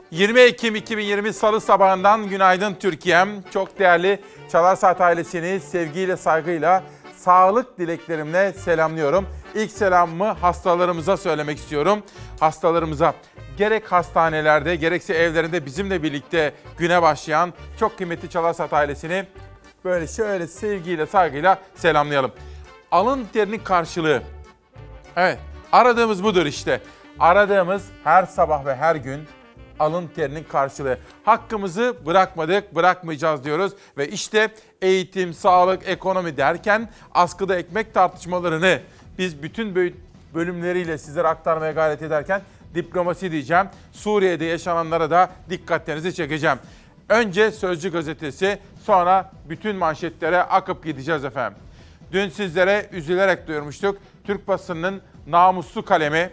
20 Ekim 2020 Salı sabahından günaydın Türkiye'm. Çok değerli Çalar Saat ailesini sevgiyle, saygıyla, sağlık dileklerimle selamlıyorum. İlk selamımı hastalarımıza söylemek istiyorum. Hastalarımıza gerek hastanelerde gerekse evlerinde bizimle birlikte güne başlayan çok kıymetli Çalar Saat ailesini böyle şöyle sevgiyle, saygıyla selamlayalım. Alın terinin karşılığı. Evet, aradığımız budur işte. Aradığımız her sabah ve her gün alın terinin karşılığı. Hakkımızı bırakmadık, bırakmayacağız diyoruz. Ve işte eğitim, sağlık, ekonomi derken askıda ekmek tartışmalarını biz bütün bölümleriyle sizlere aktarmaya gayret ederken diplomasi diyeceğim. Suriye'de yaşananlara da dikkatlerinizi çekeceğim. Önce Sözcü gazetesi, sonra bütün manşetlere akıp gideceğiz efendim. Dün sizlere üzülerek duyurmuştuk. Türk basınının namuslu kalemi,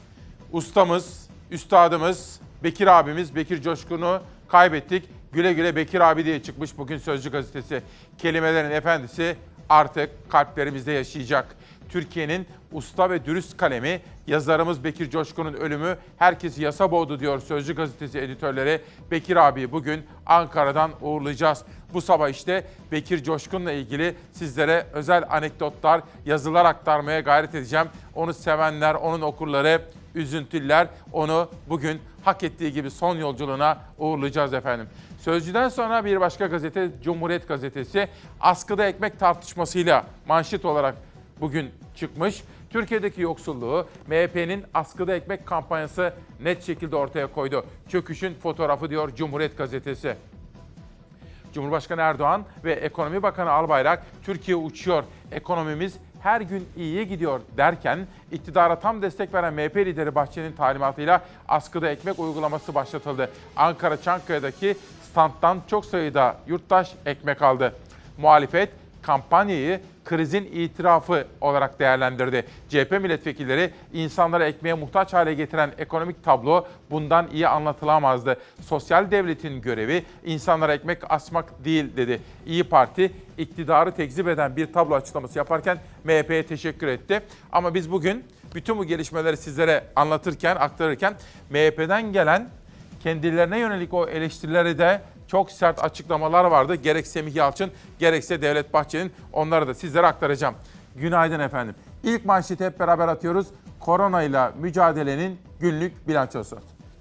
ustamız, üstadımız, Bekir abimiz, Bekir Coşkun'u kaybettik. Güle güle Bekir abi diye çıkmış bugün Sözcü gazetesi. Kelimelerin efendisi artık kalplerimizde yaşayacak. Türkiye'nin usta ve dürüst kalemi, yazarımız Bekir Coşkun'un ölümü herkesi yasa boğdu diyor Sözcü gazetesi editörleri. Bekir abiyi bugün Ankara'dan uğurlayacağız. Bu sabah işte Bekir Coşkun'la ilgili sizlere özel anekdotlar, yazılar aktarmaya gayret edeceğim. Onu sevenler, onun okurları, üzüntüler onu bugün hak ettiği gibi son yolculuğuna uğurlayacağız efendim. Sözcüden sonra bir başka gazete Cumhuriyet gazetesi askıda ekmek tartışmasıyla manşet olarak bugün çıkmış. Türkiye'deki yoksulluğu MHP'nin askıda ekmek kampanyası net şekilde ortaya koydu. Çöküşün fotoğrafı diyor Cumhuriyet gazetesi. Cumhurbaşkanı Erdoğan ve Ekonomi Bakanı Albayrak Türkiye uçuyor, ekonomimiz her gün iyiye gidiyor derken iktidara tam destek veren MHP lideri Bahçeli'nin talimatıyla askıda ekmek uygulaması başlatıldı. Ankara Çankaya'daki standtan çok sayıda yurttaş ekmek aldı. Muhalefet kampanyayı krizin itirafı olarak değerlendirdi. CHP milletvekilleri insanları ekmeğe muhtaç hale getiren ekonomik tablo bundan iyi anlatılamazdı. Sosyal devletin görevi insanlara ekmek asmak değil dedi. İyi Parti iktidarı tekzip eden bir tablo açıklaması yaparken MHP'ye teşekkür etti. Ama biz bugün bütün bu gelişmeleri sizlere anlatırken, aktarırken MHP'den gelen kendilerine yönelik o eleştirileri de çok sert açıklamalar vardı. Gerek Semih Yalçın, gerekse Devlet Bahçeli'nin, onları da sizlere aktaracağım. Günaydın efendim. İlk manşeti hep beraber atıyoruz. Koronayla mücadelenin günlük bilançosu.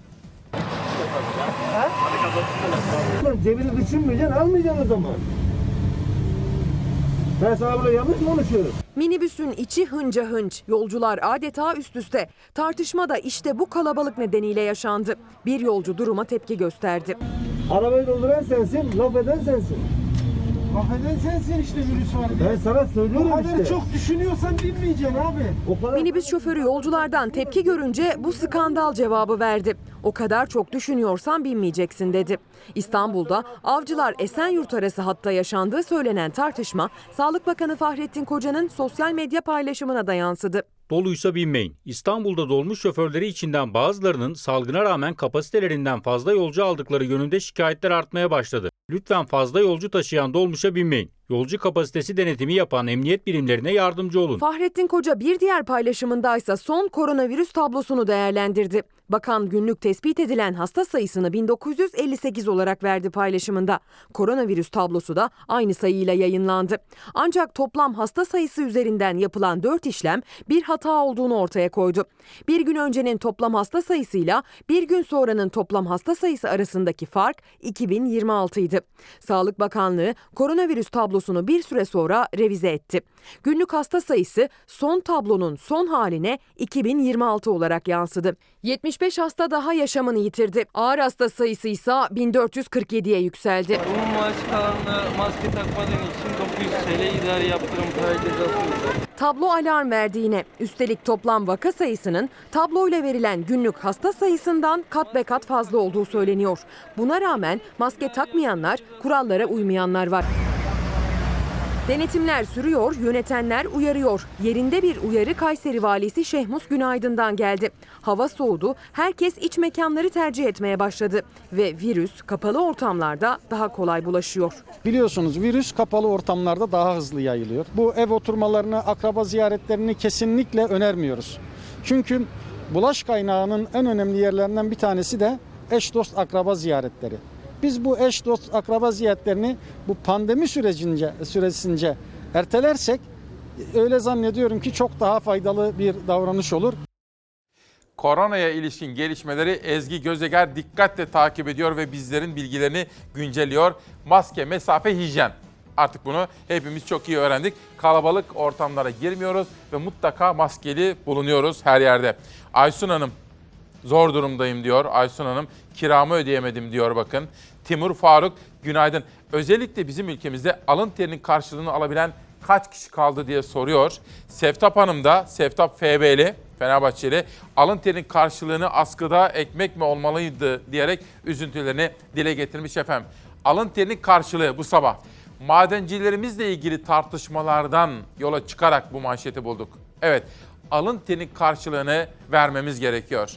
Cebini düşünmeyeceksin, almayacaksın o zaman. Ben sana burada yanlış mı konuşuyorum? Minibüsün içi hınca hınç, yolcular adeta üst üste. Tartışma da işte bu kalabalık nedeniyle yaşandı. Bir yolcu duruma tepki gösterdi. Arabayı dolduran sensin, laf eden sensin. Laf eden sensin işte virüs var diye. Ben sana söylüyorum o kadar işte. çok düşünüyorsan bilmeyeceksin abi. Minibüs şoförü yolculardan tepki görünce bu skandal cevabı verdi. O kadar çok düşünüyorsan binmeyeceksin dedi. İstanbul'da Avcılar Esenyurt arası hatta yaşandığı söylenen tartışma Sağlık Bakanı Fahrettin Koca'nın sosyal medya paylaşımına da yansıdı. Doluysa binmeyin. İstanbul'da dolmuş şoförleri içinden bazılarının salgına rağmen kapasitelerinden fazla yolcu aldıkları yönünde şikayetler artmaya başladı. Lütfen fazla yolcu taşıyan dolmuşa binmeyin. Yolcu kapasitesi denetimi yapan emniyet birimlerine yardımcı olun. Fahrettin Koca bir diğer paylaşımındaysa son koronavirüs tablosunu değerlendirdi. Bakan günlük tespit edilen hasta sayısını 1958 olarak verdi paylaşımında. Koronavirüs tablosu da aynı sayıyla yayınlandı. Ancak toplam hasta sayısı üzerinden yapılan 4 işlem bir hata olduğunu ortaya koydu. Bir gün öncenin toplam hasta sayısıyla bir gün sonranın toplam hasta sayısı arasındaki fark 2026 idi. Sağlık Bakanlığı koronavirüs tablosunu bir süre sonra revize etti. Günlük hasta sayısı son tablonun son haline 2026 olarak yansıdı. 75 hasta daha yaşamını yitirdi. Ağır hasta sayısı ise 1447'ye yükseldi. Umum maaş kalanına maske takmadığın için 900 TL idari yaptırım para cezası uygulandı. Tablo alarm verdi yine. Üstelik toplam vaka sayısının tabloyla verilen günlük hasta sayısından kat be kat fazla olduğu söyleniyor. Buna rağmen maske takmayanlar, kurallara uymayanlar var. Denetimler sürüyor, yönetenler uyarıyor. Yerinde bir uyarı Kayseri Valisi Şehmus Günaydın'dan geldi. Hava soğudu, herkes iç mekanları tercih etmeye başladı. Ve virüs kapalı ortamlarda daha kolay bulaşıyor. Biliyorsunuz virüs kapalı ortamlarda daha hızlı yayılıyor. Bu ev oturmalarını, akraba ziyaretlerini kesinlikle önermiyoruz. Çünkü bulaş kaynağının en önemli yerlerinden bir tanesi de eş dost akraba ziyaretleri. Biz bu eş dost akraba ziyaretlerini bu pandemi süresince ertelersek öyle zannediyorum ki çok daha faydalı bir davranış olur. Koronaya ilişkin gelişmeleri Ezgi Gözeger dikkatle takip ediyor ve bizlerin bilgilerini güncelliyor. Maske, mesafe, hijyen. Artık bunu hepimiz çok iyi öğrendik. Kalabalık ortamlara girmiyoruz ve mutlaka maskeli bulunuyoruz her yerde. Aysun Hanım, zor durumdayım diyor. Aysun Hanım, kiramı ödeyemedim diyor bakın. Timur Faruk, günaydın. Özellikle bizim ülkemizde alın terinin karşılığını alabilen kaç kişi kaldı diye soruyor. Seftap Hanım da, Seftap FB'li, Fenerbahçeli, alın terinin karşılığını askıda ekmek mi olmalıydı diyerek üzüntülerini dile getirmiş efendim. Alın terinin karşılığı bu sabah. Madencilerimizle ilgili tartışmalardan yola çıkarak bu manşeti bulduk. Evet, alın terinin karşılığını vermemiz gerekiyor.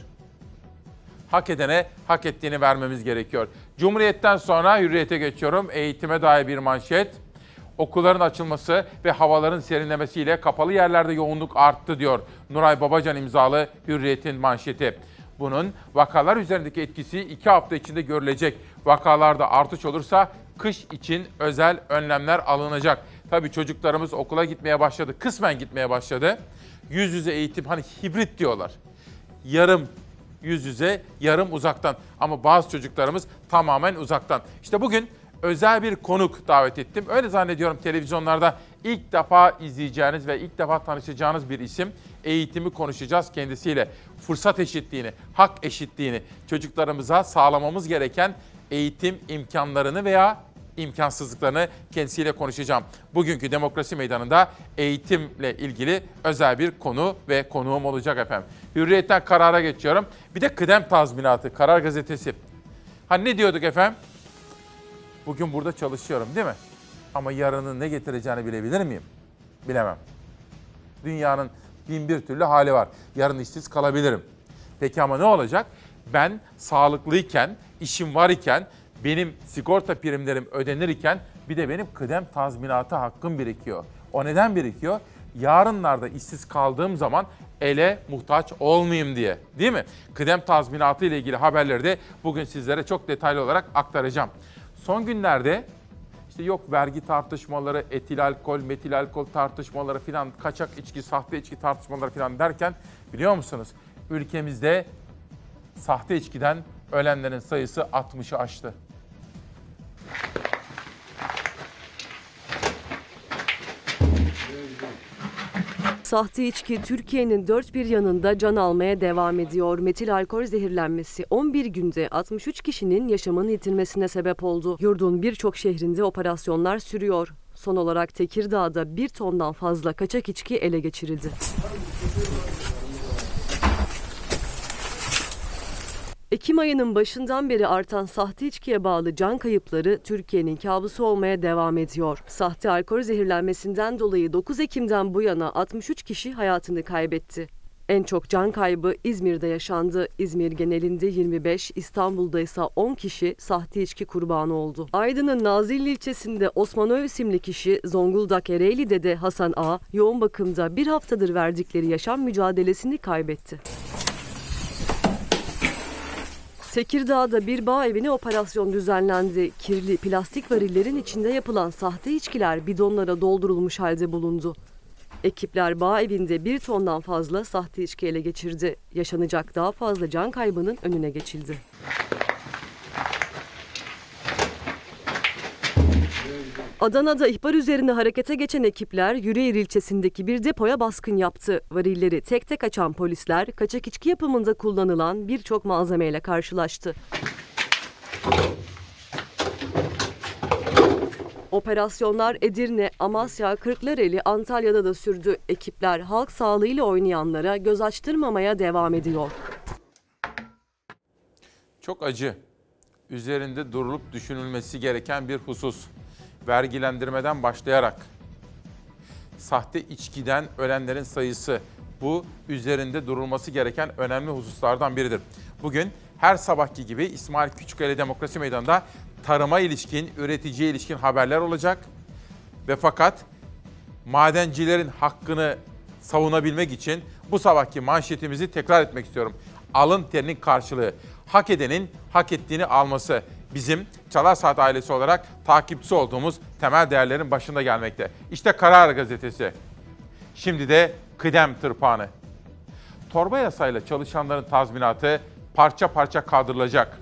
Hak edene hak ettiğini vermemiz gerekiyor. Cumhuriyet'ten sonra Hürriyet'e geçiyorum. Eğitime dair bir manşet. Okulların açılması ve havaların serinlemesiyle kapalı yerlerde yoğunluk arttı diyor Nuray Babacan imzalı Hürriyet'in manşeti. Bunun vakalar üzerindeki etkisi 2 hafta içinde görülecek. Vakalarda artış olursa kış için özel önlemler alınacak. Tabii çocuklarımız okula gitmeye başladı, kısmen gitmeye başladı. Yüz yüze eğitim, hani hibrit diyorlar. Yarım yüz yüze, yarım uzaktan. Ama bazı çocuklarımız tamamen uzaktan. İşte bugün özel bir konuk davet ettim. Öyle zannediyorum televizyonlarda ilk defa izleyeceğiniz ve ilk defa tanışacağınız bir isim. Eğitimi konuşacağız kendisiyle. Fırsat eşitliğini, hak eşitliğini, çocuklarımıza sağlamamız gereken eğitim imkanlarını veya imkansızlıklarını kendisiyle konuşacağım. Bugünkü Demokrasi Meydanı'nda eğitimle ilgili özel bir konu ve konuğum olacak efendim. Hürriyet'ten Karar'a geçiyorum. Bir de kıdem tazminatı, Karar Gazetesi. Hani ne diyorduk efendim? Bugün burada çalışıyorum değil mi? Ama yarının ne getireceğini bilebilir miyim? Bilemem. Dünyanın bin bir türlü hali var. Yarın işsiz kalabilirim. Peki ama ne olacak? Ben sağlıklıyken, işim var iken, benim sigorta primlerim ödenirken bir de benim kıdem tazminatı hakkım birikiyor. O neden birikiyor? Yarınlarda işsiz kaldığım zaman ele muhtaç olmayayım diye, değil mi? Kıdem tazminatı ile ilgili haberleri de bugün sizlere çok detaylı olarak aktaracağım. Son günlerde işte yok vergi tartışmaları, etil alkol, metil alkol tartışmaları filan, kaçak içki, sahte içki tartışmaları filan derken biliyor musunuz? Ülkemizde sahte içkiden ölenlerin sayısı 60'ı aştı. Sahte içki Türkiye'nin dört bir yanında can almaya devam ediyor. Metil alkol zehirlenmesi 11 günde 63 kişinin yaşamını yitirmesine sebep oldu. Yurdun birçok şehrinde operasyonlar sürüyor. Son olarak Tekirdağ'da 1 tondan fazla kaçak içki ele geçirildi. Ekim ayının başından beri artan sahte içkiye bağlı can kayıpları Türkiye'nin kabusu olmaya devam ediyor. Sahte alkol zehirlenmesinden dolayı 9 Ekim'den bu yana 63 kişi hayatını kaybetti. En çok can kaybı İzmir'de yaşandı. İzmir genelinde 25, İstanbul'da ise 10 kişi sahte içki kurbanı oldu. Aydın'ın Nazilli ilçesinde Osman Ö isimli kişi, Zonguldak Ereğli'de de Hasan A yoğun bakımda bir haftadır verdikleri yaşam mücadelesini kaybetti. Tekirdağ'da bir bağ evine operasyon düzenlendi. Kirli plastik varillerin içinde yapılan sahte içkiler bidonlara doldurulmuş halde bulundu. Ekipler bağ evinde 1 tondan fazla sahte içki ele geçirdi. Yaşanacak daha fazla can kaybının önüne geçildi. Adana'da ihbar üzerine harekete geçen ekipler Yüreğir ilçesindeki bir depoya baskın yaptı. Varilleri tek tek açan polisler kaçak içki yapımında kullanılan birçok malzemeyle karşılaştı. Operasyonlar Edirne, Amasya, Kırklareli, Antalya'da da sürdü. Ekipler halk sağlığıyla oynayanlara göz açtırmamaya devam ediyor. Çok acı. Üzerinde durulup düşünülmesi gereken bir husus. Vergilendirmeden başlayarak sahte içkiden ölenlerin sayısı, bu üzerinde durulması gereken önemli hususlardan biridir. Bugün her sabahki gibi İsmail Küçükkaya Demokrasi Meydanı'nda tarıma ilişkin, üreticiye ilişkin haberler olacak. Ve fakat madencilerin hakkını savunabilmek için bu sabahki manşetimizi tekrar etmek istiyorum. alın terinin karşılığı. Hak edenin hak ettiğini alması bizim Çalar Saat ailesi olarak takipçisi olduğumuz temel değerlerin başında gelmekte. İşte Karar Gazetesi. Şimdi de kıdem tırpanı. Torba yasayla çalışanların tazminatı parça parça kaldırılacak.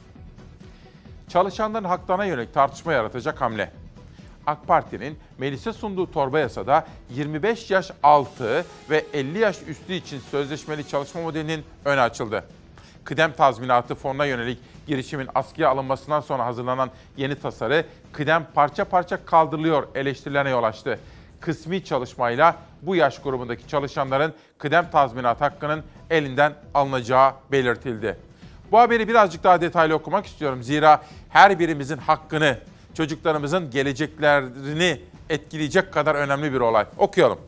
Çalışanların haklarına yönelik tartışma yaratacak hamle. AK Parti'nin meclise sunduğu torba yasada 25 yaş altı ve 50 yaş üstü için sözleşmeli çalışma modelinin önü açıldı. Kıdem tazminatı fonuna yönelik girişimin askıya alınmasından sonra hazırlanan yeni tasarı kıdem parça parça kaldırılıyor eleştirilerine yol açtı. Kısmi çalışmayla bu yaş grubundaki çalışanların kıdem tazminat hakkının elinden alınacağı belirtildi. Bu haberi birazcık daha detaylı okumak istiyorum. Zira her birimizin hakkını, çocuklarımızın geleceklerini etkileyecek kadar önemli bir olay. Okuyalım.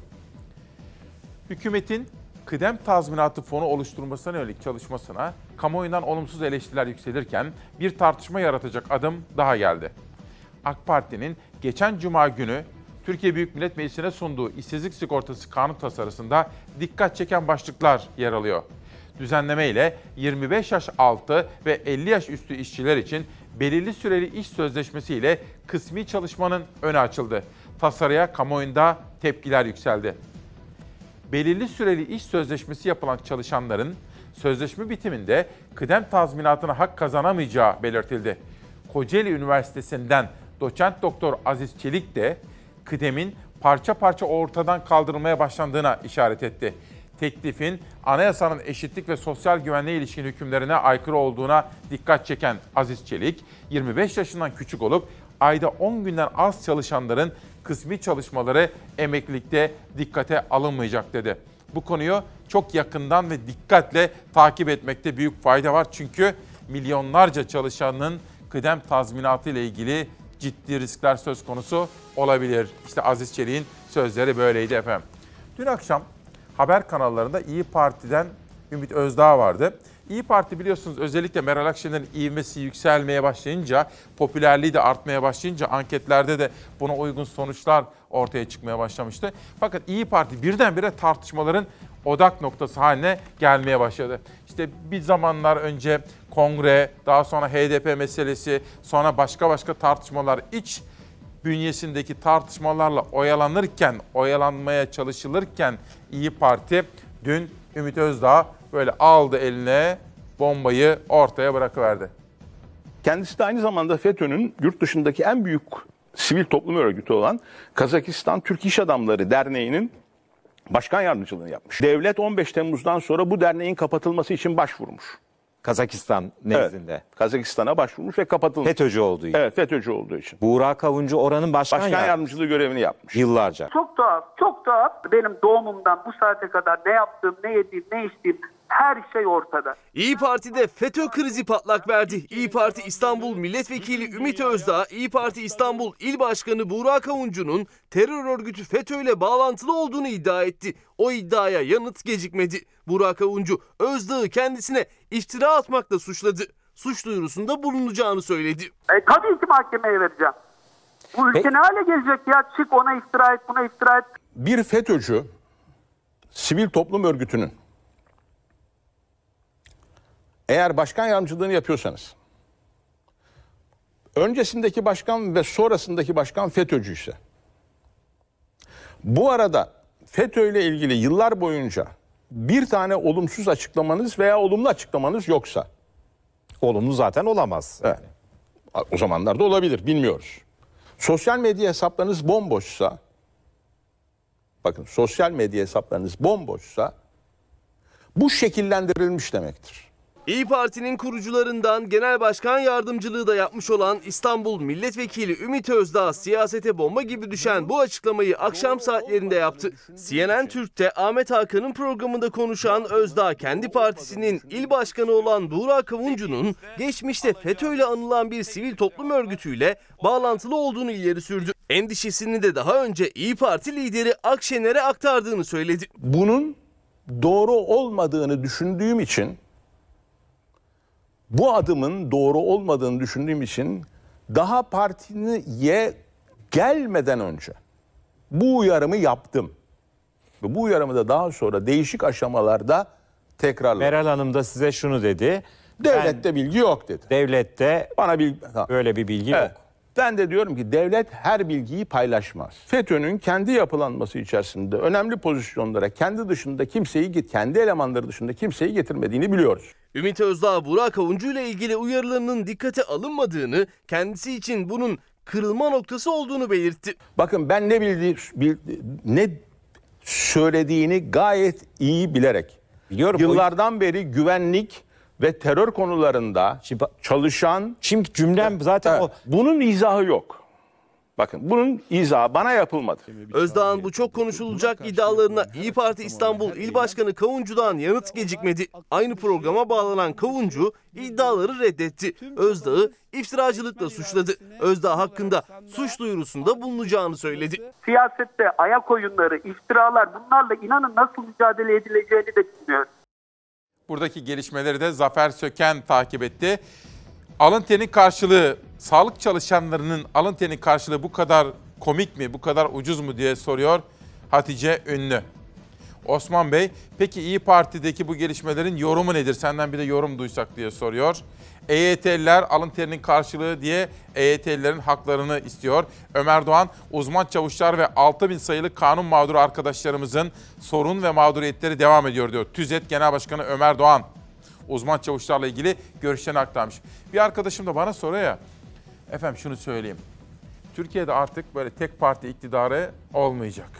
Hükümetin kıdem tazminatı fonu oluşturulmasına yönelik çalışmasına kamuoyundan olumsuz eleştiriler yükselirken bir tartışma yaratacak adım daha geldi. AK Parti'nin geçen Cuma günü Türkiye Büyük Millet Meclisi'ne sunduğu işsizlik sigortası kanun tasarısında dikkat çeken başlıklar yer alıyor. Düzenleme ile 25 yaş altı ve 50 yaş üstü işçiler için belirli süreli iş sözleşmesi ile kısmi çalışmanın önü açıldı. Tasarıya kamuoyunda tepkiler yükseldi. Belirli süreli iş sözleşmesi yapılan çalışanların sözleşme bitiminde kıdem tazminatına hak kazanamayacağı belirtildi. Kocaeli Üniversitesi'nden doçent doktor Aziz Çelik de kıdemin parça parça ortadan kaldırılmaya başlandığına işaret etti. Teklifin anayasanın eşitlik ve sosyal güvenliğe ilişkin hükümlerine aykırı olduğuna dikkat çeken Aziz Çelik, 25 yaşından küçük olup ayda 10 günden az çalışanların kısmi çalışmaları emeklilikte dikkate alınmayacak dedi. Bu konuyu çok yakından ve dikkatle takip etmekte büyük fayda var. Çünkü milyonlarca çalışanın kıdem tazminatı ile ilgili ciddi riskler söz konusu olabilir. İşte Aziz Çelik'in sözleri böyleydi efendim. Dün akşam haber kanallarında İyi Parti'den Ümit Özdağ vardı. İyi Parti biliyorsunuz özellikle Meral Akşener'in ivmesi yükselmeye başlayınca, popülerliği de artmaya başlayınca anketlerde de buna uygun sonuçlar ortaya çıkmaya başlamıştı. Fakat İyi Parti birdenbire tartışmaların odak noktası haline gelmeye başladı. İşte bir zamanlar önce kongre, daha sonra HDP meselesi, sonra başka tartışmalar, iç bünyesindeki tartışmalarla oyalanmaya çalışılırken İyi Parti dün Ümit Özdağ böyle aldı eline bombayı ortaya bırakıverdi. Kendisi de aynı zamanda FETÖ'nün yurt dışındaki en büyük sivil toplum örgütü olan Kazakistan Türk İş Adamları Derneği'nin başkan yardımcılığını yapmış. Devlet 15 Temmuz'dan sonra bu derneğin kapatılması için başvurmuş. Kazakistan nezdinde. Evet, Kazakistan'a başvurmuş ve kapatılmış. FETÖ'cü olduğu için. Evet, FETÖ'cü olduğu için. Buğra Kavuncu oranın başkan yardımcılığı görevini yapmış. Yıllarca. Çok tuhaf. Benim doğumumdan bu saate kadar ne yaptığım, ne yediğim, ne içtiğim her şey ortada. İyi Parti'de FETÖ krizi patlak verdi. İyi Parti İstanbul Milletvekili Ümit Özdağ, İyi Parti İstanbul İl Başkanı Buğra Kavuncu'nun terör örgütü FETÖ ile bağlantılı olduğunu iddia etti. O iddiaya yanıt gecikmedi. Buğra Kavuncu Özdağ'ı kendisine iftira atmakla suçladı. Suç duyurusunda bulunacağını söyledi. Tabii ki mahkemeye vereceğim. Bu ülke ne hale gelecek ya? Çık ona iftira et, buna iftira et. Bir FETÖ'cü sivil toplum örgütünün eğer başkan yardımcılığını yapıyorsanız, öncesindeki başkan ve sonrasındaki başkan FETÖ'cü ise, bu arada FETÖ ile ilgili yıllar boyunca bir tane olumsuz açıklamanız veya olumlu açıklamanız yoksa, olumlu zaten olamaz. Evet. O zamanlarda olabilir, bilmiyoruz. Sosyal medya hesaplarınız bomboşsa, bakın sosyal medya hesaplarınız bomboşsa, bu şekillendirilmiş demektir. İyi Parti'nin kurucularından genel başkan yardımcılığı da yapmış olan İstanbul Milletvekili Ümit Özdağ siyasete bomba gibi düşen bu açıklamayı akşam saatlerinde yaptı. CNN Türk'te Ahmet Hakan'ın programında konuşan Özdağ kendi partisinin il başkanı olan Buğra Kavuncu'nun geçmişte FETÖ ile anılan bir sivil toplum örgütüyle bağlantılı olduğunu ileri sürdü. Endişesini de daha önce İyi Parti lideri Akşener'e aktardığını söyledi. Bunun doğru olmadığını düşündüğüm için, bu adımın doğru olmadığını düşündüğüm için daha partiye gelmeden önce bu uyarımı yaptım. Ve bu uyarımı da daha sonra değişik aşamalarda Tekrarla. Meral Hanım da size şunu dedi. Devlette bilgi yok dedi. Devlette Bana böyle bir bilgi Evet. yok. Ben de diyorum ki devlet her bilgiyi paylaşmaz. FETÖ'nün kendi yapılanması içerisinde önemli pozisyonlara kendi dışında kendi elemanları dışında kimseyi getirmediğini biliyoruz. Ümit Özdağ, Burak Avuncu ile ilgili uyarılarının dikkate alınmadığını, kendisi için bunun kırılma noktası olduğunu belirtti. Bakın ben ne söylediğini gayet iyi bilerek, Biliyorum. yıllardan beri güvenlik ve terör konularında çalışan... Şimdi cümlem zaten o. Bunun izahı yok. Bakın bunun izahı bana yapılmadı. Özdağ'ın bu çok konuşulacak iddialarına İYİ Parti İstanbul İl Başkanı Kavuncu'dan yanıt gecikmedi. Aynı programa bağlanan Kavuncu iddiaları reddetti. Özdağ'ı iftiracılıkla suçladı. Özdağ hakkında suç duyurusunda bulunacağını söyledi. Siyasette ayak oyunları, iftiralar, bunlarla inanın nasıl mücadele edileceğini de bilmiyorum. Buradaki gelişmeleri de Zafer Söken takip etti. Alın terin karşılığı, sağlık çalışanlarının alın terin karşılığı bu kadar komik mi, bu kadar ucuz mu diye soruyor Hatice Ünlü. Osman Bey, peki İYİ Parti'deki bu gelişmelerin yorumu nedir? Senden bir de yorum duysak diye soruyor. EYT'liler alın terinin karşılığı diye EYT'lilerin haklarını istiyor. Ömer Doğan, uzman çavuşlar ve 6.000 sayılı kanun mağduru arkadaşlarımızın sorun ve mağduriyetleri devam ediyor diyor. TÜZET Genel Başkanı Ömer Doğan, uzman çavuşlarla ilgili görüşlerini aktarmış. Bir arkadaşım da bana soruyor ya, efendim şunu söyleyeyim. Türkiye'de artık böyle tek parti iktidarı olmayacak.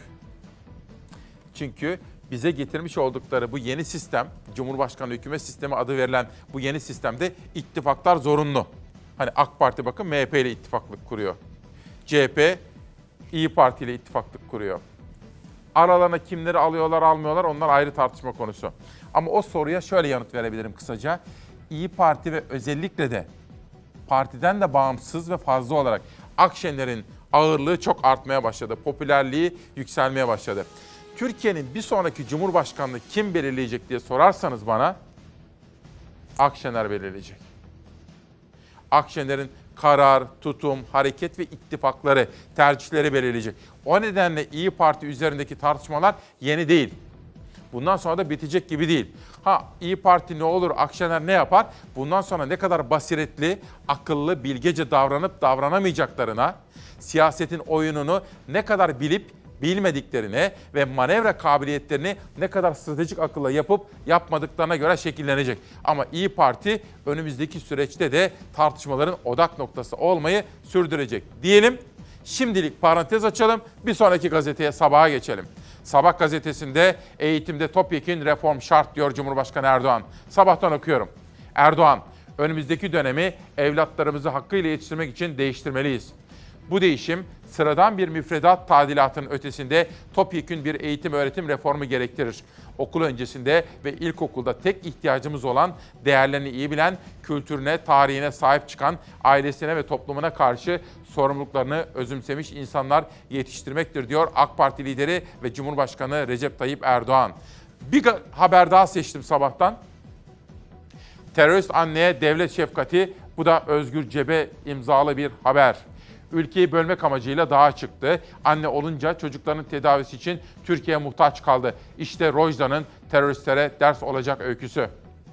Çünkü bize getirmiş oldukları bu yeni sistem, Cumhurbaşkanlığı hükümet sistemi adı verilen bu yeni sistemde ittifaklar zorunlu. Hani AK Parti bakın MHP ile ittifaklık kuruyor. CHP İYİ Parti ile ittifaklık kuruyor. Aralarına kimleri alıyorlar almıyorlar onlar ayrı tartışma konusu. Ama o soruya şöyle yanıt verebilirim kısaca. İYİ Parti ve özellikle de partiden de bağımsız ve fazla olarak Akşener'in ağırlığı çok artmaya başladı. Popülerliği yükselmeye başladı. Türkiye'nin bir sonraki Cumhurbaşkanlığı kim belirleyecek diye sorarsanız bana, Akşener belirleyecek. Akşener'in karar, tutum, hareket ve ittifakları, tercihleri belirleyecek. O nedenle İYİ Parti üzerindeki tartışmalar yeni değil. Bundan sonra da bitecek gibi değil. İYİ Parti ne olur, Akşener ne yapar? Bundan sonra ne kadar basiretli, akıllı, bilgece davranıp davranamayacaklarına, siyasetin oyununu ne kadar bilip bilmediklerine ve manevra kabiliyetlerini ne kadar stratejik akılla yapıp yapmadıklarına göre şekillenecek. Ama İYİ Parti önümüzdeki süreçte de tartışmaların odak noktası olmayı sürdürecek diyelim. Şimdilik parantez açalım, bir sonraki gazeteye, Sabah'a geçelim. Sabah gazetesinde eğitimde topyekün reform şart diyor Cumhurbaşkanı Erdoğan. Sabahtan okuyorum. Erdoğan, önümüzdeki dönemi evlatlarımızı hakkıyla yetiştirmek için değiştirmeliyiz. Bu değişim sıradan bir müfredat tadilatının ötesinde topyekün bir eğitim öğretim reformu gerektirir. Okul öncesinde ve ilkokulda tek ihtiyacımız olan değerlerini iyi bilen, kültürüne, tarihine sahip çıkan, ailesine ve toplumuna karşı sorumluluklarını özümsemiş insanlar yetiştirmektir diyor AK Parti lideri ve Cumhurbaşkanı Recep Tayyip Erdoğan. Bir haber daha seçtim sabahtan. Terörist anneye devlet şefkati, bu da Özgür Cebe imzalı bir haber. Ülkeyi bölmek amacıyla dağa çıktı. Anne olunca çocukların tedavisi için Türkiye'ye muhtaç kaldı. İşte Rojda'nın teröristlere ders olacak öyküsü.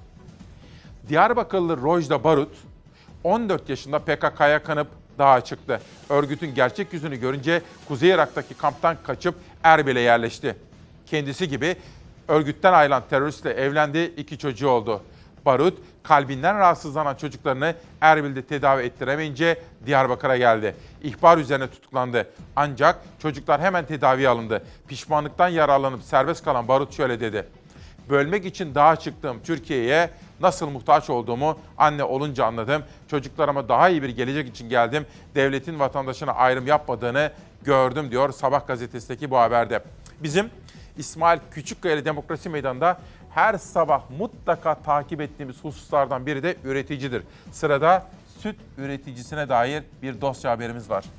Diyarbakırlı Rojda Barut, 14 yaşında PKK'ya kanıp dağa çıktı. Örgütün gerçek yüzünü görünce Kuzey Irak'taki kamptan kaçıp Erbil'e yerleşti. Kendisi gibi örgütten ayrılan teröristle evlendi, 2 çocuğu oldu. Barut, kalbinden rahatsızlanan çocuklarını Erbil'de tedavi ettiremeyince Diyarbakır'a geldi. İhbar üzerine tutuklandı. Ancak çocuklar hemen tedaviye alındı. Pişmanlıktan yararlanıp serbest kalan Barut şöyle dedi. Bölmek için dağa çıktığım Türkiye'ye nasıl muhtaç olduğumu anne olunca anladım. Çocuklarıma daha iyi bir gelecek için geldim. Devletin vatandaşına ayrım yapmadığını gördüm diyor Sabah gazetesindeki bu haberde. Bizim İsmail Küçükkaya Demokrasi Meydanı'nda her sabah mutlaka takip ettiğimiz hususlardan biri de üreticidir. Sırada süt üreticisine dair bir dosya haberimiz var.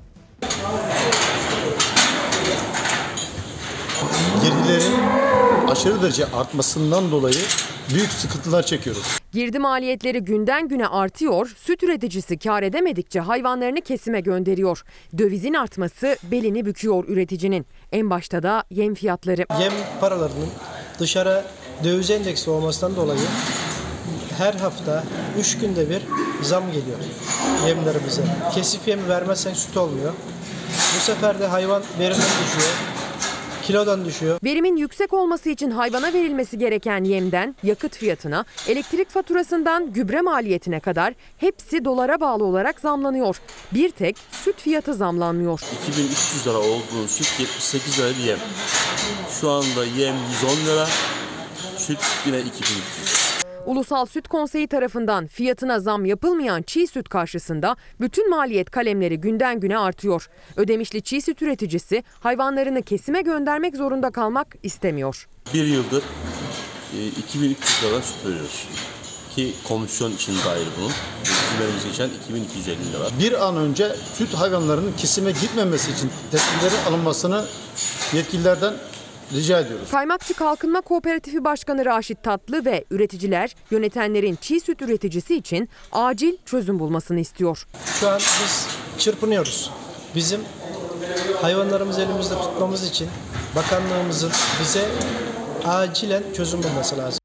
Girdilerin aşırı derece artmasından dolayı büyük sıkıntılar çekiyoruz. Girdi maliyetleri günden güne artıyor, süt üreticisi kar edemedikçe hayvanlarını kesime gönderiyor. Dövizin artması belini büküyor üreticinin. En başta da yem fiyatları. Yem paralarının dışarı döviz endeksi olmasından dolayı her hafta 3 günde bir zam geliyor yemlerimize. Kesif yemi vermezsen süt olmuyor. Bu sefer de hayvan verimden düşüyor. Kilodan düşüyor. Verimin yüksek olması için hayvana verilmesi gereken yemden yakıt fiyatına, elektrik faturasından gübre maliyetine kadar hepsi dolara bağlı olarak zamlanıyor. Bir tek süt fiyatı zamlanmıyor. 2300 lira olduğu süt 78 lira bir yem. Şu anda yem 110 lira, süt yine 2300. Ulusal Süt Konseyi tarafından fiyatına zam yapılmayan çiğ süt karşısında bütün maliyet kalemleri günden güne artıyor. Ödemişli çiğ süt üreticisi hayvanlarını kesime göndermek zorunda kalmak istemiyor. Bir yıldır 2300 lira süt veriyoruz. Ki komisyon için dahil bunun. Hükümetimiz geçen 2250 lira. Bir an önce süt hayvanlarının kesime gitmemesi için tedbirlerin alınmasını yetkililerden rica ediyoruz. Kaymakçı Kalkınma Kooperatifi Başkanı Raşit Tatlı ve üreticiler yönetenlerin çiğ süt üreticisi için acil çözüm bulmasını istiyor. Şu an biz çırpınıyoruz. Bizim hayvanlarımızı elimizde tutmamız için bakanlığımızın bize acilen çözüm bulması lazım.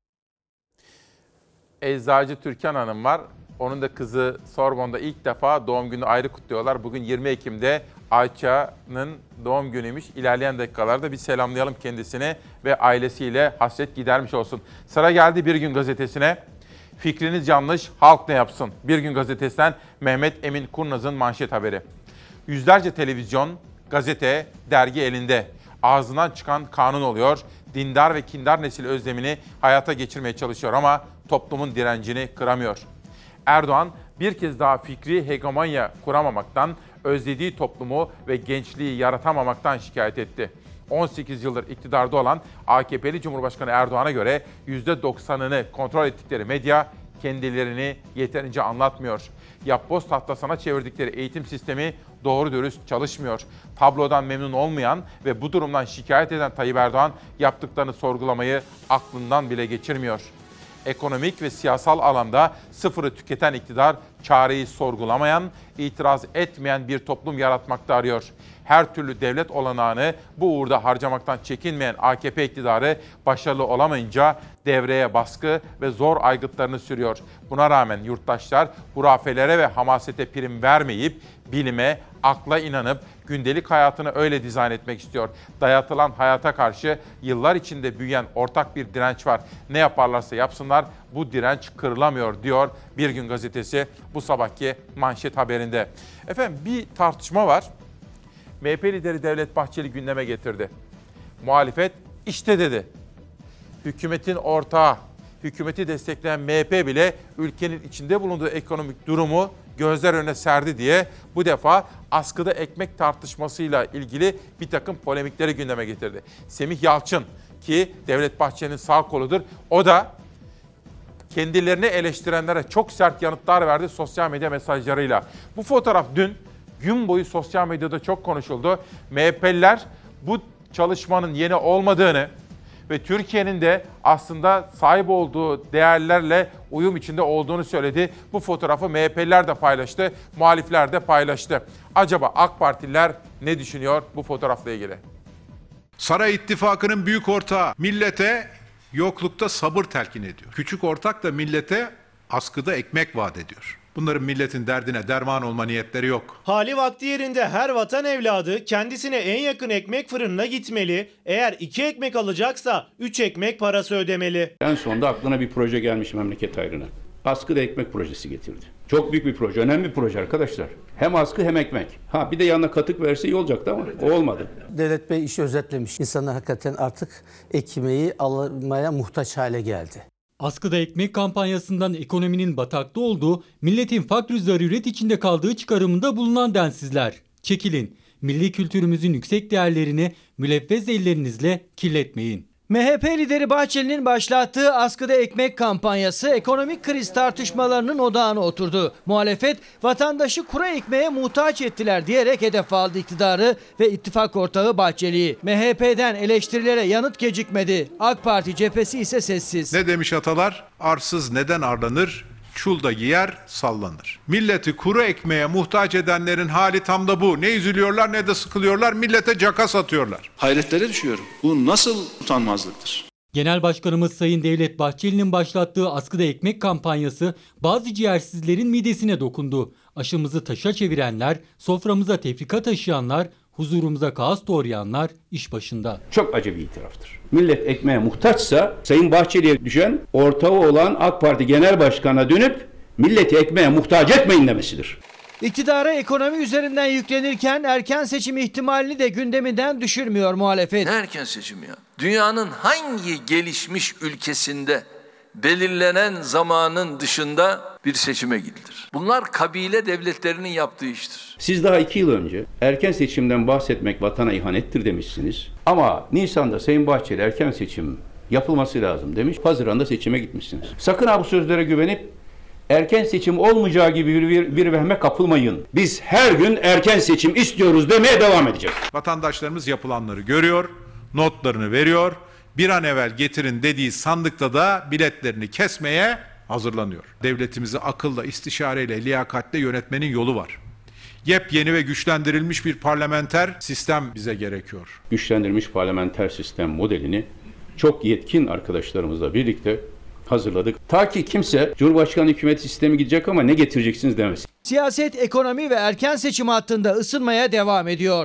Eczacı Türkan Hanım var. Onun da kızı Sorbonne'da ilk defa doğum günü ayrı kutluyorlar. Bugün 20 Ekim'de Ayça'nın doğum günüymüş. İlerleyen dakikalarda bir selamlayalım kendisini ve ailesiyle hasret gidermiş olsun. Sıra geldi Bir Gün Gazetesi'ne. Fikriniz yanlış, halk ne yapsın? Bir Gün Gazetesi'nden Mehmet Emin Kurnaz'ın manşet haberi. Yüzlerce televizyon, gazete, dergi elinde. Ağzından çıkan kanun oluyor. Dindar ve kindar nesil özlemini hayata geçirmeye çalışıyor ama toplumun direncini kıramıyor. Erdoğan bir kez daha fikri hegemonya kuramamaktan, özlediği toplumu ve gençliği yaratamamaktan şikayet etti. 18 yıldır iktidarda olan AKP'li Cumhurbaşkanı Erdoğan'a göre %90'ını kontrol ettikleri medya kendilerini yeterince anlatmıyor. Yapboz tahtasına çevirdikleri eğitim sistemi doğru dürüst çalışmıyor. Tablodan memnun olmayan ve bu durumdan şikayet eden Tayyip Erdoğan yaptıklarını sorgulamayı aklından bile geçirmiyor. Ekonomik ve siyasal alanda sıfırı tüketen iktidar, çareyi sorgulamayan, itiraz etmeyen bir toplum yaratmakta arıyor. Her türlü devlet olanağını bu uğurda harcamaktan çekinmeyen AKP iktidarı başarılı olamayınca devreye baskı ve zor aygıtlarını sürüyor. Buna rağmen yurttaşlar hurafelere ve hamasete prim vermeyip bilime, akla inanıp gündelik hayatını öyle dizayn etmek istiyor. Dayatılan hayata karşı yıllar içinde büyüyen ortak bir direnç var. Ne yaparlarsa yapsınlar bu direnç kırılamıyor diyor Bir Gün Gazetesi bu sabahki manşet haberinde. Efendim bir tartışma var. MHP lideri Devlet Bahçeli gündeme getirdi. Muhalefet işte dedi. Hükümetin ortağı, hükümeti destekleyen MHP bile ülkenin içinde bulunduğu ekonomik durumu gözler önüne serdi diye bu defa askıda ekmek tartışmasıyla ilgili bir takım polemikleri gündeme getirdi. Semih Yalçın ki Devlet Bahçeli'nin sağ koludur. O da kendilerini eleştirenlere çok sert yanıtlar verdi sosyal medya mesajlarıyla. Bu fotoğraf dün gün boyu sosyal medyada çok konuşuldu. MHP'liler bu çalışmanın yeni olmadığını ve Türkiye'nin de aslında sahip olduğu değerlerle uyum içinde olduğunu söyledi. Bu fotoğrafı MHP'liler de paylaştı, muhalifler de paylaştı. Acaba AK Partililer ne düşünüyor bu fotoğrafla ilgili? Saray İttifakı'nın büyük ortağı millete yoklukta sabır telkin ediyor. Küçük ortak da millete askıda ekmek vaat ediyor. Bunların milletin derdine derman olma niyetleri yok. Hali vakti yerinde her vatan evladı kendisine en yakın ekmek fırınına gitmeli. Eğer 2 ekmek alacaksa 3 ekmek parası ödemeli. En sonunda aklına bir proje gelmiş memleket hayrına. Askıda ekmek projesi getirdi. Çok büyük bir proje, önemli bir proje arkadaşlar. Hem askı hem ekmek. Bir de yanına katık verse iyi olacaktı ama o olmadı. Devlet Bey işi özetlemiş. İnsanlar hakikaten artık ekmeği almaya muhtaç hale geldi. Askıda ekmek kampanyasından ekonominin batakta olduğu, milletin fakr-ı zaruret içinde kaldığı çıkarımında bulunan densizler. Çekilin, milli kültürümüzün yüksek değerlerini mülevvez ellerinizle kirletmeyin. MHP lideri Bahçeli'nin başlattığı askıda ekmek kampanyası ekonomik kriz tartışmalarının odağına oturdu. Muhalefet vatandaşı kuru ekmeğe muhtaç ettiler diyerek hedef aldı iktidarı ve ittifak ortağı Bahçeli'yi. MHP'den eleştirilere yanıt gecikmedi. AK Parti cephesi ise sessiz. Ne demiş atalar? Arsız neden arlanır? Çulda giyer, sallanır. Milleti kuru ekmeğe muhtaç edenlerin hali tam da bu. Ne üzülüyorlar ne de sıkılıyorlar. Millete caka satıyorlar. Hayretlere düşüyorum. Bu nasıl utanmazlıktır? Genel Başkanımız Sayın Devlet Bahçeli'nin başlattığı askıda ekmek kampanyası bazı ciğersizlerin midesine dokundu. Aşımızı taşa çevirenler, soframıza tefrika taşıyanlar, huzurumuza kaos doğrayanlar iş başında. Çok acı bir itiraftır. Millet ekmeğe muhtaçsa Sayın Bahçeli'ye düşen ortağı olan AK Parti Genel Başkanı'na dönüp milleti ekmeğe muhtaç etmeyin demesidir. İktidara ekonomi üzerinden yüklenirken erken seçim ihtimalini de gündeminden düşürmüyor muhalefet. Ne erken seçim ya? Dünyanın hangi gelişmiş ülkesinde belirlenen zamanın dışında bir seçime gidilir? Bunlar kabile devletlerinin yaptığı iştir. Siz daha 2 yıl önce erken seçimden bahsetmek vatana ihanettir demişsiniz. Ama Nisan'da Sayın Bahçeli erken seçim yapılması lazım demiş. Haziran'da seçime gitmişsiniz. Sakın ha bu sözlere güvenip erken seçim olmayacağı gibi bir vehme kapılmayın. Biz her gün erken seçim istiyoruz demeye devam edeceğiz. Vatandaşlarımız yapılanları görüyor, notlarını veriyor. Bir an evvel getirin dediği sandıkta da biletlerini kesmeye hazırlanıyor. Devletimizi akılla, istişareyle, liyakatle yönetmenin yolu var. Yepyeni ve güçlendirilmiş bir parlamenter sistem bize gerekiyor. Güçlendirilmiş parlamenter sistem modelini çok yetkin arkadaşlarımızla birlikte hazırladık. Ta ki kimse Cumhurbaşkanı hükümet sistemi gidecek ama ne getireceksiniz demesin. Siyaset, ekonomi ve erken seçim hattında ısınmaya devam ediyor.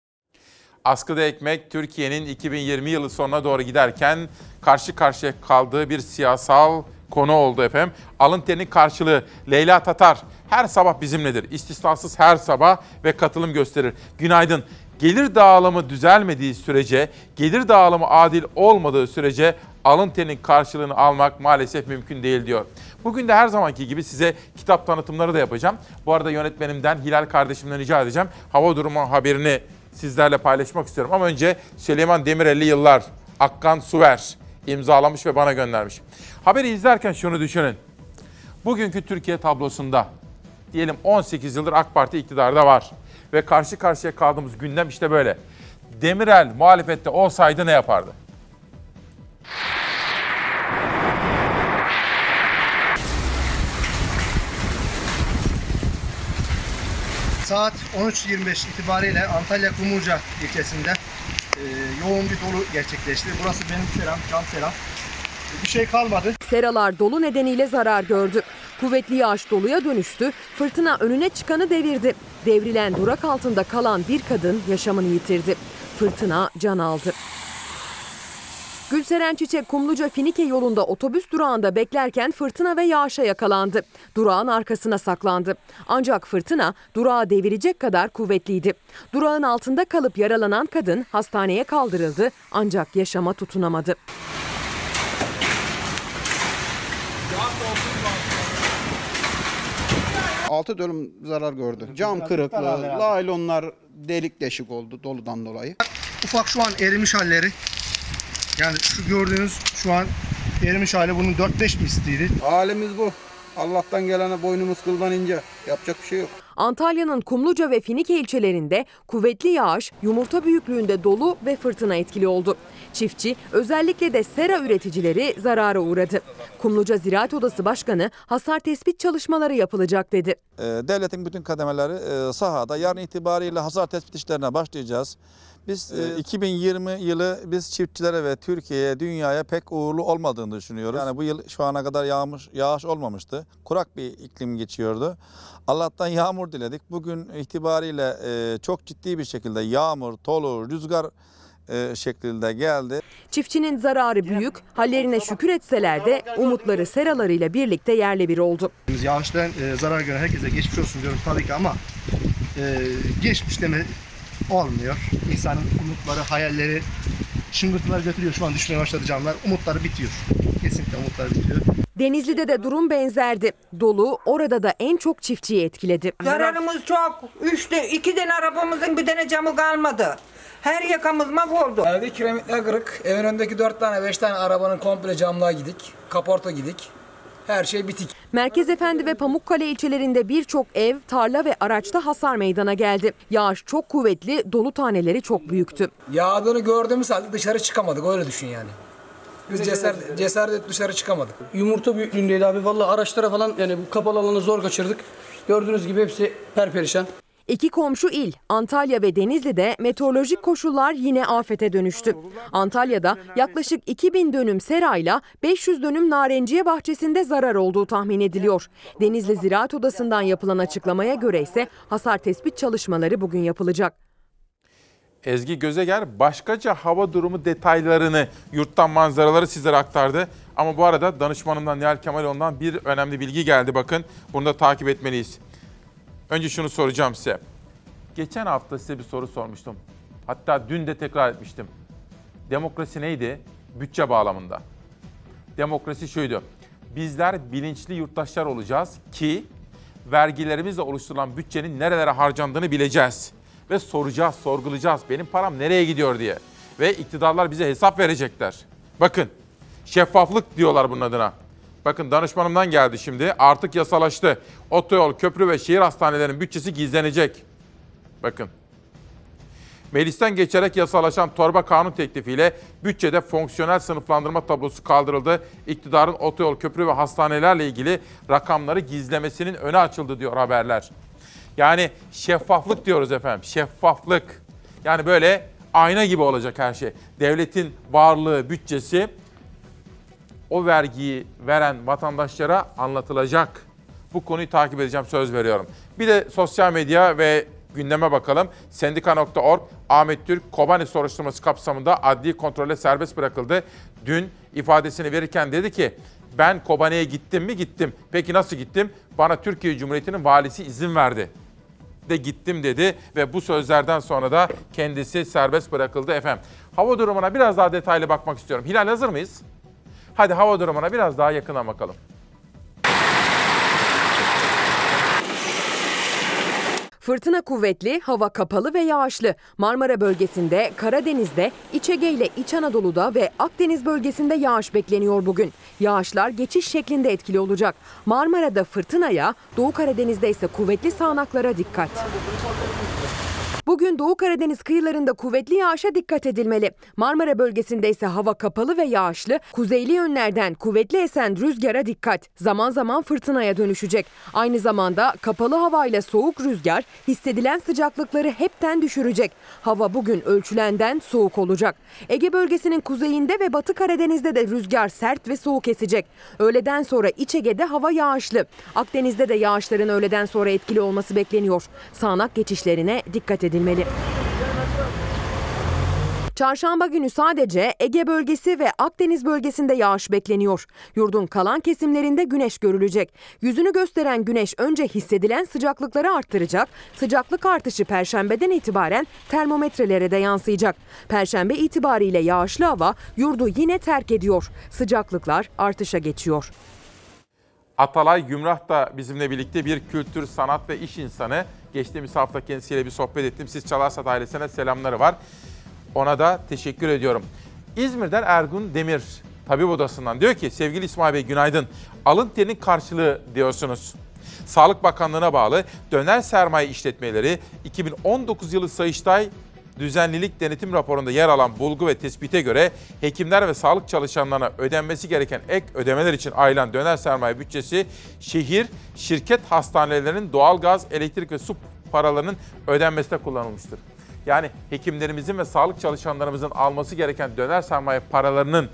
Askıda ekmek Türkiye'nin 2020 yılı sonuna doğru giderken karşı karşıya kaldığı bir siyasal konu oldu efendim. Alın terinin karşılığı Leyla Tatar her sabah bizimledir. İstisnasız her sabah ve katılım gösterir. Günaydın. Gelir dağılımı düzelmediği sürece, gelir dağılımı adil olmadığı sürece alın terinin karşılığını almak maalesef mümkün değil diyor. Bugün de her zamanki gibi size kitap tanıtımları da yapacağım. Bu arada yönetmenimden Hilal kardeşimden rica edeceğim. Hava durumu haberini sizlerle paylaşmak istiyorum. Ama önce Süleyman Demirel'li yıllar Akkan Suver imzalamış ve bana göndermiş. Haberi izlerken şunu düşünün. Bugünkü Türkiye tablosunda diyelim 18 yıldır AK Parti iktidarda var. Ve karşı karşıya kaldığımız gündem işte böyle. Demirel muhalefette olsaydı ne yapardı? Saat 13.25 itibariyle Antalya Kumluca ilçesinde yoğun bir dolu gerçekleşti. Burası benim seram, can seram. Bir şey kalmadı. Seralar dolu nedeniyle zarar gördü. Kuvvetli yağış doluya dönüştü, fırtına önüne çıkanı devirdi. Devrilen durak altında kalan bir kadın yaşamını yitirdi. Fırtına can aldı. Gülseren Çiçek Kumluca Finike yolunda otobüs durağında beklerken fırtına ve yağışa yakalandı. Durağın arkasına saklandı. Ancak fırtına durağı devirecek kadar kuvvetliydi. Durağın altında kalıp yaralanan kadın hastaneye kaldırıldı ancak yaşama tutunamadı. Altı dönüm zarar gördü. Cam kırıklı, laylonlar delik deşik oldu doludan dolayı. Ufak şu an erimiş halleri. Yani şu gördüğünüz şu an erimiş hali bunun 4-5 misliydi. Halimiz bu. Allah'tan gelene boynumuz kıldan ince. Yapacak bir şey yok. Antalya'nın Kumluca ve Finike ilçelerinde kuvvetli yağış, yumurta büyüklüğünde dolu ve fırtına etkili oldu. Çiftçi, özellikle de sera üreticileri zarara uğradı. Kumluca Ziraat Odası Başkanı hasar tespit çalışmaları yapılacak dedi. Devletin bütün kademeleri sahada yarın itibariyle hasar tespit işlerine başlayacağız. Biz 2020 yılı biz çiftçilere ve Türkiye'ye, dünyaya pek uğurlu olmadığını düşünüyoruz. Yani bu yıl şu ana kadar yağış olmamıştı. Kurak bir iklim geçiyordu. Allah'tan yağmur diledik. Bugün itibariyle çok ciddi bir şekilde yağmur, tolu, rüzgar şeklinde geldi. Çiftçinin zararı büyük, hallerine şükür etseler de umutları seralarıyla birlikte yerle bir oldu. Yağıştan zarar gören herkese geçmiş olsun diyorum tabii ki ama geçmiş deme olmuyor. İnsanın umutları, hayalleri, şıngırtılar götürüyor. Şu an düşmeye başladı canlar. Umutları bitiyor. Kesinlikle umutları bitiyor. Denizli'de de durum benzerdi. Dolu orada da en çok çiftçiyi etkiledi. Zararımız çok. 2 tane arabamızın bir tane camı kalmadı. Her yakamız mahvoldu. Evde kiremitler kırık. Evin önündeki 4 tane 5 tane arabanın komple camlığa gidik. Kaporta gidik. Her şey bitik. Merkezefendi ve Pamukkale ilçelerinde birçok ev, tarla ve araçta hasar meydana geldi. Yağış çok kuvvetli, dolu taneleri çok büyüktü. Yağdığını gördüğümüz halde dışarı çıkamadık, öyle düşün yani. Biz cesaret dışarı çıkamadık. Yumurta büyüklüğündeydi abi. Vallahi araçlara falan yani bu kapalı alanı zor kaçırdık. Gördüğünüz gibi hepsi perperişan. İki komşu il Antalya ve Denizli'de meteorolojik koşullar yine afete dönüştü. Antalya'da yaklaşık 2000 dönüm serayla 500 dönüm narenciye bahçesinde zarar olduğu tahmin ediliyor. Denizli Ziraat Odası'ndan yapılan açıklamaya göre ise hasar tespit çalışmaları bugün yapılacak. Ezgi Gözeger başkaca hava durumu detaylarını, yurttan manzaraları sizlere aktardı. Ama bu arada danışmanımdan Nihal Kemaloğlu'ndan bir önemli bilgi geldi. Bakın bunu da takip etmeliyiz. Önce şunu soracağım size. Geçen hafta size bir soru sormuştum. Hatta dün de tekrar etmiştim. Demokrasi neydi? Bütçe bağlamında. Demokrasi şuydu. Bizler bilinçli yurttaşlar olacağız ki vergilerimizle oluşturulan bütçenin nerelere harcandığını bileceğiz. Ve soracağız, sorgulayacağız. Benim param nereye gidiyor diye. Ve iktidarlar bize hesap verecekler. Bakın, şeffaflık diyorlar bunun adına. Bakın danışmanımdan geldi şimdi. Artık yasalaştı. Otoyol, köprü ve şehir hastanelerinin bütçesi gizlenecek. Bakın. Meclisten geçerek yasalaşan torba kanun teklifiyle bütçede fonksiyonel sınıflandırma tablosu kaldırıldı. İktidarın otoyol, köprü ve hastanelerle ilgili rakamları gizlemesinin önü açıldı diyor haberler. Yani şeffaflık diyoruz efendim, şeffaflık. Yani böyle ayna gibi olacak her şey. Devletin varlığı, bütçesi o vergiyi veren vatandaşlara anlatılacak. Bu konuyu takip edeceğim, söz veriyorum. Bir de sosyal medya ve gündeme bakalım. Sendika.org, Ahmet Türk, Kobani soruşturması kapsamında adli kontrole serbest bırakıldı. Dün ifadesini verirken dedi ki, ben Kobani'ye gittim mi? Gittim. Peki nasıl gittim? Bana Türkiye Cumhuriyeti'nin valisi izin verdi. De gittim dedi ve bu sözlerden sonra da kendisi serbest bırakıldı efendim. Hava durumuna biraz daha detaylı bakmak istiyorum. Hilal, hazır mıyız? Hadi hava durumuna biraz daha yakından bakalım. Fırtına kuvvetli, hava kapalı ve yağışlı. Marmara bölgesinde, Karadeniz'de, İç Ege ile İç Anadolu'da ve Akdeniz bölgesinde yağış bekleniyor bugün. Yağışlar geçiş şeklinde etkili olacak. Marmara'da fırtınaya, Doğu Karadeniz'de ise kuvvetli sağanaklara dikkat. Bugün Doğu Karadeniz kıyılarında kuvvetli yağışa dikkat edilmeli. Marmara bölgesinde ise hava kapalı ve yağışlı, kuzeyli yönlerden kuvvetli esen rüzgara dikkat. Zaman zaman fırtınaya dönüşecek. Aynı zamanda kapalı havayla soğuk rüzgar hissedilen sıcaklıkları hepten düşürecek. Hava bugün ölçülenden soğuk olacak. Ege bölgesinin kuzeyinde ve Batı Karadeniz'de de rüzgar sert ve soğuk esecek. Öğleden sonra İç Ege'de hava yağışlı. Akdeniz'de de yağışların öğleden sonra etkili olması bekleniyor. Sağanak geçişlerine dikkat edilmeli. Çarşamba günü sadece Ege bölgesi ve Akdeniz bölgesinde yağış bekleniyor. Yurdun kalan kesimlerinde güneş görülecek. Yüzünü gösteren güneş önce hissedilen sıcaklıkları arttıracak. Sıcaklık artışı Perşembeden itibaren termometrelere de yansıyacak. Perşembe itibariyle yağışlı hava yurdu yine terk ediyor. Sıcaklıklar artışa geçiyor. Atalay Gümrah da bizimle birlikte, bir kültür, sanat ve iş insanı. Geçtiğimiz hafta kendisiyle bir sohbet ettim. Siz Çalarsat ailesine selamları var. Ona da teşekkür ediyorum. İzmir'den Ergun Demir, Tabip Odası'ndan diyor ki, sevgili İsmail Bey günaydın. Alın terinin karşılığı diyorsunuz. Sağlık Bakanlığı'na bağlı döner sermaye işletmeleri 2019 yılı Sayıştay Düzenlilik Denetim Raporu'nda yer alan bulgu ve tespite göre hekimler ve sağlık çalışanlarına ödenmesi gereken ek ödemeler için ayrılan döner sermaye bütçesi şehir, şirket hastanelerinin doğalgaz, elektrik ve su paralarının ödenmesine kullanılmıştır. Yani hekimlerimizin ve sağlık çalışanlarımızın alması gereken döner sermaye paralarının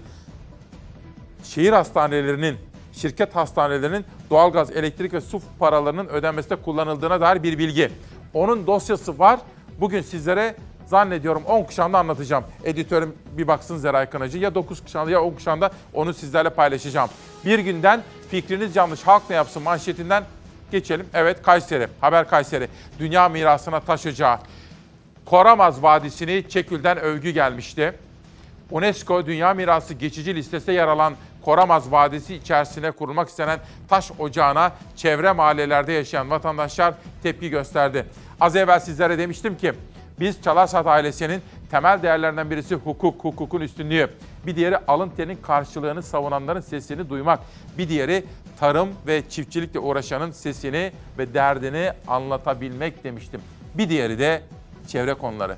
şehir hastanelerinin, şirket hastanelerinin doğalgaz, elektrik ve su paralarının ödenmesine kullanıldığına dair bir bilgi. Onun dosyası var. Bugün sizlere zannediyorum 10 kuşağında anlatacağım. Editörüm bir baksın Zeray Kınacı. Ya 9 kuşağında ya 10 kuşağında onu sizlerle paylaşacağım. Bir günden fikriniz yanlış, halk ne yapsın manşetinden geçelim. Evet, Kayseri, haber Kayseri. Dünya mirasına taşıyacağı Koramaz Vadisi'ni Çekül'den övgü gelmişti. UNESCO Dünya Mirası geçici listesinde yer alan Koramaz Vadisi içerisine kurulmak istenen taş ocağına çevre mahallelerde yaşayan vatandaşlar tepki gösterdi. Az evvel sizlere demiştim ki biz Çalarsat ailesinin temel değerlerinden birisi hukuk, hukukun üstünlüğü. Bir diğeri alın terinin karşılığını savunanların sesini duymak. Bir diğeri tarım ve çiftçilikle uğraşanın sesini ve derdini anlatabilmek demiştim. Bir diğeri de çevre konuları.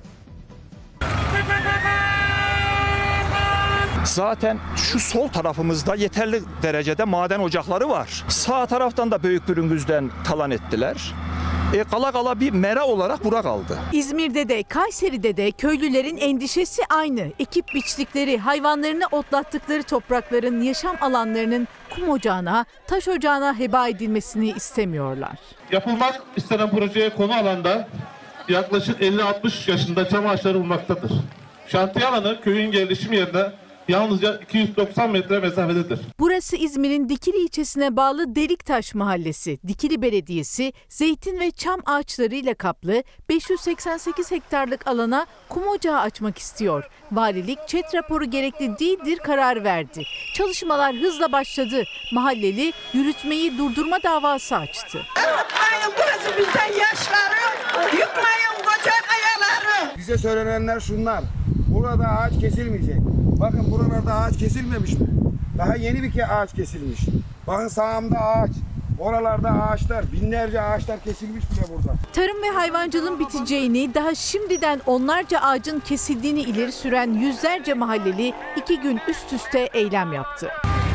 Zaten şu sol tarafımızda yeterli derecede maden ocakları var. Sağ taraftan da Büyükbürüngüz'den talan ettiler. Kala kala bir mera olarak bura kaldı. İzmir'de de Kayseri'de de köylülerin endişesi aynı. Ekip biçtikleri, hayvanlarını otlattıkları toprakların yaşam alanlarının kum ocağına, taş ocağına heba edilmesini istemiyorlar. Yapılmak istenen projeye konu alanda yaklaşık 50-60 yaşında çam ağaçları bulunmaktadır. Şantiye alanı köyün yerleşim yerine yalnızca 290 metre mesafededir. Burası İzmir'in Dikili ilçesine bağlı Deliktaş Mahallesi. Dikili Belediyesi zeytin ve çam ağaçlarıyla kaplı 588 hektarlık alana kum ocağı açmak istiyor. Valilik ÇED raporu gerekli değildir kararı verdi. Çalışmalar hızla başladı. Mahalleli yürütmeyi durdurma davası açtı. Yıkmayın, burası bizden yaşları. Yıkmayın koca kayaları. Bize söylenenler şunlar. Burada ağaç kesilmeyecek. Bakın buralarda ağaç kesilmemiş mi? Daha yeni bir ağaç kesilmiş. Bakın sağımda ağaç. Oralarda ağaçlar, binlerce ağaçlar kesilmiş bile burada. Tarım ve hayvancılığın biteceğini, daha şimdiden onlarca ağacın kesildiğini ileri süren yüzlerce mahalleli 2 gün üst üste eylem yaptı.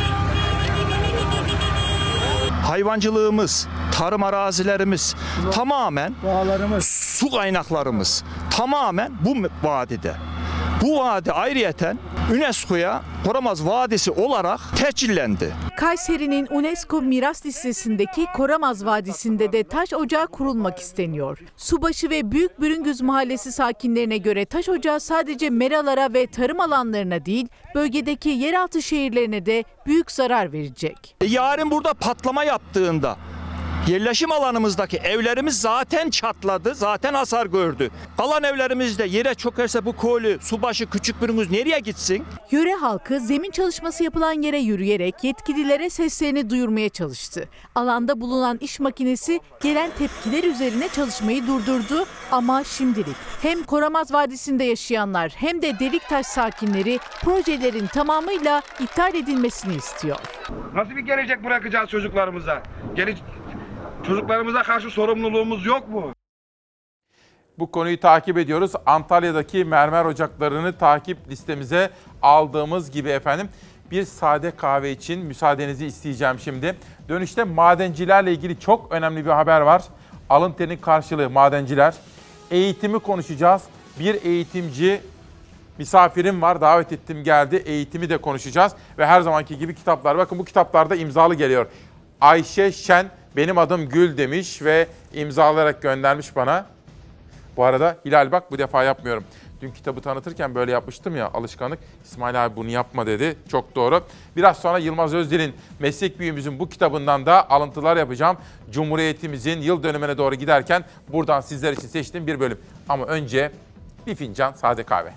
Hayvancılığımız, tarım arazilerimiz tamamen, su kaynaklarımız tamamen bu vadide. Bu vadi ayrıyeten UNESCO'ya Koramaz Vadisi olarak tescillendi. Kayseri'nin UNESCO miras listesindeki Koramaz Vadisi'nde de taş ocağı kurulmak isteniyor. Subaşı ve Büyük Bürüngüz Mahallesi sakinlerine göre taş ocağı sadece meralara ve tarım alanlarına değil, bölgedeki yeraltı şehirlerine de büyük zarar verecek. Yarın burada patlama yaptığında yerleşim alanımızdaki evlerimiz zaten çatladı, zaten hasar gördü. Kalan evlerimizde yere çökerse bu köylü, subaşı, küçük bürüngüz nereye gitsin? Yöre halkı zemin çalışması yapılan yere yürüyerek yetkililere seslerini duyurmaya çalıştı. Alanda bulunan iş makinesi gelen tepkiler üzerine çalışmayı durdurdu ama şimdilik hem Koramaz Vadisi'nde yaşayanlar hem de Deliktaş sakinleri projelerin tamamıyla iptal edilmesini istiyor. Nasıl bir gelecek bırakacağız çocuklarımıza? Çocuklarımıza karşı sorumluluğumuz yok mu? Bu konuyu takip ediyoruz. Antalya'daki mermer ocaklarını takip listemize aldığımız gibi efendim. Bir sade kahve için müsaadenizi isteyeceğim şimdi. Dönüşte madencilerle ilgili çok önemli bir haber var. Alın terinin karşılığı madenciler. Eğitimi konuşacağız. Bir eğitimci misafirim var. Davet ettim, geldi. Eğitimi de konuşacağız. Ve her zamanki gibi kitaplar. Bakın bu kitaplarda imzalı geliyor. Ayşe Şen, benim adım Gül demiş ve imzalayarak göndermiş bana. Bu arada Hilal bak bu defa yapmıyorum. Dün kitabı tanıtırken böyle yapmıştım ya, alışkanlık. İsmail abi bunu yapma dedi. Çok doğru. Biraz sonra Yılmaz Özdil'in meslek büyüğümüzün bu kitabından da alıntılar yapacağım. Cumhuriyetimizin yıl dönümüne doğru giderken buradan sizler için seçtiğim bir bölüm. Ama önce bir fincan sade kahve.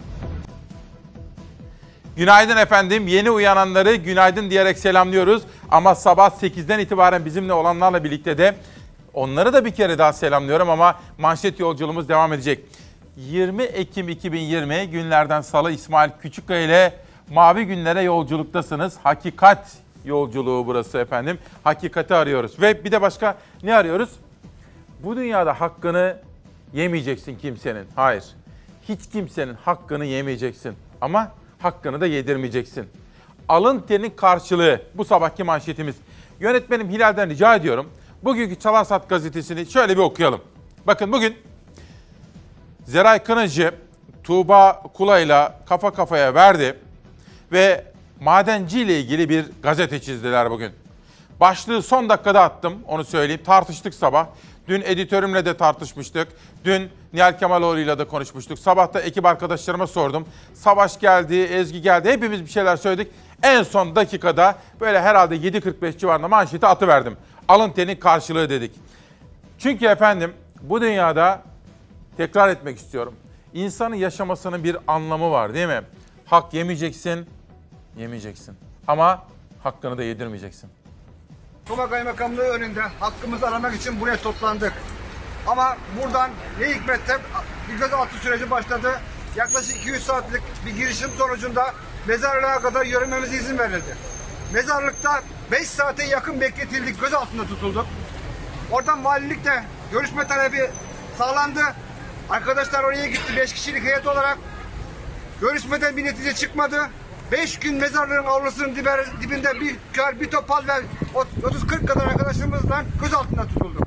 Günaydın efendim. Yeni uyananları günaydın diyerek selamlıyoruz. Ama sabah 8'den itibaren bizimle olanlarla birlikte de onları da bir kere daha selamlıyorum ama manşet yolculuğumuz devam edecek. 20 Ekim 2020 günlerden salı İsmail Küçükkaya ile Mavi Günlere yolculuktasınız. Hakikat yolculuğu burası efendim. Hakikati arıyoruz. Ve bir de başka ne arıyoruz? Bu dünyada hakkını yemeyeceksin kimsenin. Hayır. Hiç kimsenin hakkını yemeyeceksin. Ama hakkını da yedirmeyeceksin. Alın terinin karşılığı bu sabahki manşetimiz. Yönetmenim Hilal'den rica ediyorum. Bugünkü Çalar Saat gazetesini şöyle bir okuyalım. Bakın bugün Zeray Kınıcı Tuğba Kulay'la kafa kafaya verdi ve madenci ile ilgili bir gazete çizdiler bugün. Başlığı son dakikada attım, onu söyleyeyim. Tartıştık sabah. Dün editörümle de tartışmıştık. Dün Nihal Kemaloğlu'yla da konuşmuştuk. Sabah da ekip arkadaşlarıma sordum. Savaş geldi, Ezgi geldi. Hepimiz bir şeyler söyledik. En son dakikada böyle herhalde 7.45 civarında manşeti atıverdim. Alın terinin karşılığı dedik. Çünkü efendim bu dünyada tekrar etmek istiyorum. İnsanın yaşamasının bir anlamı var değil mi? Hak yemeyeceksin, yemeyeceksin. Ama hakkını da yedirmeyeceksin. Toma Kaymakamlığı önünde hakkımızı aramak için buraya toplandık. Ama buradan ne hikmetse bir gözaltı süreci başladı. Yaklaşık 200 saatlik bir girişim sonucunda mezarlığa kadar yürümemize izin verildi. Mezarlıkta 5 saate yakın bekletildik, gözaltında tutulduk. Oradan valilikle görüşme talebi sağlandı. Arkadaşlar oraya gitti 5 kişilik heyet olarak. Görüşmeden bir netice çıkmadı. 5 gün mezarlığın avlusunun dibinde bir topal ve 30-40 kadar arkadaşımızla gözaltında tutulduk.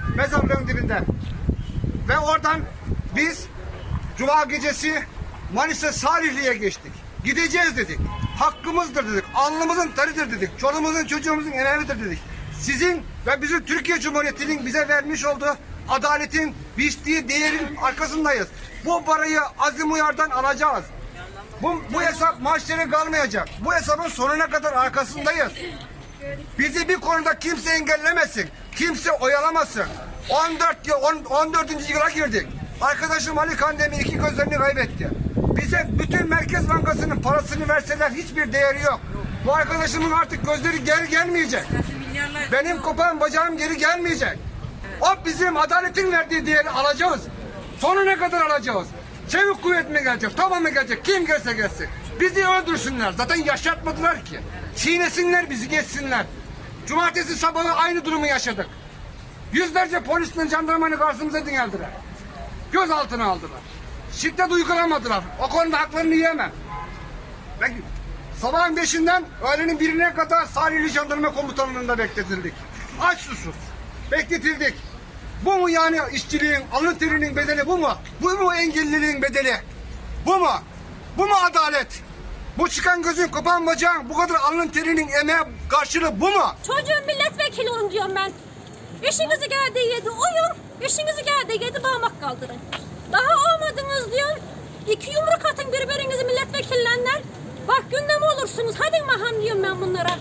mezarlığın dibinde. Ve oradan biz Cuma gecesi Manisa Salihli'ye geçtik. Gideceğiz dedik. Hakkımızdır dedik. Alnımızın teridir dedik. Çoluğumuzun çocuğumuzun emeğidir dedik. Sizin ve bizim Türkiye Cumhuriyeti'nin bize vermiş olduğu adaletin, biçtiği değerin arkasındayız. Bu parayı Azim Uyar'dan alacağız. Bu hesap mahşere kalmayacak. Bu hesabın sonuna kadar arkasındayız. Bizi bir konuda kimse engellemesin. Kimse oyalamasın. 14. yıla girdik. Arkadaşım Ali Kandemir 2 gözlerini kaybetti. Bize bütün Merkez Bankası'nın parasını verseler hiçbir değeri yok. Bu arkadaşımın artık gözleri geri gelmeyecek. Benim kopan bacağım geri gelmeyecek. O bizim adaletin verdiği değeri alacağız. Sonuna kadar alacağız. Çevik kuvvet mi gelecek, tamam mı gelecek, kim gelse gelsin. Bizi öldürsünler. Zaten yaşatmadılar ki. Çiğnesinler bizi, geçsinler. Cumartesi sabahı aynı durumu yaşadık. Yüzlerce polisle jandarmanı karşımıza dingeldiler. Gözaltına aldılar. Şiddet uygulamadılar. O konuda haklarını yiyemem. Sabahın 5'inden öğlenin 1'ine kadar Salihli Jandarma Komutanlığı'nda bekletildik. Aç susuz. Bekletildik. Bu mu yani işçiliğin, alın terinin bedeli bu mu? Bu mu engelliliğin bedeli? Bu mu? Bu mu adalet? Bu çıkan gözün, kopan bacağın, bu kadar alın terinin emeğe karşılığı bu mu? Çocuğun milletvekili olun diyorum ben. İşinizi geldiği yedi uyun, işinizi geldiği yedi bağmak kaldırın. Daha olmadınız diyor. 2 yumruk atın birbirinizi milletvekillenler. Bak gündem olursunuz. Hadi maham diyorum ben bunlara.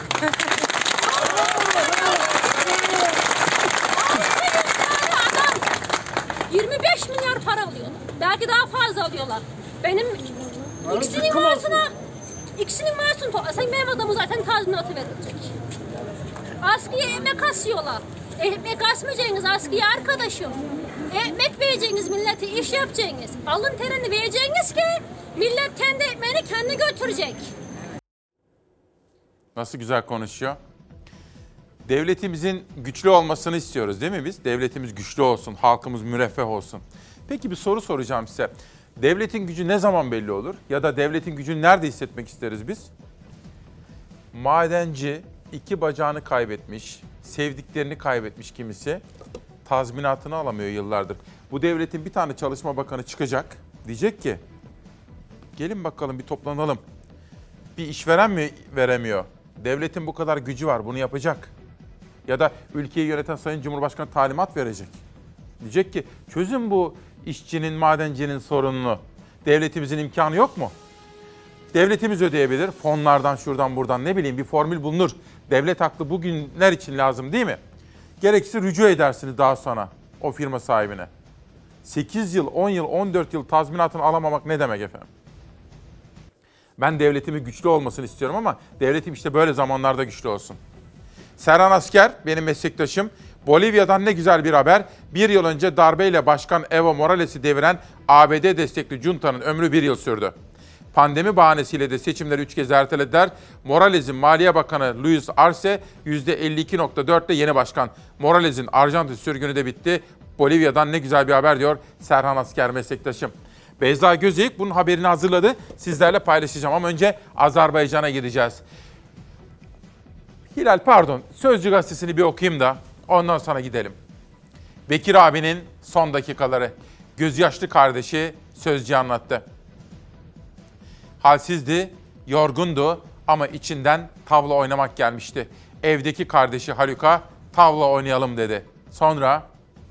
25 milyar para alıyor. Belki daha fazla alıyorlar. Benim ikisinin maaşını toplasan benim adamı zaten tazminatı verilecek. Askıya emek asıyorlar. Ekmek asmayacaksınız askıya arkadaşım. Ekmek vereceğiniz millete, iş yapacaksınız. Alın terini vereceğiniz ki millet kendi ekmeğini kendi götürecek. Nasıl güzel konuşuyor. Devletimizin güçlü olmasını istiyoruz değil mi biz? Devletimiz güçlü olsun, halkımız müreffeh olsun. Peki bir soru soracağım size. Devletin gücü ne zaman belli olur? Ya da devletin gücünü nerede hissetmek isteriz biz? Madenci 2 bacağını kaybetmiş, sevdiklerini kaybetmiş kimisi. Tazminatını alamıyor yıllardır. Bu devletin bir tane Çalışma Bakanı çıkacak. Diyecek ki, gelin bakalım bir toplanalım. Bir işveren mi veremiyor? Devletin bu kadar gücü var, bunu yapacak. Ya da ülkeyi yöneten Sayın Cumhurbaşkanı talimat verecek. Diyecek ki, çözün bu işçinin, madencinin sorununu. Devletimizin imkanı yok mu? Devletimiz ödeyebilir. Fonlardan, şuradan, buradan ne bileyim bir formül bulunur. Devlet aklı bugünler için lazım değil mi? Gerekirse rücu edersiniz daha sonra o firma sahibine. 8 yıl, 10 yıl, 14 yıl tazminatını alamamak ne demek efendim? Ben devletimin güçlü olmasını istiyorum ama devletim işte böyle zamanlarda güçlü olsun. Serhan Asker benim meslektaşım. Bolivya'dan ne güzel bir haber. 1 yıl önce darbeyle Başkan Evo Morales'i deviren ABD destekli junta'nın ömrü 1 yıl sürdü. Pandemi bahanesiyle de seçimleri 3 kez ertelediler. Morales'in Maliye Bakanı Luis Arce %52.4 ile yeni başkan. Morales'in Arjantin sürgünü de bitti. Bolivya'dan ne güzel bir haber diyor Serhan Asker meslektaşım. Beyza Gözeyik bunun haberini hazırladı. Sizlerle paylaşacağım ama önce Azerbaycan'a gideceğiz. Hilal pardon, Sözcü gazetesini bir okuyayım da ondan sonra gidelim. Bekir abinin son dakikaları. Gözyaşlı kardeşi Sözcü anlattı. Halsizdi, yorgundu ama içinden tavla oynamak gelmişti. Evdeki kardeşi Haluk'a tavla oynayalım dedi. Sonra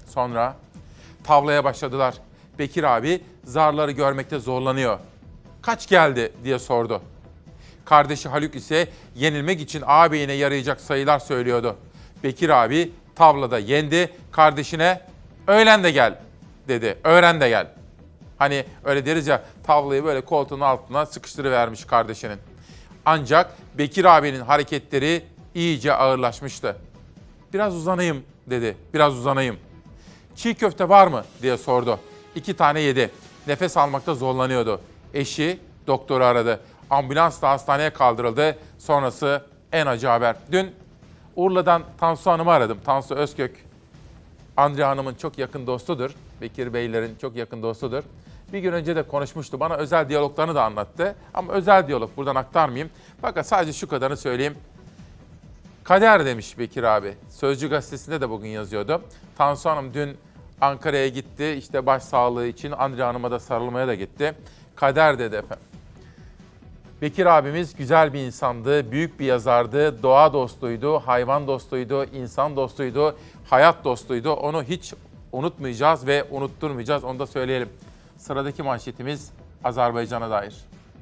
tavlaya başladılar. Bekir abi zarları görmekte zorlanıyor. Kaç geldi diye sordu. Kardeşi Haluk ise yenilmek için ağabeyine yarayacak sayılar söylüyordu. Bekir abi tavlada yendi, kardeşine öğlen de gel dedi. Öğren de gel. Hani öyle deriz ya, tavlayı böyle koltuğun altına sıkıştırıvermiş kardeşinin. Ancak Bekir abinin hareketleri iyice ağırlaşmıştı. Biraz uzanayım dedi, biraz uzanayım. Çiğ köfte var mı diye sordu. 2 tane yedi. Nefes almakta zorlanıyordu. Eşi doktoru aradı. Ambulansla hastaneye kaldırıldı. Sonrası en acı haber. Dün Urla'dan Tansu Hanım'ı aradım. Tansu Özkök, Andrea Hanım'ın çok yakın dostudur. Bekir Beylerin çok yakın dostudur. Bir gün önce de konuşmuştu. Bana özel diyaloglarını da anlattı. Ama özel diyalog buradan aktarmayayım. Fakat sadece şu kadarını söyleyeyim. Kader demiş Bekir abi. Sözcü gazetesinde de bugün yazıyordu. Tansu Hanım dün Ankara'ya gitti. İşte başsağlığı için Andrea Hanım'a da sarılmaya da gitti. Kader dedi efendim. Bekir abimiz güzel bir insandı, büyük bir yazardı, doğa dostuydu, hayvan dostuydu, insan dostuydu, hayat dostuydu. Onu hiç unutmayacağız ve unutturmayacağız, onu da söyleyelim. Sıradaki manşetimiz Azerbaycan'a dair.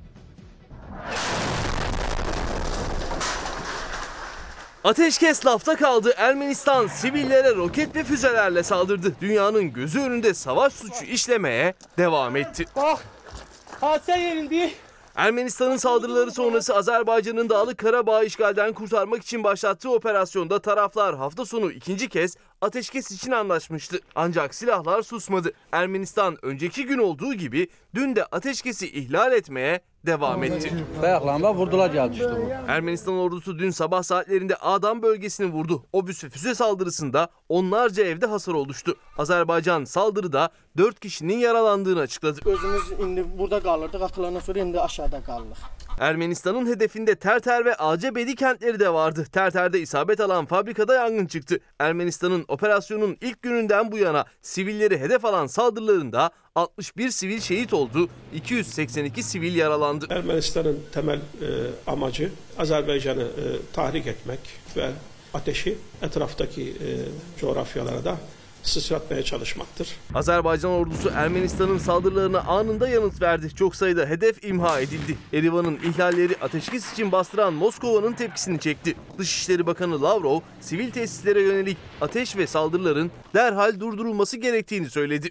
Ateşkes lafta kaldı. Ermenistan sivillere roket ve füzelerle saldırdı. Dünyanın gözü önünde savaş suçu işlemeye devam etti. Hadise yerinde. Ermenistan'ın saldırıları sonrası Azerbaycan'ın Dağlık Karabağ'ı işgalden kurtarmak için başlattığı operasyonda taraflar hafta sonu ikinci kez ateşkes için anlaşmıştı. Ancak silahlar susmadı. Ermenistan önceki gün olduğu gibi dün de ateşkesi ihlal etmeye devam etti. Ayaklanma vurdular geldi işte bu. Ermenistan ordusu dün sabah saatlerinde Ağdam bölgesini vurdu. Obüs ve füze saldırısında onlarca evde hasar oluştu. Azerbaycan saldırıda 4 kişinin yaralandığını açıkladı. Özümüz indi burada kalırdık. Atılarından sonra indi aşağıda kaldık. Ermenistan'ın hedefinde Terter ve Acebedi kentleri de vardı. Terter'de isabet alan fabrikada yangın çıktı. Ermenistan'ın operasyonun ilk gününden bu yana sivilleri hedef alan saldırılarında 61 sivil şehit oldu, 282 sivil yaralandı. Ermenistan'ın temel amacı Azerbaycan'ı tahrik etmek ve ateşi etraftaki coğrafyalara da sıçratmaya çalışmaktır. Azerbaycan ordusu Ermenistan'ın saldırılarına anında yanıt verdi. Çok sayıda hedef imha edildi. Erivan'ın ihlalleri ateşkes için bastıran Moskova'nın tepkisini çekti. Dışişleri Bakanı Lavrov, sivil tesislere yönelik ateş ve saldırıların derhal durdurulması gerektiğini söyledi.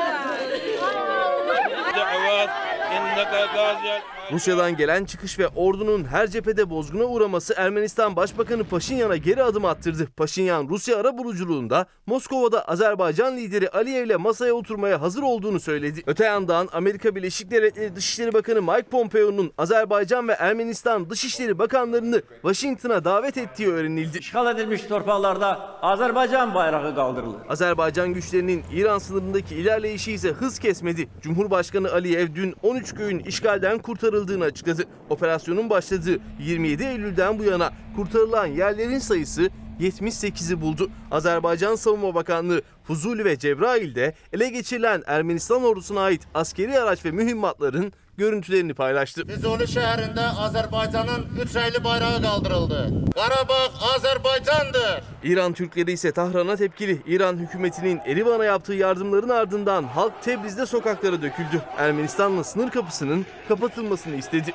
Rusya'dan gelen çıkış ve ordunun her cephede bozguna uğraması Ermenistan Başbakanı Paşinyan'a geri adım attırdı. Paşinyan, Rusya arabuluculuğunda Moskova'da Azerbaycan lideri Aliyev'le masaya oturmaya hazır olduğunu söyledi. Öte yandan Amerika Birleşik Devletleri Dışişleri Bakanı Mike Pompeo'nun Azerbaycan ve Ermenistan Dışişleri Bakanlarını Washington'a davet ettiği öğrenildi. İşgal edilmiş torpaqlarda Azerbaycan bayrağı kaldırılır. Azerbaycan güçlerinin İran sınırındaki ilerleyişi ise hız kesmedi. Cumhurbaşkanı Aliyev dün 13 köyün işgalden kurtarıldığını açıkladı. Operasyonun başladığı 27 Eylül'den bu yana kurtarılan yerlerin sayısı 78'i buldu. Azerbaycan Savunma Bakanlığı Fuzuli ve Cebrail'de ele geçirilen Ermenistan ordusuna ait askeri araç ve mühimmatların görüntülerini paylaştı. Füzuli şehrinde Azerbaycan'ın 3 reyli bayrağı kaldırıldı. Karabağ Azerbaycan'dır. İran Türkleri ise Tahran'a tepkili. İran hükümetinin Erivan'a yaptığı yardımların ardından halk Tebriz'de sokaklara döküldü. Ermenistan'la sınır kapısının kapatılmasını istedi.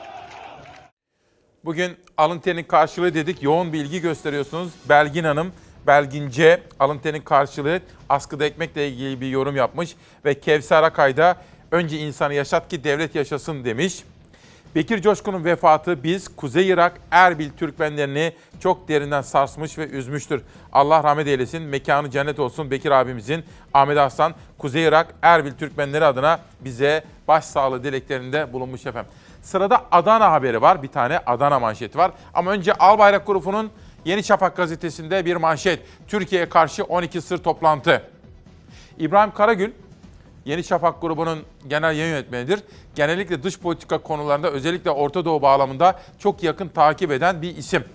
Bugün alın terinin karşılığı dedik. Yoğun bir ilgi gösteriyorsunuz. Belgin Hanım, Belgince alın terinin karşılığı askıda ekmekle ilgili bir yorum yapmış. Ve Kevser Akay da önce insanı yaşat ki devlet yaşasın demiş. Bekir Coşkun'un vefatı biz Kuzey Irak Erbil Türkmenlerini çok derinden sarsmış ve üzmüştür. Allah rahmet eylesin, mekanı cennet olsun Bekir abimizin. Ahmet Aslan, Kuzey Irak Erbil Türkmenleri adına bize başsağlığı dileklerinde bulunmuş efendim. Sırada Adana haberi var, bir tane Adana manşeti var. Ama önce Albayrak Grupu'nun Yeni Şafak gazetesinde bir manşet. Türkiye'ye karşı 12 sır toplantı. İbrahim Karagül, Yeni Şafak grubunun genel yayın yönetmenidir. Genellikle dış politika konularında özellikle Orta Doğu bağlamında çok yakın takip eden bir isim.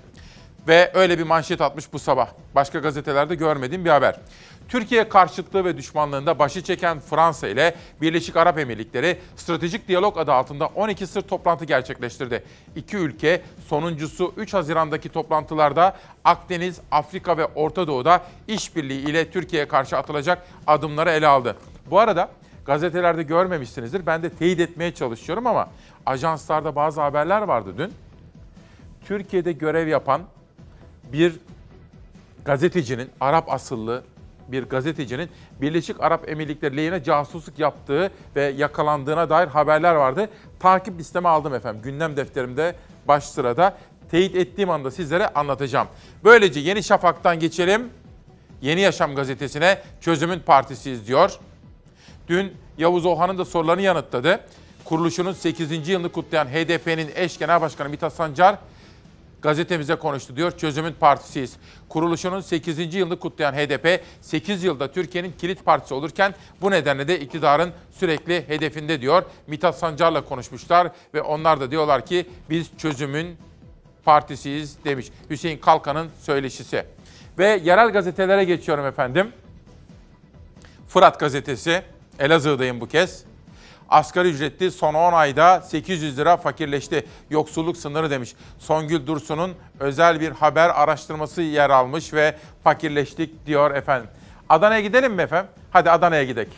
Ve öyle bir manşet atmış bu sabah. Başka gazetelerde görmediğim bir haber. Türkiye karşıtlığı ve düşmanlığında başı çeken Fransa ile Birleşik Arap Emirlikleri stratejik diyalog adı altında 12 sır toplantı gerçekleştirdi. İki ülke sonuncusu 3 Haziran'daki toplantılarda Akdeniz, Afrika ve Orta Doğu'da işbirliği ile Türkiye'ye karşı atılacak adımları ele aldı. Bu arada gazetelerde görmemişsinizdir. Ben de teyit etmeye çalışıyorum ama ajanslarda bazı haberler vardı dün. Türkiye'de görev yapan bir gazetecinin, Arap asıllı bir gazetecinin Birleşik Arap Emirlikleri lehine casusluk yaptığı ve yakalandığına dair haberler vardı. Takip listeme aldım efendim. Gündem defterimde baş sırada. Teyit ettiğim anda sizlere anlatacağım. Böylece Yeni Şafak'tan geçelim. Yeni Yaşam gazetesine Çözümün Partisiyiz diyor. Dün Yavuz Oğan'ın da sorularını yanıtladı. Kuruluşunun 8. yılını kutlayan HDP'nin eş genel başkanı Mithat Sancar gazetemize konuştu diyor. Çözümün Partisiyiz. Kuruluşunun 8. yılını kutlayan HDP 8 yılda Türkiye'nin kilit partisi olurken bu nedenle de iktidarın sürekli hedefinde diyor. Mithat Sancar'la konuşmuşlar ve onlar da diyorlar ki biz çözümün partisiyiz demiş Hüseyin Kalkan'ın söyleşisi. Ve yerel gazetelere geçiyorum efendim. Fırat gazetesi, Elazığ'dayım bu kez. Asgari ücretli son 10 ayda 800 lira fakirleşti. Yoksulluk sınırı demiş. Songül Dursun'un özel bir haber araştırması yer almış ve fakirleştik diyor efendim. Adana'ya gidelim mi efendim? Hadi Adana'ya gidelim.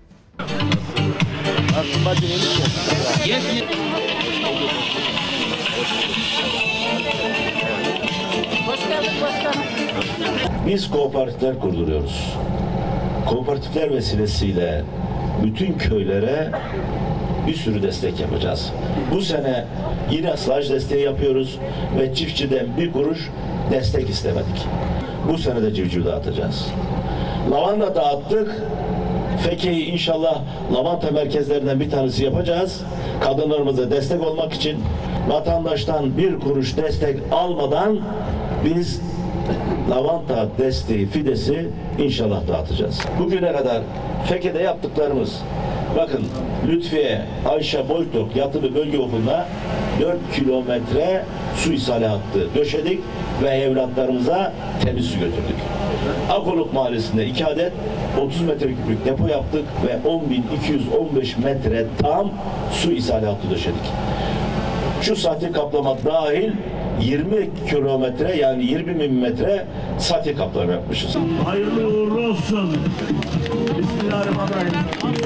Biz kooperatifler kurduruyoruz. Kooperatifler vesilesiyle bütün köylere bir sürü destek yapacağız. Bu sene yine staj desteği yapıyoruz ve çiftçiden bir kuruş destek istemedik. Bu sene de civciv dağıtacağız. Lavanta dağıttık. Feke'yi inşallah lavanta merkezlerinden bir tanesi yapacağız. Kadınlarımıza destek olmak için vatandaştan bir kuruş destek almadan biz lavanta desteği fidesi inşallah dağıtacağız. Bugüne kadar Feke'de yaptıklarımız, bakın Lütfiye Ayşe Boytok Yatılı Bölge Okulu'na 4 kilometre su ishali hattı döşedik ve evlatlarımıza temiz su götürdük. Akoluk Mahallesi'nde 2 adet 30 metreküplük depo yaptık ve 10.215 metre tam su ishali hattı döşedik. Şu sahte kaplama dahil 20 kilometre yani 20.000 metre sahte kaplama yapmışız. Hayırlı uğurlu olsun. Bismillahirrahmanirrahim.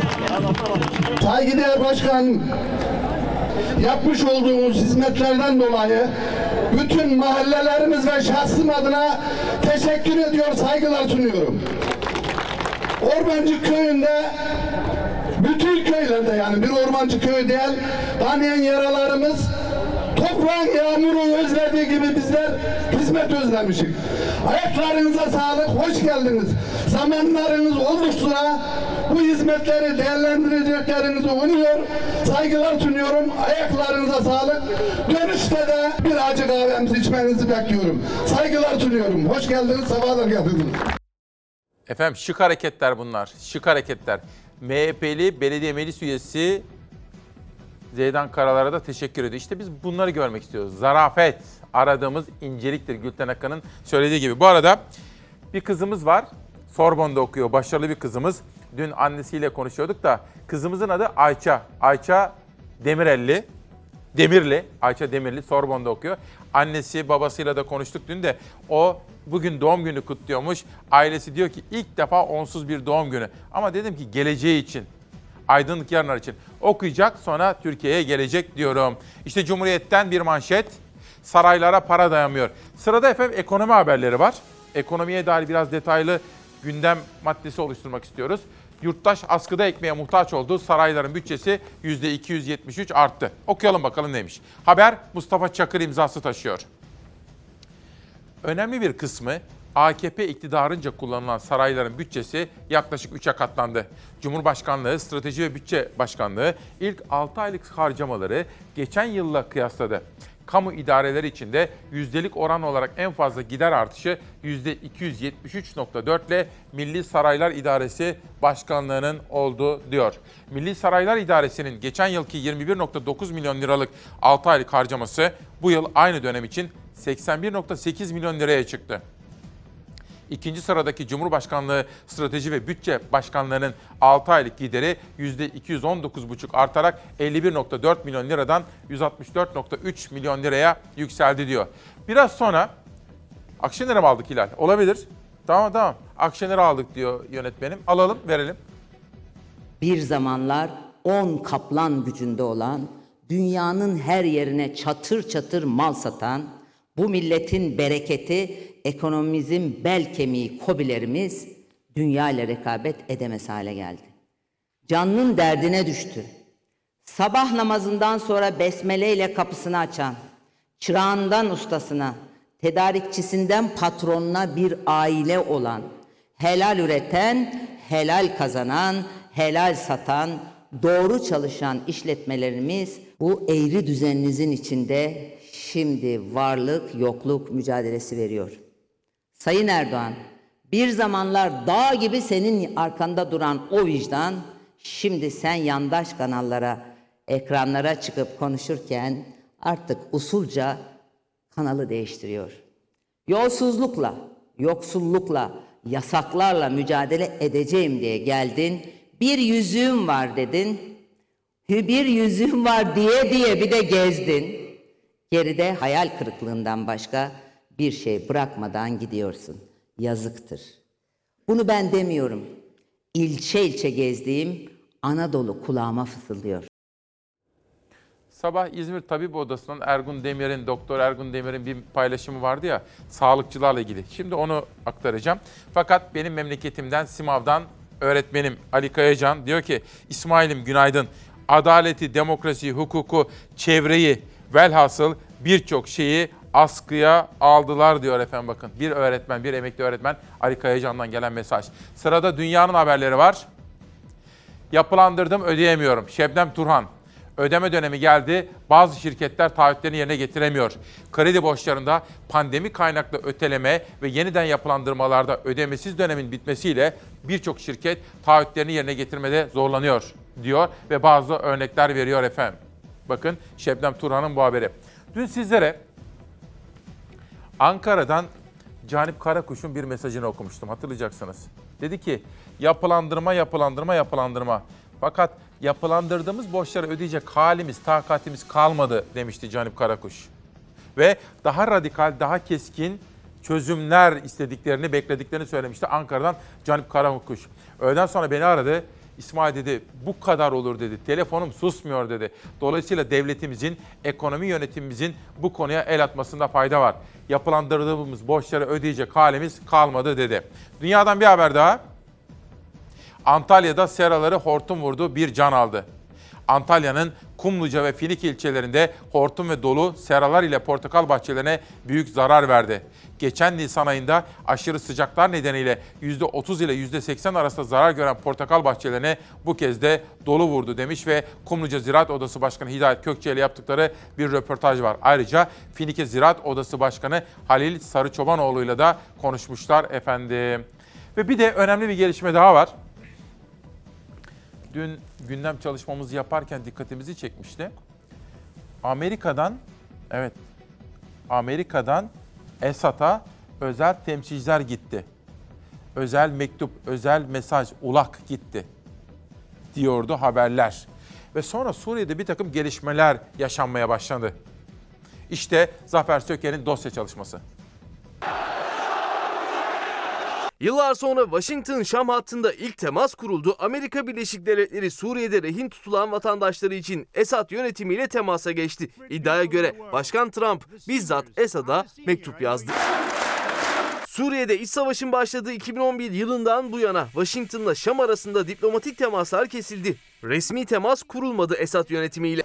Saygıdeğer Başkan, yapmış olduğumuz hizmetlerden dolayı bütün mahallelerimiz ve şahsım adına teşekkür ediyor, saygılar sunuyorum. Ormancı köyünde, bütün köylerde yani bir ormancı köyü değil, kanayan yaralarımız toprağın yağmuru özlediği gibi bizler hizmet özlemişik. Ayaklarınıza sağlık, hoş geldiniz. Zamanlarınız oldukça bu hizmetleri değerlendireceklerinizi umuyor. Saygılar sunuyorum. Ayaklarınıza sağlık. Dönüşte de bir acı kahvemizi içmenizi bekliyorum. Saygılar sunuyorum. Hoş geldiniz, sefalar getirdiniz. Efendim şık hareketler bunlar. Şık hareketler. MHP'li belediye meclis üyesi Zeydan Karalar'a da teşekkür ediyor. İşte biz bunları görmek istiyoruz. Zarafet aradığımız inceliktir Gülten Akkan'ın söylediği gibi. Bu arada bir kızımız var. Sorbonne'da okuyor. Başarılı bir kızımız. Dün annesiyle konuşuyorduk da kızımızın adı Ayça. Ayça Demirli. Ayça Demirli Sorbonne'da okuyor. Annesi babasıyla da konuştuk dün de o bugün doğum günü kutluyormuş. Ailesi diyor ki ilk defa onsuz bir doğum günü. Ama dedim ki geleceği için. Aydınlık yarınlar için okuyacak, sonra Türkiye'ye gelecek diyorum. İşte Cumhuriyet'ten bir manşet. Saraylara para dayanmıyor. Sırada efendim ekonomi haberleri var. Ekonomiye dair biraz detaylı gündem maddesi oluşturmak istiyoruz. Yurttaş askıda ekmeğe muhtaç olduğu sarayların bütçesi %273 arttı. Okuyalım bakalım neymiş. Haber Mustafa Çakır imzası taşıyor. Önemli bir kısmı AKP iktidarınca kullanılan sarayların bütçesi yaklaşık 3'e katlandı. Cumhurbaşkanlığı Strateji ve Bütçe Başkanlığı ilk 6 aylık harcamaları geçen yılla kıyasladı. Kamu idareleri içinde yüzdelik oran olarak en fazla gider artışı %273.4 ile Milli Saraylar İdaresi Başkanlığı'nın oldu diyor. Milli Saraylar İdaresi'nin geçen yılki 21.9 milyon liralık 6 aylık harcaması bu yıl aynı dönem için 81.8 milyon liraya çıktı. İkinci sıradaki Cumhurbaşkanlığı Strateji ve Bütçe Başkanlığı'nın 6 aylık gideri %219,5 artarak 51.4 milyon liradan 164.3 milyon liraya yükseldi diyor. Biraz sonra Akşener'i mi aldık Hilal? Olabilir. Tamam. Akşener'i aldık diyor yönetmenim. Alalım, verelim. Bir zamanlar 10 kaplan gücünde olan, dünyanın her yerine çatır çatır mal satan, bu milletin bereketi, ekonomimizin bel kemiği KOBİ'lerimiz dünya ile rekabet edemez hale geldi. Canının derdine düştü. Sabah namazından sonra besmele ile kapısını açan, çırağından ustasına, tedarikçisinden patronuna bir aile olan, helal üreten, helal kazanan, helal satan, doğru çalışan işletmelerimiz bu eğri düzeninizin içinde şimdi varlık yokluk mücadelesi veriyor. Sayın Erdoğan, bir zamanlar dağ gibi senin arkanda duran o vicdan, şimdi sen yandaş kanallara, ekranlara çıkıp konuşurken artık usulca kanalı değiştiriyor. Yolsuzlukla, yoksullukla, yasaklarla mücadele edeceğim diye geldin. Bir yüzüğüm var dedin. Bir yüzüğüm var diye bir de gezdin. Geride hayal kırıklığından başka bir şey bırakmadan gidiyorsun. Yazıktır. Bunu ben demiyorum. İlçe ilçe gezdiğim Anadolu kulağıma fısıldıyor. Sabah İzmir Tabip Odası'ndan Doktor Ergun Demir'in bir paylaşımı vardı ya, sağlıkçılarla ilgili. Şimdi onu aktaracağım. Fakat benim memleketimden, Simav'dan öğretmenim Ali Kayacan diyor ki, İsmail'im günaydın. Adaleti, demokrasiyi, hukuku, çevreyi, velhasıl birçok şeyi askıya aldılar diyor efendim bakın. Bir öğretmen, bir emekli öğretmen Ali Kayacan'dan gelen mesaj. Sırada dünyanın haberleri var. Yapılandırdım, ödeyemiyorum. Şebnem Turhan. Ödeme dönemi geldi. Bazı şirketler taahhütlerini yerine getiremiyor. Kredi borçlarında pandemi kaynaklı öteleme ve yeniden yapılandırmalarda ödemesiz dönemin bitmesiyle birçok şirket taahhütlerini yerine getirmede zorlanıyor diyor ve bazı örnekler veriyor efendim. Bakın Şebnem Turhan'ın bu haberi. Dün sizlere Ankara'dan Canip Karakuş'un bir mesajını okumuştum, hatırlayacaksınız. Dedi ki yapılandırma. Fakat yapılandırdığımız borçları ödeyecek halimiz, takatimiz kalmadı demişti Canip Karakuş. Ve daha radikal, daha keskin çözümler istediklerini, beklediklerini söylemişti Ankara'dan Canip Karakuş. Öğleden sonra beni aradı. İsmail dedi, bu kadar olur dedi. Telefonum susmuyor dedi. Dolayısıyla devletimizin, ekonomi yönetimimizin bu konuya el atmasında fayda var. Yapılandırdığımız borçları ödeyecek halimiz kalmadı dedi. Dünyadan bir haber daha. Antalya'da seraları hortum vurdu, bir can aldı. Antalya'nın Kumluca ve Finike ilçelerinde hortum ve dolu seralar ile portakal bahçelerine büyük zarar verdi. Geçen Nisan ayında aşırı sıcaklar nedeniyle %30 ile %80 arasında zarar gören portakal bahçelerine bu kez de dolu vurdu demiş ve Kumluca Ziraat Odası Başkanı Hidayet Kökçe ile yaptıkları bir röportaj var. Ayrıca Finike Ziraat Odası Başkanı Halil Sarıçobanoğlu ile de konuşmuşlar efendim. Ve bir de önemli bir gelişme daha var. Dün gündem çalışmamızı yaparken dikkatimizi çekmişti. Amerika'dan Esad'a özel temsilciler gitti. Özel mektup, özel mesaj, ulak gitti diyordu haberler. Ve sonra Suriye'de bir takım gelişmeler yaşanmaya başladı. İşte Zafer Söke'nin dosya çalışması. Yıllar sonra Washington-Şam hattında ilk temas kuruldu. Amerika Birleşik Devletleri Suriye'de rehin tutulan vatandaşları için Esad yönetimiyle temasa geçti. İddiaya göre Başkan Trump bizzat Esad'a mektup yazdı. Suriye'de iç savaşın başladığı 2011 yılından bu yana Washington'la Şam arasında diplomatik temaslar kesildi. Resmi temas kurulmadı Esad yönetimiyle.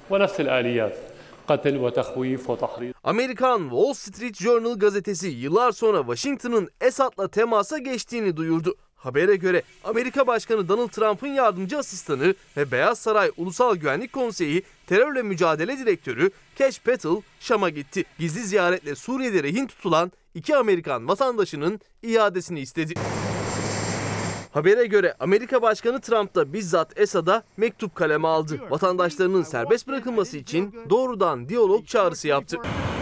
Amerikan Wall Street Journal gazetesi yıllar sonra Washington'ın Esad'la temasa geçtiğini duyurdu. Habere göre Amerika Başkanı Donald Trump'ın yardımcı asistanı ve Beyaz Saray Ulusal Güvenlik Konseyi Terörle Mücadele Direktörü Kash Patel Şam'a gitti. Gizli ziyaretle Suriye'de rehin tutulan 2 Amerikan vatandaşının iadesini istedi. Habere göre Amerika Başkanı Trump da bizzat Esad'a mektup kaleme aldı. Vatandaşlarının serbest bırakılması için doğrudan diyalog çağrısı yaptı.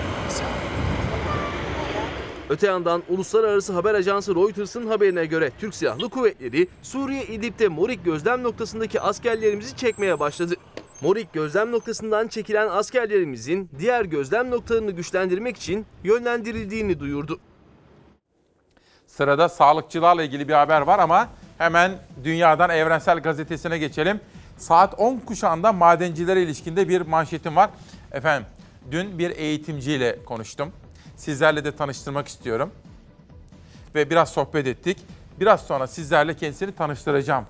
Öte yandan uluslararası haber ajansı Reuters'ın haberine göre Türk Silahlı Kuvvetleri Suriye İdlib'de Morik gözlem noktasındaki askerlerimizi çekmeye başladı. Morik gözlem noktasından çekilen askerlerimizin diğer gözlem noktalarını güçlendirmek için yönlendirildiğini duyurdu. Sırada sağlıkçılarla ilgili bir haber var ama hemen Dünya'dan Evrensel Gazetesi'ne geçelim. Saat 10 kuşağında madencilere ilişkinde bir manşetim var. Efendim, dün bir eğitimciyle konuştum. Sizlerle de tanıştırmak istiyorum. Ve biraz sohbet ettik. Biraz sonra sizlerle kendisini tanıştıracağım.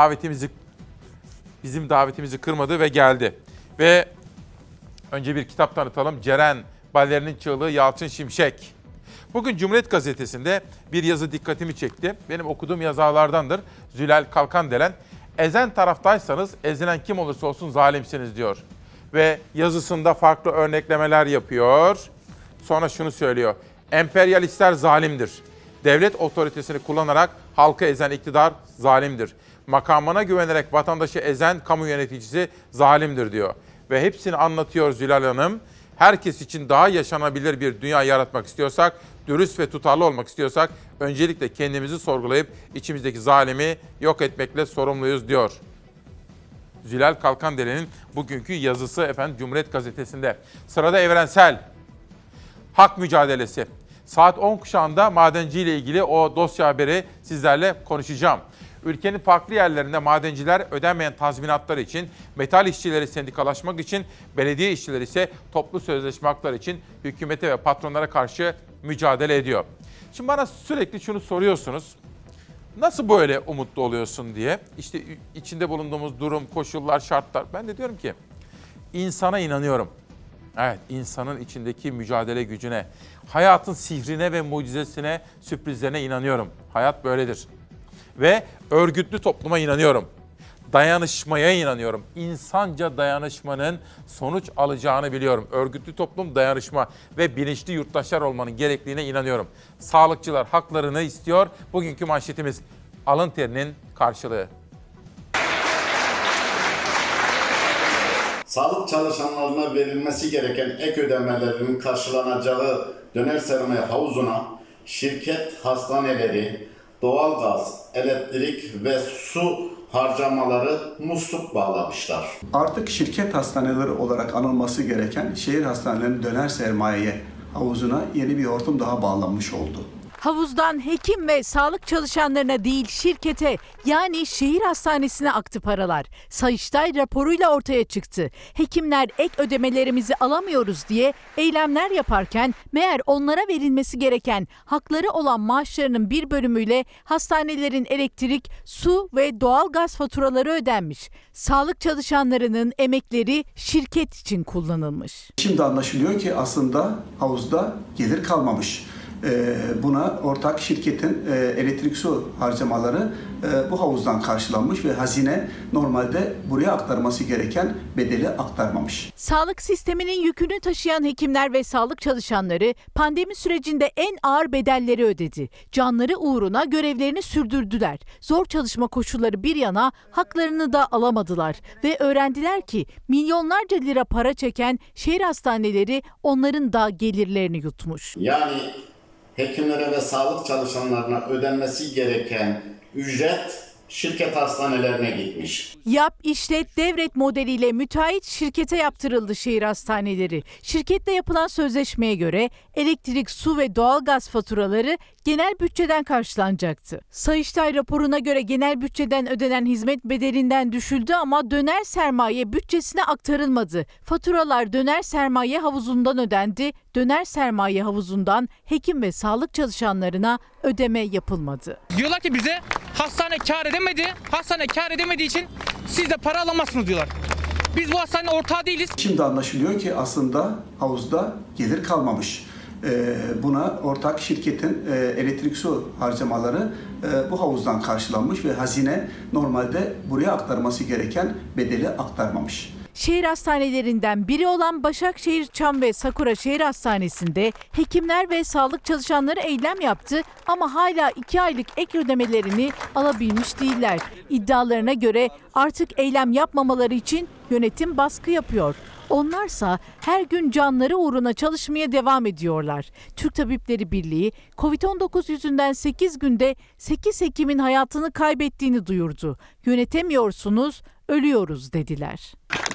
Bizim davetimizi kırmadı ve geldi. Ve önce bir kitap tanıtalım. Ceren, Balerinin Çığlığı, Yalçın Şimşek. Bugün Cumhuriyet Gazetesi'nde bir yazı dikkatimi çekti. Benim okuduğum yazarlardandır. Zülal Kalkandelen. Ezen taraftaysanız ezilen kim olursa olsun zalimsiniz diyor. Ve yazısında farklı örneklemeler yapıyor. Sonra şunu söylüyor. Emperyalistler zalimdir. Devlet otoritesini kullanarak halkı ezen iktidar zalimdir. Makamına güvenerek vatandaşı ezen kamu yöneticisi zalimdir diyor. Ve hepsini anlatıyor Zülal Hanım. herkes için daha yaşanabilir bir dünya yaratmak istiyorsak, dürüst ve tutarlı olmak istiyorsak öncelikle kendimizi sorgulayıp içimizdeki zalimi yok etmekle sorumluyuz diyor. Zülal Kalkandere'nin bugünkü yazısı efendim Cumhuriyet Gazetesi'nde. Sırada evrensel hak mücadelesi. Saat 10 kuşağında madenci ile ilgili o dosya haberi sizlerle konuşacağım. Ülkenin farklı yerlerinde madenciler ödenmeyen tazminatları için, metal işçileri sendikalaşmak için, belediye işçileri ise toplu sözleşme hakları için hükümete ve patronlara karşı mücadele ediyor. Şimdi bana sürekli şunu soruyorsunuz. Nasıl böyle umutlu oluyorsun diye. İşte içinde bulunduğumuz durum, koşullar, şartlar. Ben de diyorum ki insana inanıyorum. Evet, insanın içindeki mücadele gücüne, hayatın sihrine ve mucizesine, sürprizlerine inanıyorum. Hayat böyledir. Ve örgütlü topluma inanıyorum. Dayanışmaya inanıyorum. İnsanca dayanışmanın sonuç alacağını biliyorum. Örgütlü toplum, dayanışma ve bilinçli yurttaşlar olmanın gerekliliğine inanıyorum. Sağlıkçılar haklarını istiyor. Bugünkü manşetimiz alın terinin karşılığı. Sağlık çalışanlarına verilmesi gereken ek ödemelerin karşılanacağı döner sermaye havuzuna şirket hastaneleri, doğalgaz, elektrik ve su harcamaları musluk bağlamışlar. Artık şirket hastaneleri olarak anılması gereken şehir hastanelerinin döner sermaye havuzuna yeni bir hortum daha bağlanmış oldu. Havuzdan hekim ve sağlık çalışanlarına değil şirkete yani şehir hastanesine aktı paralar. Sayıştay raporuyla ortaya çıktı. Hekimler ek ödemelerimizi alamıyoruz diye eylemler yaparken meğer onlara verilmesi gereken hakları olan maaşlarının bir bölümüyle hastanelerin elektrik, su ve doğalgaz faturaları ödenmiş. Sağlık çalışanlarının emekleri şirket için kullanılmış. Şimdi anlaşılıyor ki aslında havuzda gelir kalmamış. Buna ortak şirketin elektrik su harcamaları bu havuzdan karşılanmış ve hazine normalde buraya aktarması gereken bedeli aktarmamış. Sağlık sisteminin yükünü taşıyan hekimler ve sağlık çalışanları pandemi sürecinde en ağır bedelleri ödedi. Canları uğruna görevlerini sürdürdüler. Zor çalışma koşulları bir yana haklarını da alamadılar ve öğrendiler ki milyonlarca lira para çeken şehir hastaneleri onların da gelirlerini yutmuş. Yani hekimlere ve sağlık çalışanlarına ödenmesi gereken ücret şirket hastanelerine gitmiş. Yap, işlet, devret modeliyle müteahhit şirkete yaptırıldı şehir hastaneleri. Şirketle yapılan sözleşmeye göre elektrik, su ve doğalgaz faturaları genel bütçeden karşılanacaktı. Sayıştay raporuna göre genel bütçeden ödenen hizmet bedelinden düşüldü ama döner sermaye bütçesine aktarılmadı. Faturalar döner sermaye havuzundan ödendi. Döner sermaye havuzundan hekim ve sağlık çalışanlarına ödeme yapılmadı. Diyorlar ki bize hastane kar edemedi. Hastane kar edemediği için siz de para alamazsınız diyorlar. Biz bu hastanenin ortağı değiliz. Şimdi anlaşılıyor ki aslında havuzda gelir kalmamış. Buna ortak şirketin elektrik su harcamaları bu havuzdan karşılanmış ve hazine normalde buraya aktarması gereken bedeli aktarmamış. Şehir hastanelerinden biri olan Başakşehir, Çam ve Sakura Şehir Hastanesi'nde hekimler ve sağlık çalışanları eylem yaptı ama hala 2 aylık ek ödemelerini alabilmiş değiller. İddialarına göre artık eylem yapmamaları için yönetim baskı yapıyor. Onlarsa her gün canları uğruna çalışmaya devam ediyorlar. Türk Tabipleri Birliği, Covid-19 yüzünden 8 günde 8 hekimin hayatını kaybettiğini duyurdu. Yönetemiyorsunuz, ölüyoruz dediler.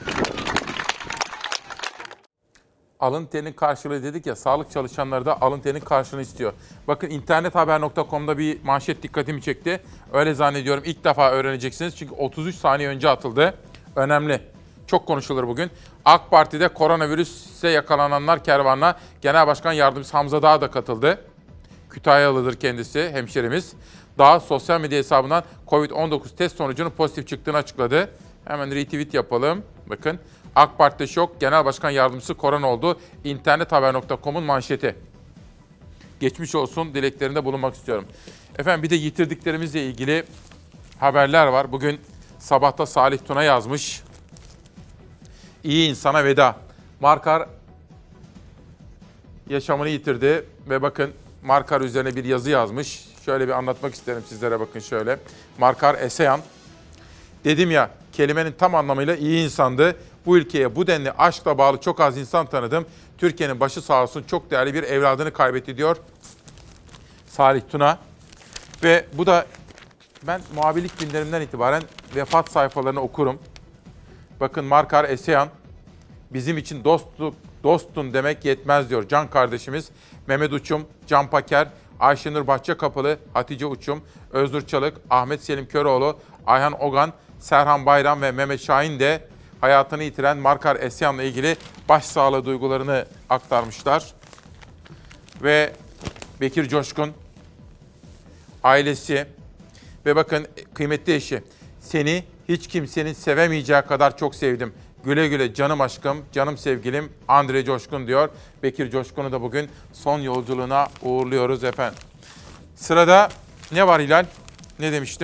Alın terinin karşılığı dedik ya, sağlık çalışanları da alın terinin karşılığını istiyor. Bakın internethaber.com'da bir manşet dikkatimi çekti. Öyle zannediyorum ilk defa öğreneceksiniz çünkü 33 saniye önce atıldı. Önemli. Çok konuşulur bugün. AK Parti'de koronavirüse yakalananlar kervanına Genel Başkan Yardımcısı Hamza Dağ da katıldı. Kütahyalıdır kendisi, hemşerimiz. Dağ sosyal medya hesabından Covid-19 test sonucunun pozitif çıktığını açıkladı. Hemen retweet yapalım. Bakın. AK Parti'de şok, Genel Başkan Yardımcısı korona oldu. İnternethaber.com'un manşeti. Geçmiş olsun dileklerinde bulunmak istiyorum. Efendim bir de yitirdiklerimizle ilgili haberler var. Bugün sabahta Salih Tuna yazmış. İyi insana veda. Markar yaşamını yitirdi ve bakın Markar üzerine bir yazı yazmış. Şöyle bir anlatmak isterim sizlere, bakın şöyle. Markar Eseyan. Dedim ya, kelimenin tam anlamıyla iyi insandı. Bu ülkeye bu denli aşkla bağlı çok az insan tanıdım. Türkiye'nin başı sağ olsun, çok değerli bir evladını kaybetti diyor Salih Tuna. Ve bu da ben muhabirlik günlerimden itibaren vefat sayfalarını okurum. Bakın Markar Eseyan, bizim için dostun demek yetmez diyor can kardeşimiz. Mehmet Uçum, Can Paker, Ayşenur Bahçekapılı, Hatice Uçum, Özgür Çalık, Ahmet Selim Köroğlu, Ayhan Ogan, Serhan Bayram ve Mehmet Şahin de hayatını yitiren Markar Eseyan'la ilgili başsağlığı duygularını aktarmışlar. Ve Bekir Coşkun, ailesi ve bakın kıymetli eşi, seni hiç kimsenin sevemeyeceği kadar çok sevdim. Güle güle canım aşkım, canım sevgilim Andre Coşkun diyor. Bekir Coşkun'u da bugün son yolculuğuna uğurluyoruz efendim. Sırada ne var Hilal? Ne demiştim?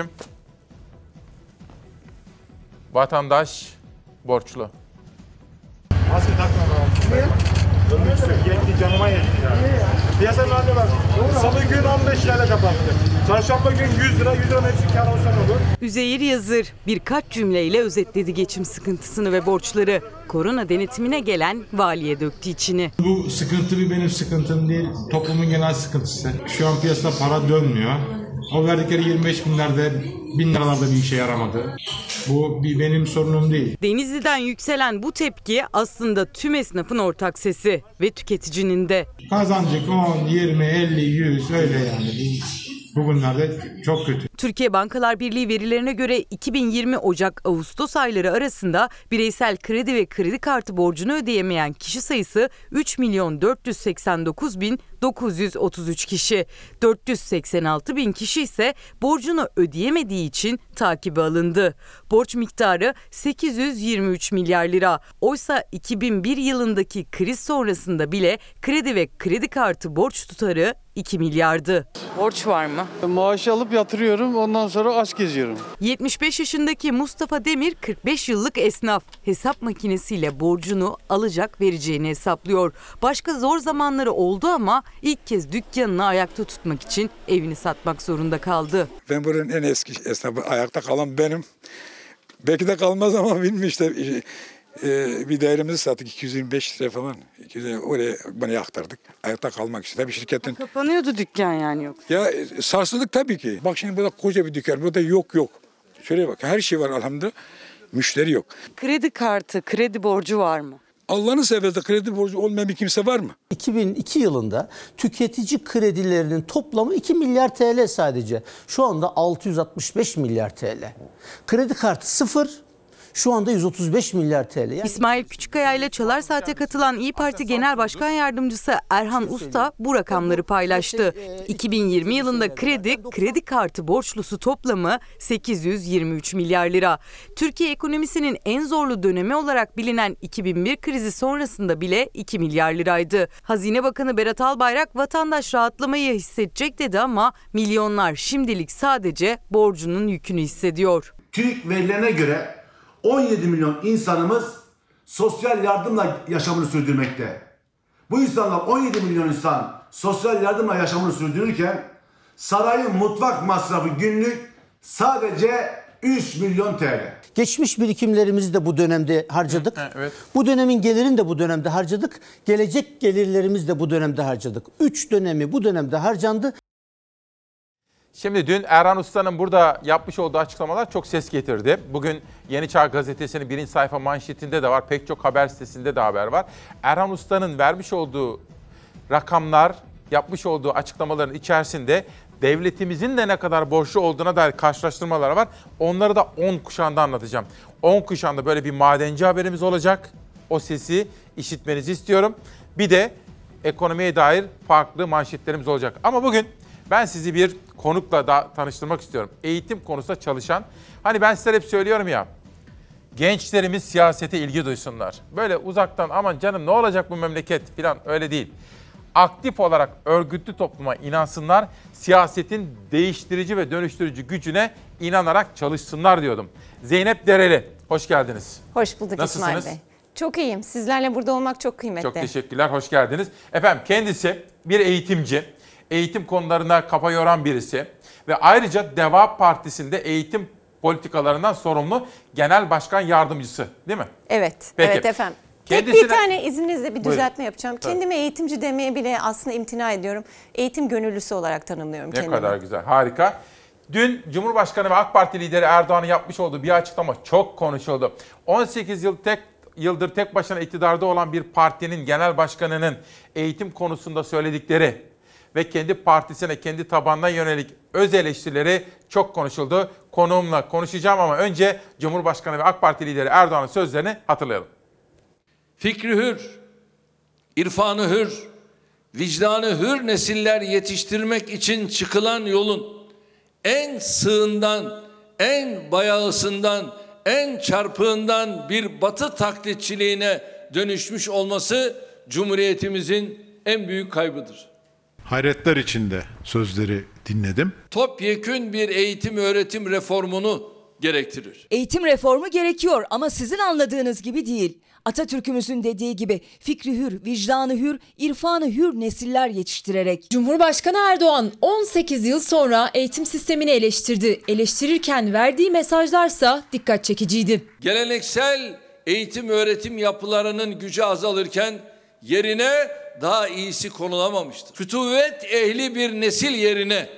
Vatandaş borçlu. Maske takmam. Yetti, canıma yetti ya. Piyasanın haline bak. Salı gün 15 lirayla kapattı. Çarşamba gün 100 lira, 100 lira hepsi kâr olsa ne olur? Üzeyir Yazır birkaç cümleyle özetledi geçim sıkıntısını ve borçları. Korona denetimine gelen valiye döktü içini. Bu sıkıntı bir benim sıkıntım değil, toplumun genel sıkıntısı. Şu an piyasada para dönmüyor. O verdikleri 25 binlerde, 1000 liralarda bir işe yaramadı. Bu bir benim sorunum değil. Denizli'den yükselen bu tepki aslında tüm esnafın ortak sesi ve tüketicinin de. Kazancık 10, 20, 50, 100 öyle yani. Bugünlerde çok kötü. Türkiye Bankalar Birliği verilerine göre 2020 Ocak-Ağustos ayları arasında bireysel kredi ve kredi kartı borcunu ödeyemeyen kişi sayısı 3.489.933 kişi. 486.000 kişi ise borcunu ödeyemediği için takibe alındı. Borç miktarı 823 milyar lira. Oysa 2001 yılındaki kriz sonrasında bile kredi ve kredi kartı borç tutarı 2 milyardı. Borç var mı? Maaşı alıp yatırıyorum, ondan sonra aç geziyorum. 75 yaşındaki Mustafa Demir 45 yıllık esnaf. Hesap makinesiyle borcunu alacak vereceğini hesaplıyor. Başka zor zamanları oldu ama ilk kez dükkanını ayakta tutmak için evini satmak zorunda kaldı. Ben buranın en eski esnafı, ayakta kalan benim. Belki de kalmaz ama bilmiyorum işte. Bir dairemizi sattık 225 lira falan. Oraya bana aktardık. Ayakta kalmak için. Tabii şirketin... Kapanıyordu dükkan yani yok. Ya sarsıldık tabii ki. Bak şimdi burada koca bir dükkan. Burada yok. Şuraya bak, her şey var elhamdülillah. Müşteri yok. Kredi kartı, kredi borcu var mı? Allah'ını seversen kredi borcu olmayan bir kimse var mı? 2002 yılında tüketici kredilerinin toplamı 2 milyar TL sadece. Şu anda 665 milyar TL. Kredi kartı sıfır. Şu anda 135 milyar TL. Yani... İsmail Küçükkaya ile Çalar Saat'e katılan İYİ Parti Genel Başkan Yardımcısı Erhan Usta bu rakamları paylaştı. 2020 yılında kredi kartı borçlusu toplamı 823 milyar lira. Türkiye ekonomisinin en zorlu dönemi olarak bilinen 2001 krizi sonrasında bile 2 milyar liraydı. Hazine Bakanı Berat Albayrak vatandaş rahatlamayı hissedecek dedi ama milyonlar şimdilik sadece borcunun yükünü hissediyor. TÜİK verilerine göre 17 milyon insanımız sosyal yardımla yaşamını sürdürmekte. Bu insanlar 17 milyon insan sosyal yardımla yaşamını sürdürürken sarayın mutfak masrafı günlük sadece 3 milyon TL. Geçmiş birikimlerimizi de bu dönemde harcadık. Evet. Bu dönemin gelirini de bu dönemde harcadık. Gelecek gelirlerimizi de bu dönemde harcadık. 3 dönemi bu dönemde harcandı. Şimdi dün Erhan Usta'nın burada yapmış olduğu açıklamalar çok ses getirdi. Bugün Yeni Çağ Gazetesi'nin birinci sayfa manşetinde de var. Pek çok haber sitesinde de haber var. Erhan Usta'nın vermiş olduğu rakamlar, yapmış olduğu açıklamaların içerisinde devletimizin de ne kadar borçlu olduğuna dair karşılaştırmalar var. Onları da 10 kuşağında anlatacağım. 10 kuşağında böyle bir madenci haberimiz olacak. O sesi işitmenizi istiyorum. Bir de ekonomiye dair farklı manşetlerimiz olacak. Ama bugün ben sizi bir konukla da tanıştırmak istiyorum. Eğitim konusunda çalışan, hani ben size hep söylüyorum ya, gençlerimiz siyasete ilgi duysunlar. Böyle uzaktan aman canım ne olacak bu memleket falan, öyle değil. Aktif olarak örgütlü topluma inansınlar, siyasetin değiştirici ve dönüştürücü gücüne inanarak çalışsınlar diyordum. Zeynep Dereli, hoş geldiniz. Hoş bulduk Nasılsınız? İsmail Bey. Çok iyiyim. Sizlerle burada olmak çok kıymetli. Çok teşekkürler, hoş geldiniz. Efendim kendisi bir eğitimci, eğitim konularına kafa yoran birisi ve ayrıca Deva Partisi'nde eğitim politikalarından sorumlu genel başkan yardımcısı değil mi? Evet, Peki. evet efendim. Kendisine... Bir tane izninizle bir düzeltme Buyurun. yapacağım. Tabii. Kendime eğitimci demeye bile aslında imtina ediyorum. Eğitim gönüllüsü olarak tanımlıyorum Ne kendimi. kadar güzel, harika. Dün Cumhurbaşkanı ve AK Parti lideri Erdoğan'ın yapmış olduğu bir açıklama çok konuşuldu. 18 yıldır tek başına iktidarda olan bir partinin genel başkanının eğitim konusunda söyledikleri ve kendi partisine, kendi tabanına yönelik öz eleştirileri çok konuşuldu. Konuğumla konuşacağım ama önce Cumhurbaşkanı ve AK Parti lideri Erdoğan'ın sözlerini hatırlayalım. Fikri hür, irfanı hür, vicdanı hür nesiller yetiştirmek için çıkılan yolun en sığından, en bayağısından, en çarpığından bir Batı taklitçiliğine dönüşmüş olması Cumhuriyetimizin en büyük kaybıdır. Hayretler içinde sözleri dinledim. Topyekün bir eğitim öğretim reformunu gerektirir. Eğitim reformu gerekiyor ama sizin anladığınız gibi değil. Atatürk'ümüzün dediği gibi fikri hür, vicdanı hür, irfanı hür nesiller yetiştirerek. Cumhurbaşkanı Erdoğan 18 yıl sonra eğitim sistemini eleştirdi. Eleştirirken verdiği mesajlarsa dikkat çekiciydi. Geleneksel eğitim öğretim yapılarının gücü azalırken yerine daha iyisi konulamamıştır. Fütuvet ehli bir nesil yerine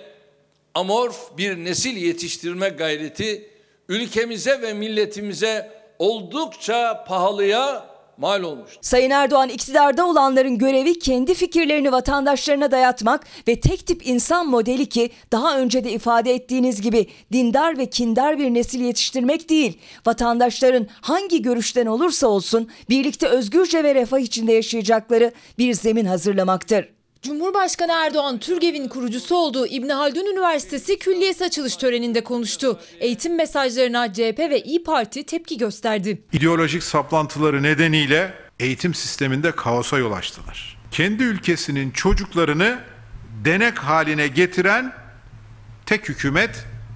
amorf bir nesil yetiştirme gayreti ülkemize ve milletimize oldukça pahalıya mal olmuş. Sayın Erdoğan iktidarda olanların görevi kendi fikirlerini vatandaşlarına dayatmak ve tek tip insan modeli ki daha önce de ifade ettiğiniz gibi dindar ve kindar bir nesil yetiştirmek değil. Vatandaşların hangi görüşten olursa olsun birlikte özgürce ve refah içinde yaşayacakları bir zemin hazırlamaktır. Cumhurbaşkanı Erdoğan, TÜRGEV'in kurucusu olduğu İbn Haldun Üniversitesi Külliyesi açılış töreninde konuştu. Eğitim mesajlarına CHP ve İYİ Parti tepki gösterdi. İdeolojik saplantıları nedeniyle eğitim sisteminde kaosa yol açtılar. Kendi ülkesinin çocuklarını denek haline getiren tek hükümet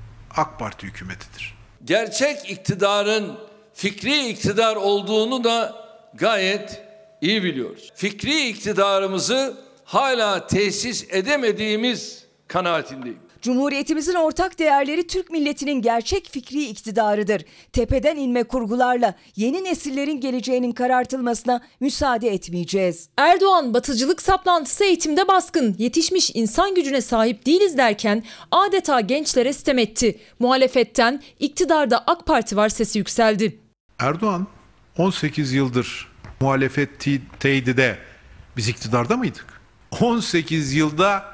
AK Parti hükümetidir. Gerçek iktidarın fikri iktidar olduğunu da gayet iyi biliyoruz. Fikri iktidarımızı hala tesis edemediğimiz kanaatindeyim. Cumhuriyetimizin ortak değerleri Türk milletinin gerçek fikri iktidarıdır. Tepeden inme kurgularla yeni nesillerin geleceğinin karartılmasına müsaade etmeyeceğiz. Erdoğan, batıcılık saplantısı eğitimde baskın, yetişmiş insan gücüne sahip değiliz derken adeta gençlere sitem etti. Muhalefetten iktidarda AK Parti var sesi yükseldi. Erdoğan 18 yıldır muhalefetteydi de biz iktidarda mıydık? 18 yılda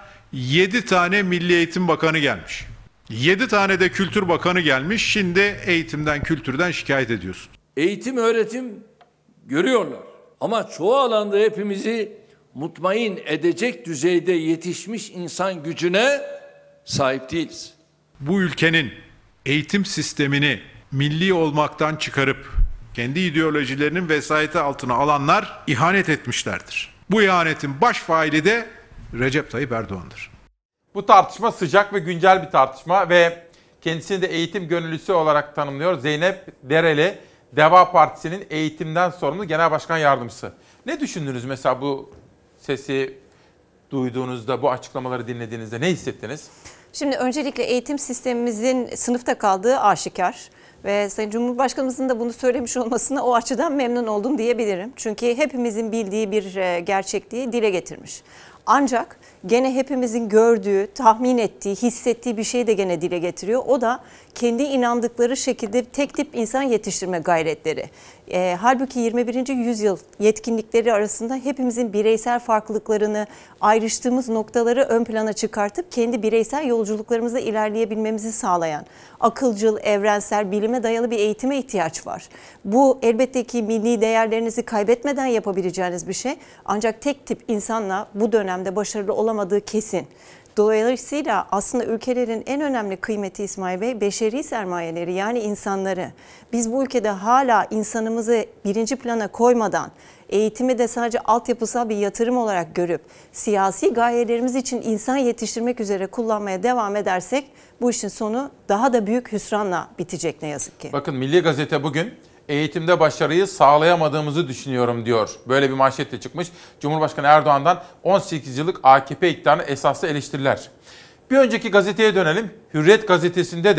7 tane Milli Eğitim Bakanı gelmiş. 7 tane de Kültür Bakanı gelmiş. Şimdi eğitimden, kültürden şikayet ediyorsun. Eğitim, öğretim görüyorlar. Ama çoğu alanda hepimizi mutmain edecek düzeyde yetişmiş insan gücüne sahip değiliz. Bu ülkenin eğitim sistemini milli olmaktan çıkarıp kendi ideolojilerinin vesayeti altına alanlar ihanet etmişlerdir. Bu ihanetin baş faili de Recep Tayyip Erdoğan'dır. Bu tartışma sıcak ve güncel bir tartışma ve kendisini de eğitim gönüllüsü olarak tanımlıyor. Zeynep Dereli, Deva Partisi'nin eğitimden sorumlu genel başkan yardımcısı. Ne düşündünüz mesela bu sesi duyduğunuzda, bu açıklamaları dinlediğinizde ne hissettiniz? Şimdi öncelikle eğitim sistemimizin sınıfta kaldığı aşikar. Ve Sayın Cumhurbaşkanımızın da bunu söylemiş olmasına o açıdan memnun oldum diyebilirim. Çünkü hepimizin bildiği bir gerçekliği dile getirmiş. Ancak gene hepimizin gördüğü, tahmin ettiği, hissettiği bir şeyi de gene dile getiriyor. O da kendi inandıkları şekilde tek tip insan yetiştirme gayretleri. Halbuki 21. yüzyıl yetkinlikleri arasında hepimizin bireysel farklılıklarını, ayrıştığımız noktaları ön plana çıkartıp kendi bireysel yolculuklarımızda ilerleyebilmemizi sağlayan akılcıl, evrensel, bilime dayalı bir eğitime ihtiyaç var. Bu elbette ki milli değerlerinizi kaybetmeden yapabileceğiniz bir şey. Ancak tek tip insanla bu dönemde başarılı olamadığı kesin. Dolayısıyla aslında ülkelerin en önemli kıymeti İsmail Bey beşeri sermayeleri, yani insanları. Biz bu ülkede hala insanımızı birinci plana koymadan eğitimi de sadece altyapısal bir yatırım olarak görüp siyasi gayelerimiz için insan yetiştirmek üzere kullanmaya devam edersek bu işin sonu daha da büyük hüsranla bitecek ne yazık ki. Bakın Milli Gazete bugün eğitimde başarıyı sağlayamadığımızı düşünüyorum diyor. Böyle bir manşetle çıkmış. Cumhurbaşkanı Erdoğan'dan 18 yıllık AKP iktidarına esaslı eleştiriler. Bir önceki gazeteye dönelim. Hürriyet gazetesinde de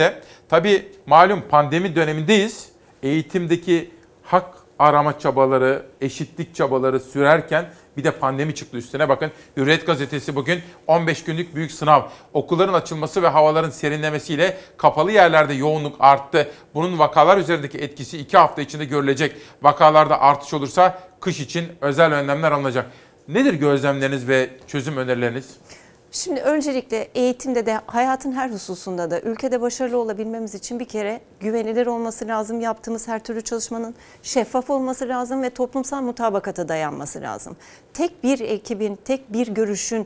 Tabii malum pandemi dönemindeyiz. Eğitimdeki hak arama çabaları, eşitlik çabaları sürerken bir de pandemi çıktı üstüne. Bakın Hürriyet gazetesi bugün 15 günlük büyük sınav. Okulların açılması ve havaların serinlemesiyle kapalı yerlerde yoğunluk arttı. Bunun vakalar üzerindeki etkisi 2 hafta içinde görülecek. Vakalarda artış olursa kış için özel önlemler alınacak. Nedir gözlemleriniz ve çözüm önerileriniz? Şimdi öncelikle eğitimde de hayatın her hususunda da ülkede başarılı olabilmemiz için bir kere güvenilir olması lazım. Yaptığımız her türlü çalışmanın şeffaf olması lazım ve toplumsal mutabakata dayanması lazım. Tek bir ekibin, tek bir görüşün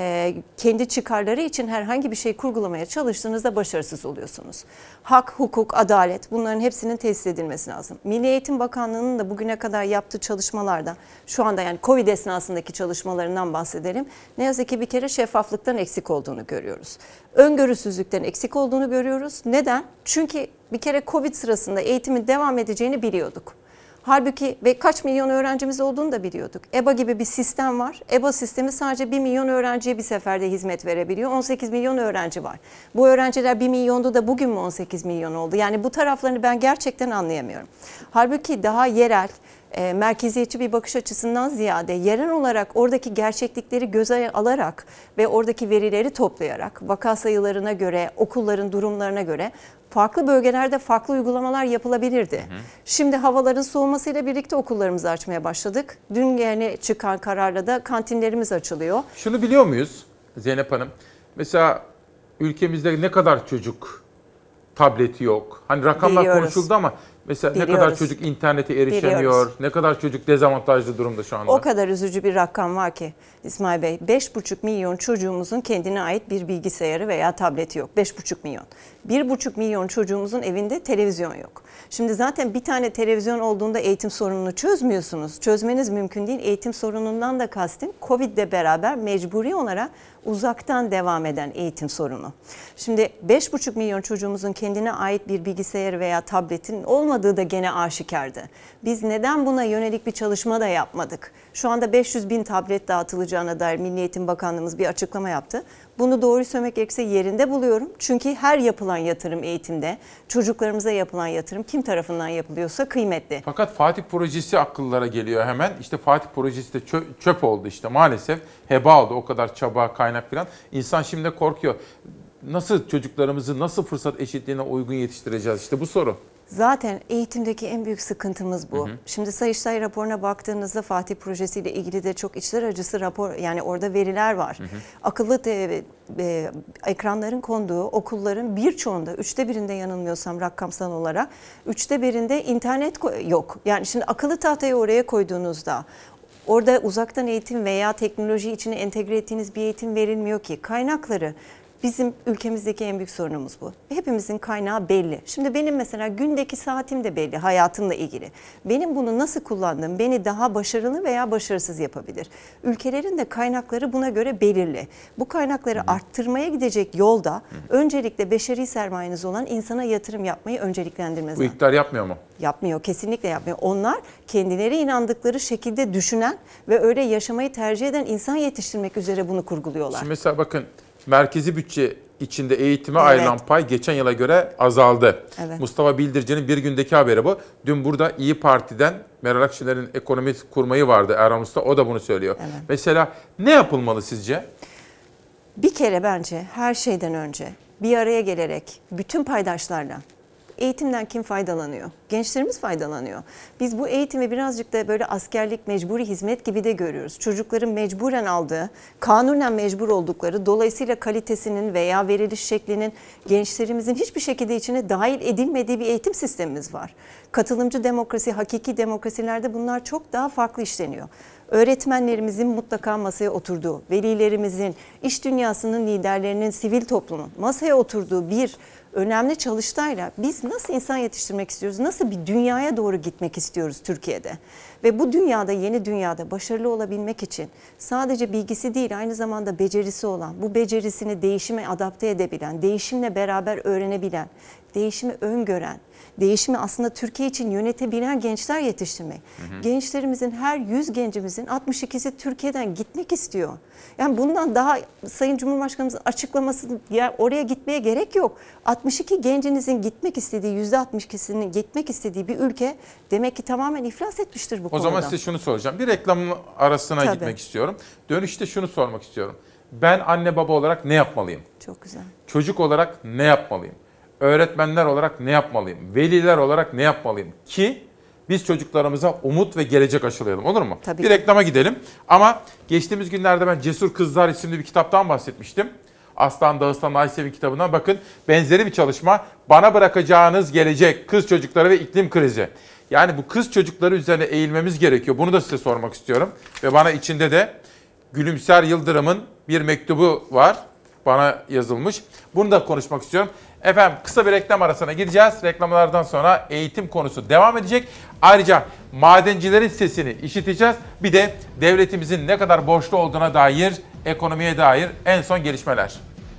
kendi çıkarları için herhangi bir şey kurgulamaya çalıştığınızda başarısız oluyorsunuz. Hak, hukuk, adalet bunların hepsinin tesis edilmesi lazım. Milli Eğitim Bakanlığı'nın da bugüne kadar yaptığı çalışmalarda şu anda yani Covid esnasındaki çalışmalarından bahsedelim. Ne yazık ki bir kere şeffaflıktan eksik olduğunu görüyoruz. Öngörüsüzlükten eksik olduğunu görüyoruz. Neden? Çünkü bir kere Covid sırasında eğitimin devam edeceğini biliyorduk. Halbuki ve kaç milyon öğrencimiz olduğunu da biliyorduk. EBA gibi bir sistem var. EBA sistemi sadece 1 milyon öğrenciye bir seferde hizmet verebiliyor. 18 milyon öğrenci var. Bu öğrenciler 1 milyondu da bugün mü 18 milyon oldu? Yani bu taraflarını ben gerçekten anlayamıyorum. Halbuki daha yerel, merkeziyetçi bir bakış açısından ziyade yerel olarak oradaki gerçeklikleri göze alarak ve oradaki verileri toplayarak vaka sayılarına göre, okulların durumlarına göre farklı bölgelerde farklı uygulamalar yapılabilirdi. Şimdi havaların soğumasıyla birlikte okullarımızı açmaya başladık. Dün yeni çıkan kararla da kantinlerimiz açılıyor. Şunu biliyor muyuz Zeynep Hanım? Mesela ülkemizde ne kadar çocuk tableti yok? Hani rakamlar Biliyoruz. konuşuldu ama mesela ne kadar Biliyoruz. çocuk internete erişemiyor? Biliyoruz. Ne kadar çocuk dezavantajlı durumda şu anda? O kadar üzücü bir rakam var ki İsmail Bey. 5,5 milyon çocuğumuzun kendine ait bir bilgisayarı veya tableti yok. 5,5 milyon. 1,5 milyon çocuğumuzun evinde televizyon yok. Şimdi zaten bir tane televizyon olduğunda eğitim sorununu çözmüyorsunuz. Çözmeniz mümkün değil. Eğitim sorunundan da kastım Covid'le beraber mecburi olarak uzaktan devam eden eğitim sorunu. Şimdi 5,5 milyon çocuğumuzun kendine ait bir bilgisayarı veya tabletin olmadığı da gene aşikardı. Biz neden buna yönelik bir çalışma da yapmadık? Şu anda 500 bin tablet dağıtılacağına dair Milli Eğitim Bakanlığımız bir açıklama yaptı. Bunu doğru söylemek gerekirse yerinde buluyorum. Çünkü her yapılan yatırım eğitimde, çocuklarımıza yapılan yatırım kim tarafından yapılıyorsa kıymetli. Fakat Fatih projesi akıllara geliyor hemen. İşte Fatih projesi de çöp oldu işte maalesef. Heba oldu o kadar çaba, kaynak falan. İnsan şimdi korkuyor. Nasıl çocuklarımızı nasıl fırsat eşitliğine uygun yetiştireceğiz? İşte bu soru. Zaten eğitimdeki en büyük sıkıntımız bu. Şimdi Sayıştay raporuna baktığınızda Fatih projesiyle ilgili de çok içler acısı rapor, yani orada veriler var. Akıllı ekranların konduğu okulların birçoğunda, 1/3'ünde yanılmıyorsam rakamsal olarak, 1/3'ünde internet yok. Yani şimdi akıllı tahtayı oraya koyduğunuzda orada uzaktan eğitim veya teknoloji içine entegre ettiğiniz bir eğitim verilmiyor ki. Kaynakları bizim ülkemizdeki en büyük sorunumuz bu. Hepimizin kaynağı belli. Şimdi benim mesela gündeki saatim de belli hayatımla ilgili. Benim bunu nasıl kullandığım beni daha başarılı veya başarısız yapabilir. Ülkelerin de kaynakları buna göre belirli. Bu kaynakları arttırmaya gidecek yolda öncelikle beşeri sermayeniz olan insana yatırım yapmayı önceliklendirmeniz Bu lazım. iktidar yapmıyor mu? Yapmıyor, kesinlikle yapmıyor. Onlar kendileri inandıkları şekilde düşünen ve öyle yaşamayı tercih eden insan yetiştirmek üzere bunu kurguluyorlar. Şimdi mesela bakın merkezi bütçe içinde eğitime ayrılan pay geçen yıla göre azaldı. Evet. Mustafa Bildirici'nin bir gündeki haberi bu. Dün burada İyi Parti'den Meral Akşener'in ekonomi kurmayı vardı Erhan Usta. O da bunu söylüyor. Evet. Mesela ne yapılmalı sizce? Bir kere bence her şeyden önce bir araya gelerek bütün paydaşlarla eğitimden kim faydalanıyor? Gençlerimiz faydalanıyor. Biz bu eğitimi birazcık da böyle askerlik, mecburi hizmet gibi de görüyoruz. Çocukların mecburen aldığı, kanunen mecbur oldukları, dolayısıyla kalitesinin veya veriliş şeklinin gençlerimizin hiçbir şekilde içine dahil edilmediği bir eğitim sistemimiz var. Katılımcı demokrasi, hakiki demokrasilerde bunlar çok daha farklı işleniyor. Öğretmenlerimizin mutlaka masaya oturduğu, velilerimizin, iş dünyasının liderlerinin, sivil toplumun masaya oturduğu bir önemli çalıştayla biz nasıl insan yetiştirmek istiyoruz, nasıl bir dünyaya doğru gitmek istiyoruz Türkiye'de? Ve bu dünyada, yeni dünyada başarılı olabilmek için sadece bilgisi değil, aynı zamanda becerisi olan, bu becerisini değişime adapte edebilen, değişimle beraber öğrenebilen, değişimi öngören, değişimi aslında Türkiye için yönetebilen gençler yetiştirmek. Gençlerimizin her 100 gencimizin 62'si Türkiye'den gitmek istiyor. Yani bundan daha Sayın Cumhurbaşkanımızın açıklaması oraya gitmeye gerek yok. 62 gencinizin gitmek istediği, %62'sinin gitmek istediği bir ülke demek ki tamamen iflas etmiştir bu konuda. O zaman size şunu soracağım. Bir reklamın arasına gitmek istiyorum. Dönüşte şunu sormak istiyorum. Ben anne baba olarak ne yapmalıyım? Çok güzel. Çocuk olarak ne yapmalıyım? Öğretmenler olarak ne yapmalıyım? Veliler olarak ne yapmalıyım? Ki biz çocuklarımıza umut ve gelecek aşılayalım, olur mu? Tabii bir reklama gidelim. Ama geçtiğimiz günlerde ben Cesur Kızlar isimli bir kitaptan bahsetmiştim. Aslan Dağıstan Aysev'in kitabından bakın. Benzeri bir çalışma. Bana bırakacağınız gelecek, kız çocukları ve iklim krizi. Yani bu kız çocukları üzerine eğilmemiz gerekiyor. Bunu da size sormak istiyorum. Ve bana içinde de Gülümser Yıldırım'ın bir mektubu var. Bana yazılmış. Bunu da konuşmak istiyorum. Efendim kısa bir reklam arasına gireceğiz. Reklamlardan sonra eğitim konusu devam edecek. Ayrıca madencilerin sesini işiteceğiz. Bir de devletimizin ne kadar borçlu olduğuna dair, ekonomiye dair en son gelişmeler.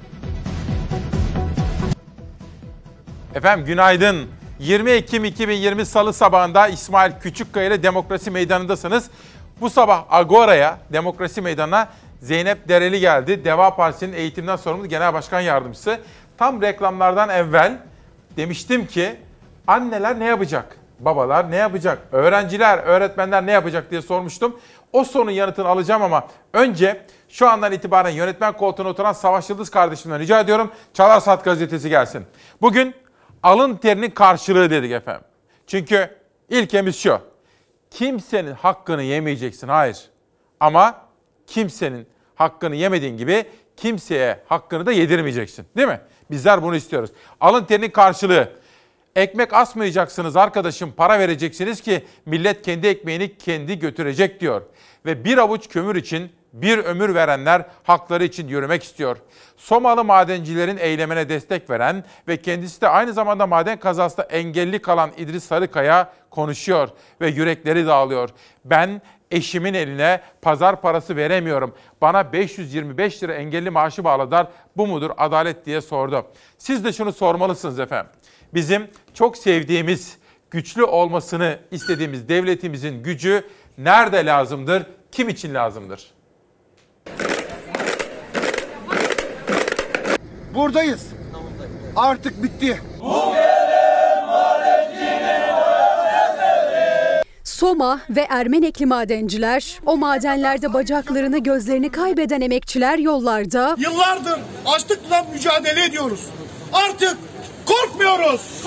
Efendim günaydın. 20 Ekim 2020 Salı sabahında İsmail Küçükkaya ile Demokrasi Meydanı'ndasınız. Bu sabah Agora'ya, Demokrasi Meydanı'na Zeynep Dereli geldi. Deva Partisi'nin eğitimden sorumlu Genel Başkan Yardımcısı. Tam reklamlardan evvel demiştim ki anneler ne yapacak? Babalar ne yapacak? Öğrenciler, öğretmenler ne yapacak diye sormuştum. O sorunun yanıtını alacağım ama önce şu andan itibaren yönetmen koltuğuna oturan Savaş Yıldız kardeşimden rica ediyorum. Çalar Saat gazetesi gelsin. Bugün alın terinin karşılığı dedik efendim. Çünkü ilkemiz şu. Kimsenin hakkını yemeyeceksin, hayır. Ama kimsenin hakkını yemediğin gibi kimseye hakkını da yedirmeyeceksin, değil mi? Bizler bunu istiyoruz. Alın terinin karşılığı. Ekmek asmayacaksınız arkadaşım, para vereceksiniz ki millet kendi ekmeğini kendi götürecek diyor. Ve bir avuç kömür için bir ömür verenler hakları için yürümek istiyor. Somalı madencilerin eylemine destek veren ve kendisi de aynı zamanda maden kazasında engelli kalan İdris Sarıkaya konuşuyor ve yürekleri dağılıyor. Ben eşimin eline pazar parası veremiyorum. Bana 525 lira engelli maaşı bağladılar. Bu mudur adalet diye sordu. Siz de şunu sormalısınız efendim. Bizim çok sevdiğimiz, güçlü olmasını istediğimiz devletimizin gücü nerede lazımdır, kim için lazımdır? Buradayız. Artık bitti. Soma ve Ermenekli madenciler, o madenlerde bacaklarını gözlerini kaybeden emekçiler yollarda. Yıllardır açlıkla mücadele ediyoruz. Artık korkmuyoruz.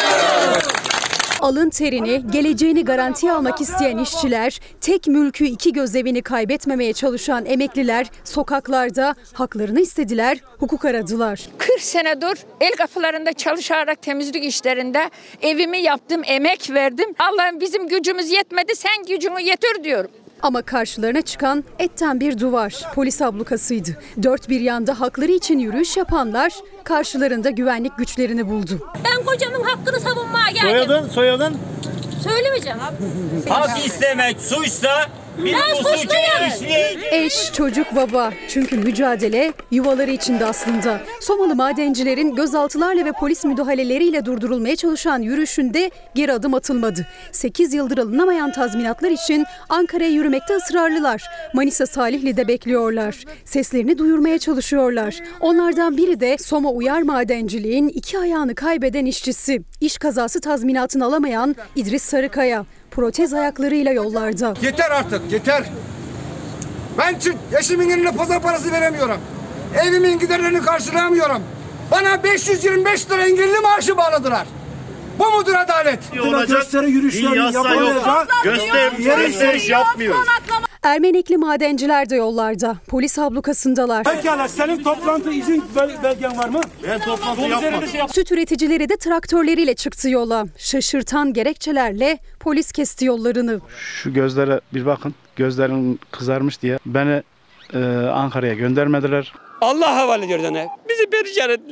Alın terini, geleceğini garantiye almak isteyen işçiler, tek mülkü iki gözevini kaybetmemeye çalışan emekliler sokaklarda haklarını istediler, hukuk aradılar. 40 senedir el kapılarında çalışarak temizlik işlerinde evimi yaptım, emek verdim. Allah'ım bizim gücümüz yetmedi, sen gücünü yetir diyorum. Ama karşılarına çıkan etten bir duvar, polis ablukasıydı. Dört bir yanda hakları için yürüyüş yapanlar karşılarında güvenlik güçlerini buldu. Ben kocamın hakkını savunmaya geldim. Soyadın? Söylemeyeceğim. Hak istemek suçsa biz bu suçu işleyelim. Eş, çocuk, baba. Çünkü mücadele yuvaları içinde aslında. Somalı madencilerin gözaltılarla ve polis müdahaleleriyle durdurulmaya çalışan yürüyüşünde geri adım atılmadı. 8 yıldır alınamayan tazminatlar için Ankara'ya yürümekte ısrarlılar. Manisa Salihli'de bekliyorlar. Seslerini duyurmaya çalışıyorlar. Onlardan biri de Soma Uyar Madenciliğin 2 ayağını kaybeden işçisi. İş kazası tazminatını alamayan İdris Sarıkaya. Protez ayaklarıyla yollarda. Yeter artık, yeter. Ben eşimin eline pazar parası veremiyorum. Evimin giderlerini karşılayamıyorum. Bana 525 lira engelli maaşı bağladılar. Bu mudur adalet? Gösteri yürüyüşlerini yapamayacak. Gösteriş yapmıyoruz. Ermenekli madenciler de yollarda. Polis ablukasındalar. Pekala, senin toplantı izin belgen var mı? Ben toplantı yapmadım. Süt üreticileri de traktörleriyle çıktı yola. Şaşırtan gerekçelerle polis kesti yollarını. Şu gözlere bir bakın. Gözlerin kızarmış diye beni Ankara'ya göndermediler. Allah havale ediyor sana. Bizi perişan ettiler.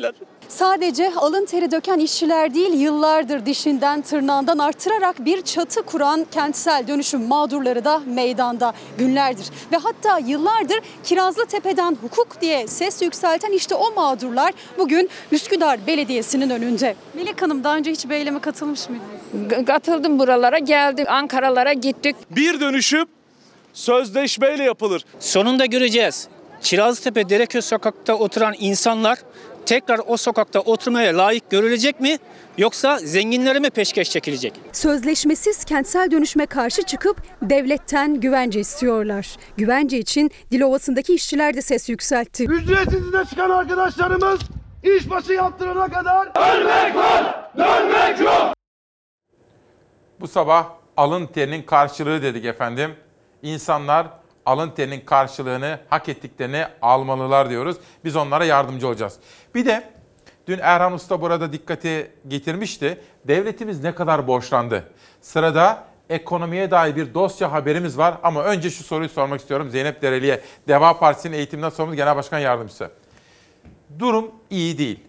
Sadece alın teri döken işçiler değil, yıllardır dişinden tırnağından artırarak bir çatı kuran kentsel dönüşüm mağdurları da meydanda günlerdir. Ve hatta yıllardır Kirazlıtepe'den hukuk diye ses yükselten işte o mağdurlar bugün Üsküdar Belediyesi'nin önünde. Melek Hanım, daha önce hiç bir eyleme katılmış mıydınız? Katıldım, buralara geldim, Ankara'lara gittik. Bir dönüşüm sözleşmeyle yapılır. Sonunda göreceğiz. Kirazlıtepe Dereköy sokakta oturan insanlar tekrar o sokakta oturmaya layık görülecek mi, yoksa zenginlere mi peşkeş çekilecek? Sözleşmesiz kentsel dönüşüme karşı çıkıp devletten güvence istiyorlar. Güvence için Dilovası'ndaki işçiler de ses yükseltti. Ücretsiz izne çıkan arkadaşlarımız işbaşı yaptırana kadar ölmek var, dönmek yok. Bu sabah alın terinin karşılığı dedik efendim. İnsanlar alın terinin karşılığını hak ettiklerini almalılar diyoruz. Biz onlara yardımcı olacağız. Bir de dün Erhan Usta burada dikkate getirmişti. Devletimiz ne kadar borçlandı? Sırada ekonomiye dair bir dosya haberimiz var. Ama önce şu soruyu sormak istiyorum Zeynep Dereli'ye. Deva Partisi'nin eğitimden sorumlu Genel Başkan Yardımcısı. Durum iyi değil.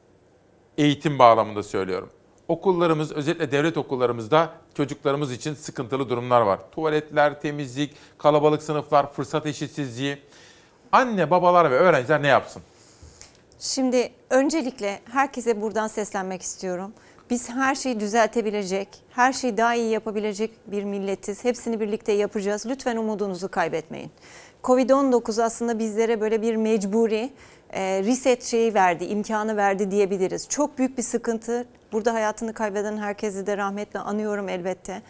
Eğitim bağlamında söylüyorum. Okullarımız, özellikle devlet okullarımızda çocuklarımız için sıkıntılı durumlar var. Tuvaletler, temizlik, kalabalık sınıflar, fırsat eşitsizliği. Anne, babalar ve öğrenciler ne yapsın? Şimdi öncelikle herkese buradan seslenmek istiyorum. Biz her şeyi düzeltebilecek, her şeyi daha iyi yapabilecek bir milletiz. Hepsini birlikte yapacağız. Lütfen umudunuzu kaybetmeyin. Covid-19 aslında bizlere böyle bir mecburi reset şeyi verdi, imkanı verdi diyebiliriz. Çok büyük bir sıkıntı. Burada hayatını kaybeden herkesi de rahmetle anıyorum elbette.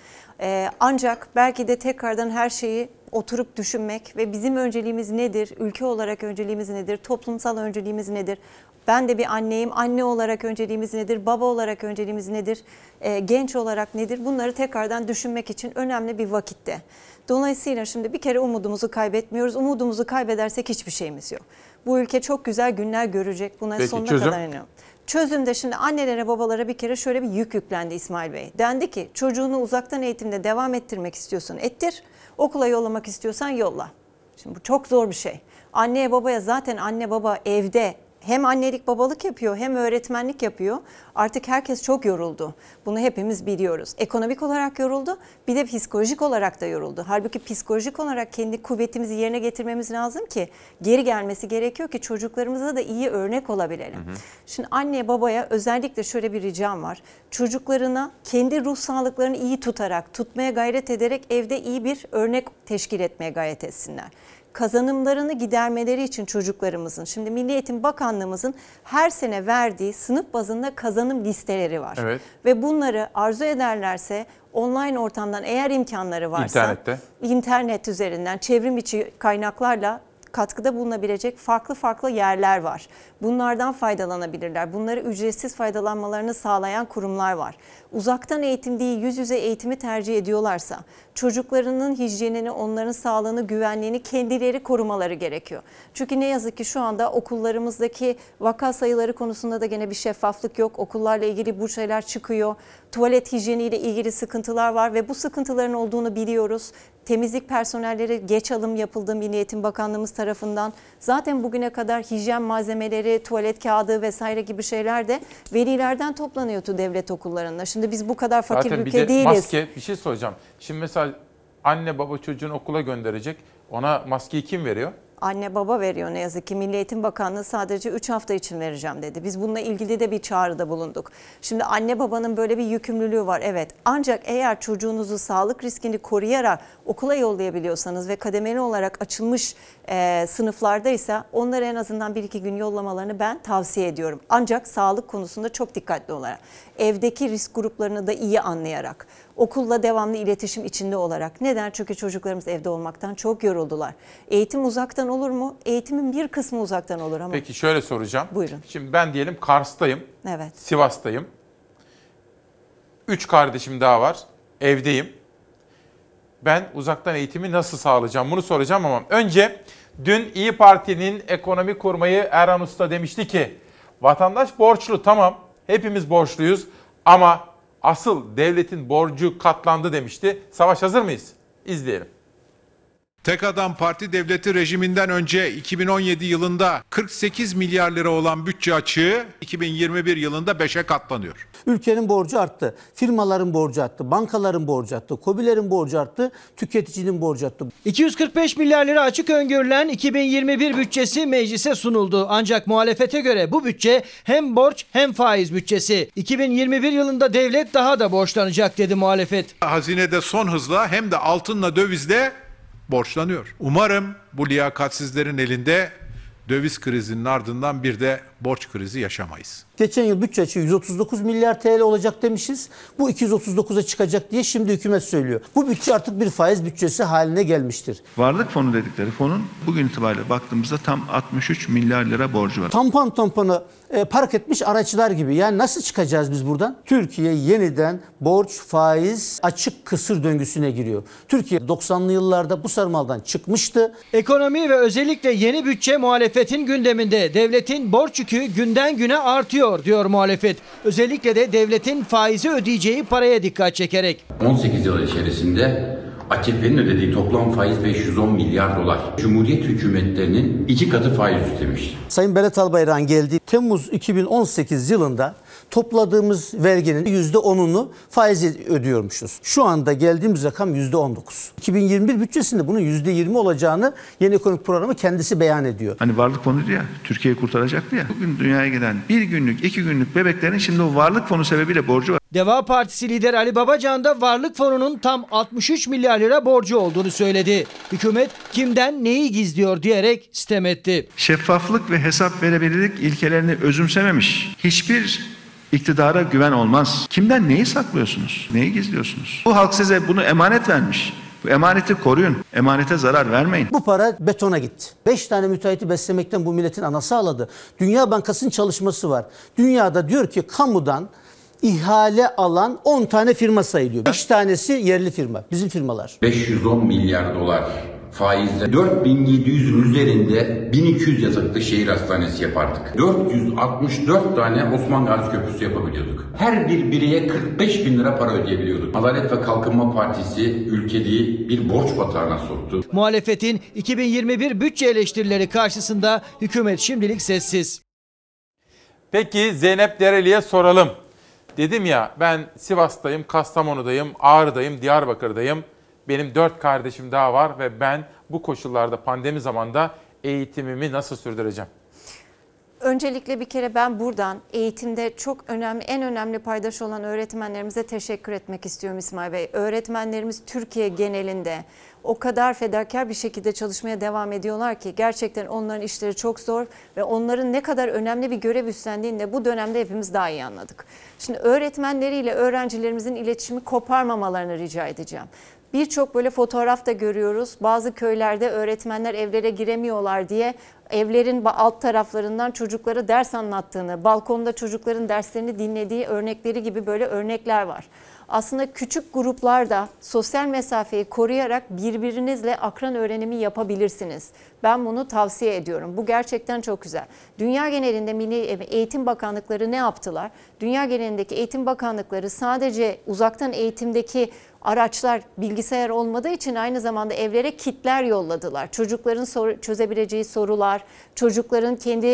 Ancak belki de tekrardan her şeyi oturup düşünmek ve bizim önceliğimiz nedir? Ülke olarak önceliğimiz nedir? Toplumsal önceliğimiz nedir? Ben de bir anneyim. Anne olarak önceliğimiz nedir? Baba olarak önceliğimiz nedir? Genç olarak nedir? Bunları tekrardan düşünmek için önemli bir vakitte. Dolayısıyla şimdi bir kere umudumuzu kaybetmiyoruz. Umudumuzu kaybedersek hiçbir şeyimiz yok. Bu ülke çok güzel günler görecek. Buna sonuna kadar inanıyorum. Çözümde şimdi annelere, babalara bir kere şöyle bir yük yüklendi İsmail Bey. Dendi ki çocuğunu uzaktan eğitimde devam ettirmek istiyorsun, ettir. Okula yollamak istiyorsan yolla. Şimdi bu çok zor bir şey. Anneye, babaya zaten anne baba evde hem annelik babalık yapıyor hem öğretmenlik yapıyor. Artık herkes çok yoruldu. Bunu hepimiz biliyoruz. Ekonomik olarak yoruldu, bir de psikolojik olarak da yoruldu. Halbuki psikolojik olarak kendi kuvvetimizi yerine getirmemiz lazım ki geri gelmesi gerekiyor ki çocuklarımıza da iyi örnek olabilelim. Şimdi anne babaya özellikle şöyle bir ricam var. Çocuklarına kendi ruh sağlıklarını iyi tutarak, tutmaya gayret ederek evde iyi bir örnek teşkil etmeye gayret etsinler. Kazanımlarını gidermeleri için çocuklarımızın, şimdi Milli Eğitim Bakanlığımızın her sene verdiği sınıf bazında kazanım listeleri var. Evet. Ve bunları arzu ederlerse online ortamdan eğer imkanları varsa internet üzerinden çevrim içi kaynaklarla katkıda bulunabilecek farklı yerler var. Bunlardan faydalanabilirler. Bunları ücretsiz faydalanmalarını sağlayan kurumlar var. Uzaktan eğitim değil, yüz yüze eğitimi tercih ediyorlarsa çocuklarının hijyenini, onların sağlığını, güvenliğini kendileri korumaları gerekiyor. Çünkü ne yazık ki şu anda okullarımızdaki vaka sayıları konusunda da gene bir şeffaflık yok. Okullarla ilgili bu şeyler çıkıyor. Tuvalet hijyeniyle ilgili sıkıntılar var ve bu sıkıntıların olduğunu biliyoruz. Temizlik personelleri geç alım yapıldı Milli Eğitim Bakanlığımız tarafından. Zaten bugüne kadar hijyen malzemeleri, tuvalet kağıdı vesaire gibi şeyler de velilerden toplanıyordu devlet okullarında. Şimdi biz bu kadar fakir bir ülke değiliz. Maske, bir şey soracağım. Şimdi mesela anne baba çocuğunu okula gönderecek. Ona maskeyi kim veriyor? Anne baba veriyor ne yazık ki. Milli Eğitim Bakanlığı sadece 3 hafta için vereceğim dedi. Biz bununla ilgili de bir çağrıda bulunduk. Şimdi anne babanın böyle bir yükümlülüğü var, evet. Ancak eğer çocuğunuzu sağlık riskini koruyarak okula yollayabiliyorsanız ve kademeli olarak açılmış sınıflardaysa onları en azından 1-2 gün yollamalarını ben tavsiye ediyorum. Ancak sağlık konusunda çok dikkatli olarak, evdeki risk gruplarını da iyi anlayarak, okulla devamlı iletişim içinde olarak. Neden? Çünkü çocuklarımız evde olmaktan çok yoruldular. Eğitim uzaktan olur mu? Eğitimin bir kısmı uzaktan olur ama. Peki şöyle soracağım. Buyurun. Şimdi ben diyelim Kars'tayım, evet. Sivas'tayım. 3 kardeşim daha var, evdeyim. Ben uzaktan eğitimi nasıl sağlayacağım bunu soracağım ama önce dün İYİ Parti'nin ekonomi kurmayı Erhan Usta demişti ki vatandaş borçlu, tamam hepimiz borçluyuz ama asıl devletin borcu katlandı demişti. Savaş, hazır mıyız? İzleyelim. Tek adam parti devleti rejiminden önce 2017 yılında 48 milyar lira olan bütçe açığı 2021 yılında 5'e katlanıyor. Ülkenin borcu arttı, firmaların borcu arttı, bankaların borcu arttı, KOBİ'lerin borcu arttı, tüketicinin borcu arttı. 245 milyar lira açık öngörülen 2021 bütçesi meclise sunuldu. Ancak muhalefete göre bu bütçe hem borç hem faiz bütçesi. 2021 yılında devlet daha da borçlanacak dedi muhalefet. Hazinede son hızla hem de altınla dövizle borçlanıyor. Umarım bu liyakatsizlerin elinde döviz krizinin ardından bir de borç krizi yaşamayız. Geçen yıl bütçe açığı 139 milyar TL olacak demişiz. Bu 239'a çıkacak diye şimdi hükümet söylüyor. Bu bütçe artık bir faiz bütçesi haline gelmiştir. Varlık fonu dedikleri fonun bugün itibariyle baktığımızda tam 63 milyar lira borcu var. Tampon tamponu park etmiş araçlar gibi. Yani nasıl çıkacağız biz buradan? Türkiye yeniden borç, faiz, açık kısır döngüsüne giriyor. Türkiye 90'lı yıllarda bu sarmaldan çıkmıştı. Ekonomi ve özellikle yeni bütçe muhalefetin gündeminde. Devletin borç yükü günden güne artıyor diyor muhalefet. Özellikle de devletin faizi ödeyeceği paraya dikkat çekerek. 18 yıl içerisinde AKP'nin ödediği toplam faiz 510 milyar dolar. Cumhuriyet hükümetlerinin 2 katı faiz üstlemiş. Sayın Berat Albayrak'ın geldiği Temmuz 2018 yılında topladığımız verginin %10'unu faiz ödüyormuşuz. Şu anda geldiğimiz rakam %19. 2021 bütçesinde bunun %20 olacağını yeni ekonomik programı kendisi beyan ediyor. Hani varlık fonuydu ya, Türkiye'yi kurtaracaktı ya. Bugün dünyaya giden 1 günlük, 2 günlük bebeklerin şimdi o varlık fonu sebebiyle borcu var. Deva Partisi lideri Ali Babacan da varlık fonunun tam 63 milyar lira borcu olduğunu söyledi. Hükümet kimden neyi gizliyor diyerek sitem etti. Şeffaflık ve hesap verebilirlik ilkelerini özümsememiş hiçbir iktidara güven olmaz. Kimden neyi saklıyorsunuz? Neyi gizliyorsunuz? Bu halk size bunu emanet vermiş. Bu emaneti koruyun. Emanete zarar vermeyin. Bu para betona gitti. 5 tane müteahhiti beslemekten bu milletin anası ağladı. Dünya Bankası'nın çalışması var. Dünyada diyor ki kamudan ihale alan 10 tane firma sayılıyor. 5 tanesi yerli firma. Bizim firmalar. 510 milyar dolar faizle 4700'ün üzerinde 1200 yataklı şehir hastanesi yapardık. 464 tane Osman Gazi Köprüsü yapabiliyorduk. Her bir bireye 45 bin lira para ödeyebiliyorduk. Adalet ve Kalkınma Partisi ülkeyi bir borç batağına soktu. Muhalefetin 2021 bütçe eleştirileri karşısında hükümet şimdilik sessiz. Peki Zeynep Dereli'ye soralım. Dedim ya ben Sivas'tayım, Kastamonu'dayım, Ağrı'dayım, Diyarbakır'dayım. Benim 4 kardeşim daha var ve ben bu koşullarda pandemi zamanında eğitimimi nasıl sürdüreceğim? Öncelikle bir kere ben buradan eğitimde çok önemli, en önemli paydaş olan öğretmenlerimize teşekkür etmek istiyorum İsmail Bey. Öğretmenlerimiz Türkiye genelinde o kadar fedakar bir şekilde çalışmaya devam ediyorlar ki gerçekten onların işleri çok zor ve onların ne kadar önemli bir görev üstlendiğini de bu dönemde hepimiz daha iyi anladık. Şimdi öğretmenleriyle öğrencilerimizin iletişimi koparmamalarını rica edeceğim. Birçok böyle fotoğraf da görüyoruz. Bazı köylerde öğretmenler evlere giremiyorlar diye evlerin alt taraflarından çocuklara ders anlattığını, balkonda çocukların derslerini dinlediği örnekleri gibi böyle örnekler var. Aslında küçük gruplarda sosyal mesafeyi koruyarak birbirinizle akran öğrenimi yapabilirsiniz. Ben bunu tavsiye ediyorum. Bu gerçekten çok güzel. Dünya genelinde Milli Eğitim Bakanlıkları ne yaptılar? Dünya genelindeki eğitim bakanlıkları sadece uzaktan eğitimdeki araçlar, bilgisayar olmadığı için aynı zamanda evlere kitler yolladılar. Çocukların çözebileceği sorular, çocukların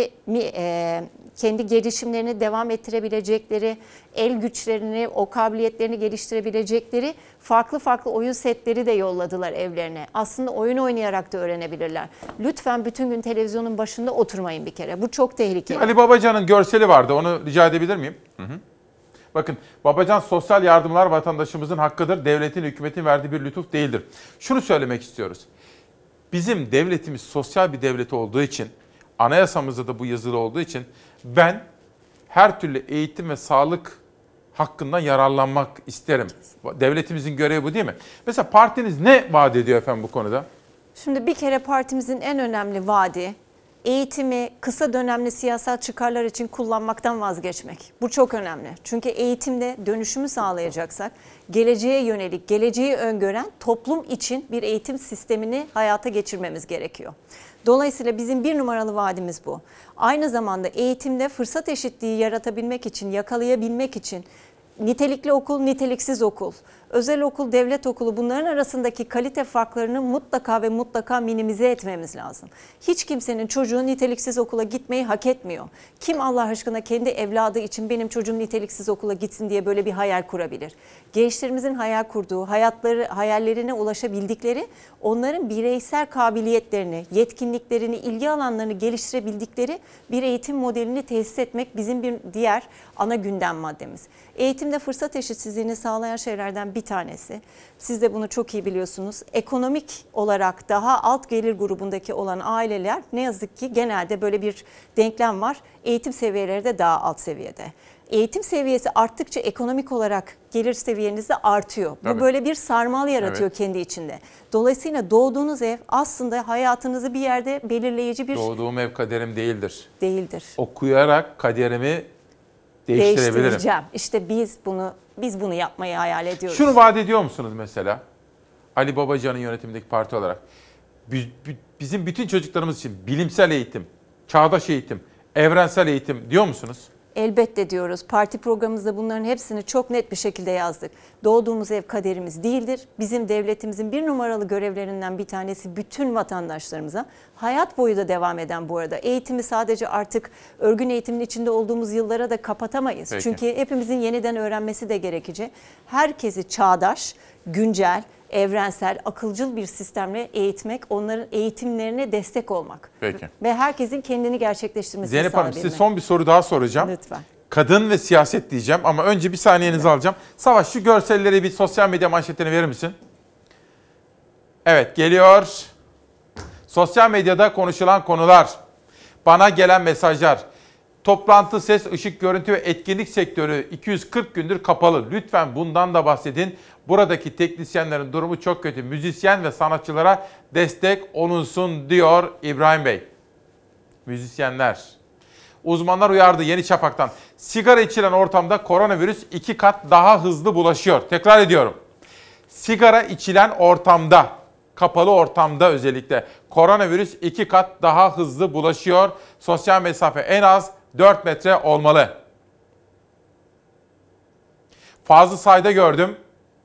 kendi gelişimlerini devam ettirebilecekleri, el güçlerini, o kabiliyetlerini geliştirebilecekleri farklı oyun setleri de yolladılar evlerine. Aslında oyun oynayarak da öğrenebilirler. Lütfen bütün gün televizyonun başında oturmayın bir kere. Bu çok tehlikeli. Ali Babacan'ın görseli vardı. Onu rica edebilir miyim? Hı. Bakın Babacan sosyal yardımlar vatandaşımızın hakkıdır. Devletin, hükümetin verdiği bir lütuf değildir. Şunu söylemek istiyoruz. Bizim devletimiz sosyal bir devlet olduğu için, anayasamızda da bu yazılı olduğu için ben her türlü eğitim ve sağlık hakkından yararlanmak isterim. Devletimizin görevi bu değil mi? Mesela partiniz ne vaat ediyor efendim bu konuda? Şimdi bir kere partimizin en önemli vaadi eğitimi kısa dönemli siyasal çıkarlar için kullanmaktan vazgeçmek. Bu çok önemli. Çünkü eğitimde dönüşümü sağlayacaksak geleceğe yönelik, geleceği öngören toplum için bir eğitim sistemini hayata geçirmemiz gerekiyor. Dolayısıyla bizim bir numaralı vaadimiz bu. Aynı zamanda eğitimde fırsat eşitliği yaratabilmek için, yakalayabilmek için nitelikli okul, niteliksiz okul, özel okul, devlet okulu bunların arasındaki kalite farklarını mutlaka ve mutlaka minimize etmemiz lazım. Hiç kimsenin çocuğu niteliksiz okula gitmeyi hak etmiyor. Kim Allah aşkına kendi evladı için benim çocuğum niteliksiz okula gitsin diye böyle bir hayal kurabilir? Gençlerimizin hayal kurduğu, hayallerine ulaşabildikleri, onların bireysel kabiliyetlerini, yetkinliklerini, ilgi alanlarını geliştirebildikleri bir eğitim modelini tesis etmek bizim bir diğer ana gündem maddemiz. Eğitimde fırsat eşitsizliğini sağlayan şeylerden bir tanesi, siz de bunu çok iyi biliyorsunuz, ekonomik olarak daha alt gelir grubundaki olan aileler ne yazık ki genelde böyle bir denklem var. Eğitim seviyeleri de daha alt seviyede. Eğitim seviyesi arttıkça ekonomik olarak gelir seviyeniz de artıyor. Tabii. Bu böyle bir sarmal yaratıyor kendi içinde. Dolayısıyla doğduğunuz ev aslında hayatınızı bir yerde belirleyici bir... Doğduğum ev kaderim değildir. Değildir. Okuyarak kaderimi değiştirebilirim. Değiştireceğim. İşte biz bunu yapmayı hayal ediyoruz. Şunu vaat ediyor musunuz mesela? Ali Babacan'ın yönetimindeki parti olarak. Bizim bütün çocuklarımız için bilimsel eğitim, çağdaş eğitim, evrensel eğitim diyor musunuz? Elbette diyoruz. Parti programımızda bunların hepsini çok net bir şekilde yazdık. Doğduğumuz ev kaderimiz değildir. Bizim devletimizin bir numaralı görevlerinden bir tanesi bütün vatandaşlarımıza hayat boyu da devam eden bu arada. Eğitimi sadece artık örgün eğitimin içinde olduğumuz yıllara da kapatamayız. Peki. Çünkü hepimizin yeniden öğrenmesi de gerekecek. Herkesi çağdaş, güncel, evrensel, akılcıl bir sistemle eğitmek, onların eğitimlerine destek olmak. Peki. Ve herkesin kendini gerçekleştirmesini Zeynep Hanım sağlayabilmek. size son bir soru daha soracağım. Lütfen. Kadın ve siyaset diyeceğim ama önce bir saniyenizi alacağım. Savaş şu görselleri bir sosyal medya manşetine verir misin? Evet geliyor. Sosyal medyada konuşulan konular, bana gelen mesajlar. Toplantı, ses, ışık, görüntü ve etkinlik sektörü 240 gündür kapalı. Lütfen bundan da bahsedin. Buradaki teknisyenlerin durumu çok kötü. Müzisyen ve sanatçılara destek olunsun diyor İbrahim Bey. Müzisyenler. Uzmanlar uyardı Yeni Şafak'tan. Sigara içilen ortamda koronavirüs 2 kat daha hızlı bulaşıyor. Tekrar ediyorum. Sigara içilen ortamda, kapalı ortamda özellikle koronavirüs 2 kat daha hızlı bulaşıyor. Sosyal mesafe en az 4 metre olmalı. Fazla sayıda gördüm.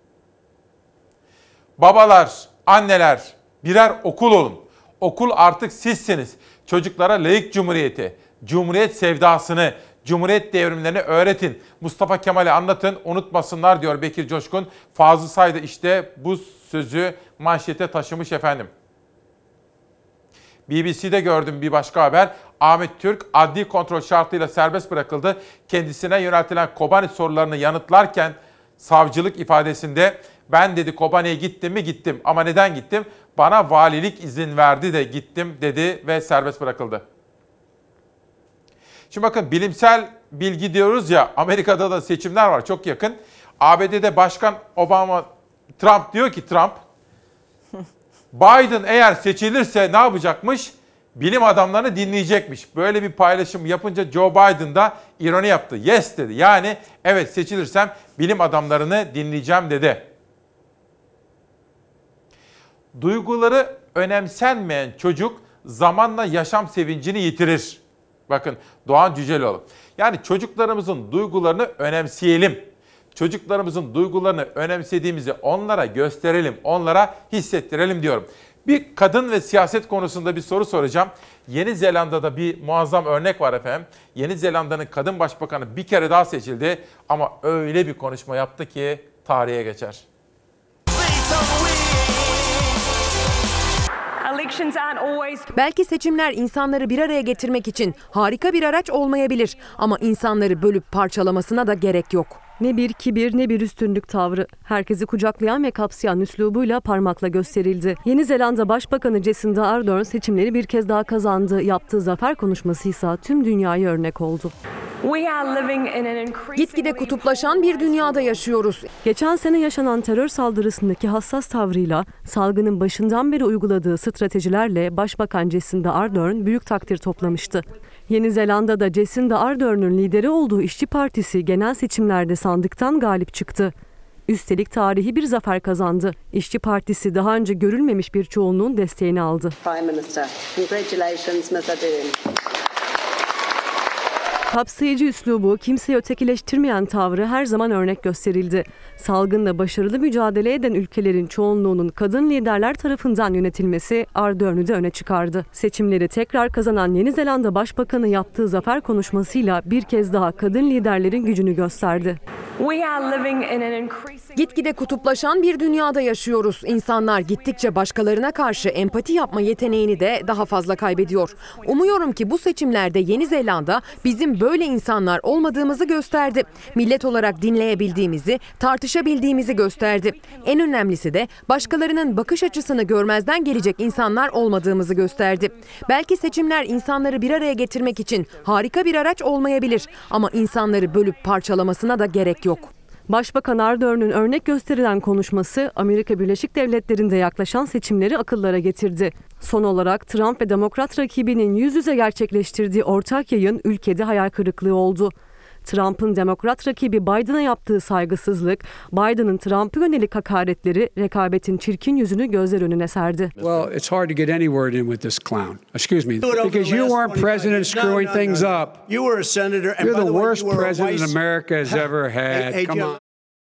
Babalar, anneler birer okul olun. Okul artık sizsiniz. Çocuklara layık cumhuriyeti, cumhuriyet sevdasını, cumhuriyet devrimlerini öğretin. Mustafa Kemal'i anlatın, unutmasınlar diyor Bekir Coşkun. Fazıl Say da işte bu sözü manşete taşımış efendim. BBC'de gördüm bir başka haber. Ahmet Türk adli kontrol şartıyla serbest bırakıldı. Kendisine yöneltilen Kobani sorularını yanıtlarken savcılık ifadesinde ben dedi Kobani'ye gittim mi gittim ama neden gittim? Bana valilik izin verdi de gittim dedi ve serbest bırakıldı. Şimdi bakın bilimsel bilgi diyoruz ya, Amerika'da da seçimler var çok yakın. ABD'de Başkan Trump diyor ki Biden eğer seçilirse ne yapacakmış? Bilim adamlarını dinleyecekmiş. Böyle bir paylaşım yapınca Joe Biden da ironi yaptı. Yes dedi. Yani evet seçilirsem bilim adamlarını dinleyeceğim dedi. Duyguları önemsenmeyen çocuk zamanla yaşam sevincini yitirir. Bakın Doğan Cüceloğlu. Yani çocuklarımızın duygularını önemseyelim. Çocuklarımızın duygularını önemsediğimizi onlara gösterelim, onlara hissettirelim diyorum. Bir kadın ve siyaset konusunda bir soru soracağım. Yeni Zelanda'da bir muazzam örnek var efendim. Yeni Zelanda'nın kadın başbakanı bir kere daha seçildi ama öyle bir konuşma yaptı ki tarihe geçer. Belki seçimler insanları bir araya getirmek için harika bir araç olmayabilir ama insanları bölüp parçalamasına da gerek yok. Ne bir kibir ne bir üstünlük tavrı. Herkesi kucaklayan ve kapsayan üslubuyla parmakla gösterildi. Yeni Zelanda Başbakanı Jacinda Ardern seçimleri bir kez daha kazandı. Yaptığı zafer konuşması ise tüm dünyaya örnek oldu. Gitgide kutuplaşan bir dünyada yaşıyoruz. Geçen sene yaşanan terör saldırısındaki hassas tavrıyla, salgının başından beri uyguladığı stratejilerle Başbakan Jacinda Ardern büyük takdir toplamıştı. Yeni Zelanda'da Jacinda Ardern'ün lideri olduğu İşçi Partisi genel seçimlerde sandıktan galip çıktı. Üstelik tarihi bir zafer kazandı. İşçi Partisi daha önce görülmemiş bir çoğunluğun desteğini aldı. Prime Minister, congratulations, Ms. Ardern. Kapsayıcı üslubu, kimseyi ötekileştirmeyen tavrı her zaman örnek gösterildi. Salgınla başarılı mücadele eden ülkelerin çoğunluğunun kadın liderler tarafından yönetilmesi Ardern'ü de öne çıkardı. Seçimleri tekrar kazanan Yeni Zelanda Başbakanı yaptığı zafer konuşmasıyla bir kez daha kadın liderlerin gücünü gösterdi. Gitgide kutuplaşan bir dünyada yaşıyoruz. İnsanlar gittikçe başkalarına karşı empati yapma yeteneğini de daha fazla kaybediyor. Umuyorum ki bu seçimlerde Yeni Zelanda bizim böyle insanlar olmadığımızı gösterdi. Millet olarak dinleyebildiğimizi, tartışabildiğimizi gösterdi. En önemlisi de başkalarının bakış açısını görmezden gelecek insanlar olmadığımızı gösterdi. Belki seçimler insanları bir araya getirmek için harika bir araç olmayabilir ama insanları bölüp parçalamasına da gerek yok. Başbakan Ardern'ün örnek gösterilen konuşması Amerika Birleşik Devletleri'nde yaklaşan seçimleri akıllara getirdi. Son olarak Trump ve Demokrat rakibinin yüz yüze gerçekleştirdiği ortak yayın ülkede hayal kırıklığı oldu. Trump'ın Demokrat rakibi Biden'a yaptığı saygısızlık, Biden'ın Trump'a yönelik hakaretleri rekabetin çirkin yüzünü gözler önüne serdi. Well, it's hard to get any word in with this clown. Excuse me, because you weren't president screwing things up. You were a senator, and you're the worst president America has ever had. Come on.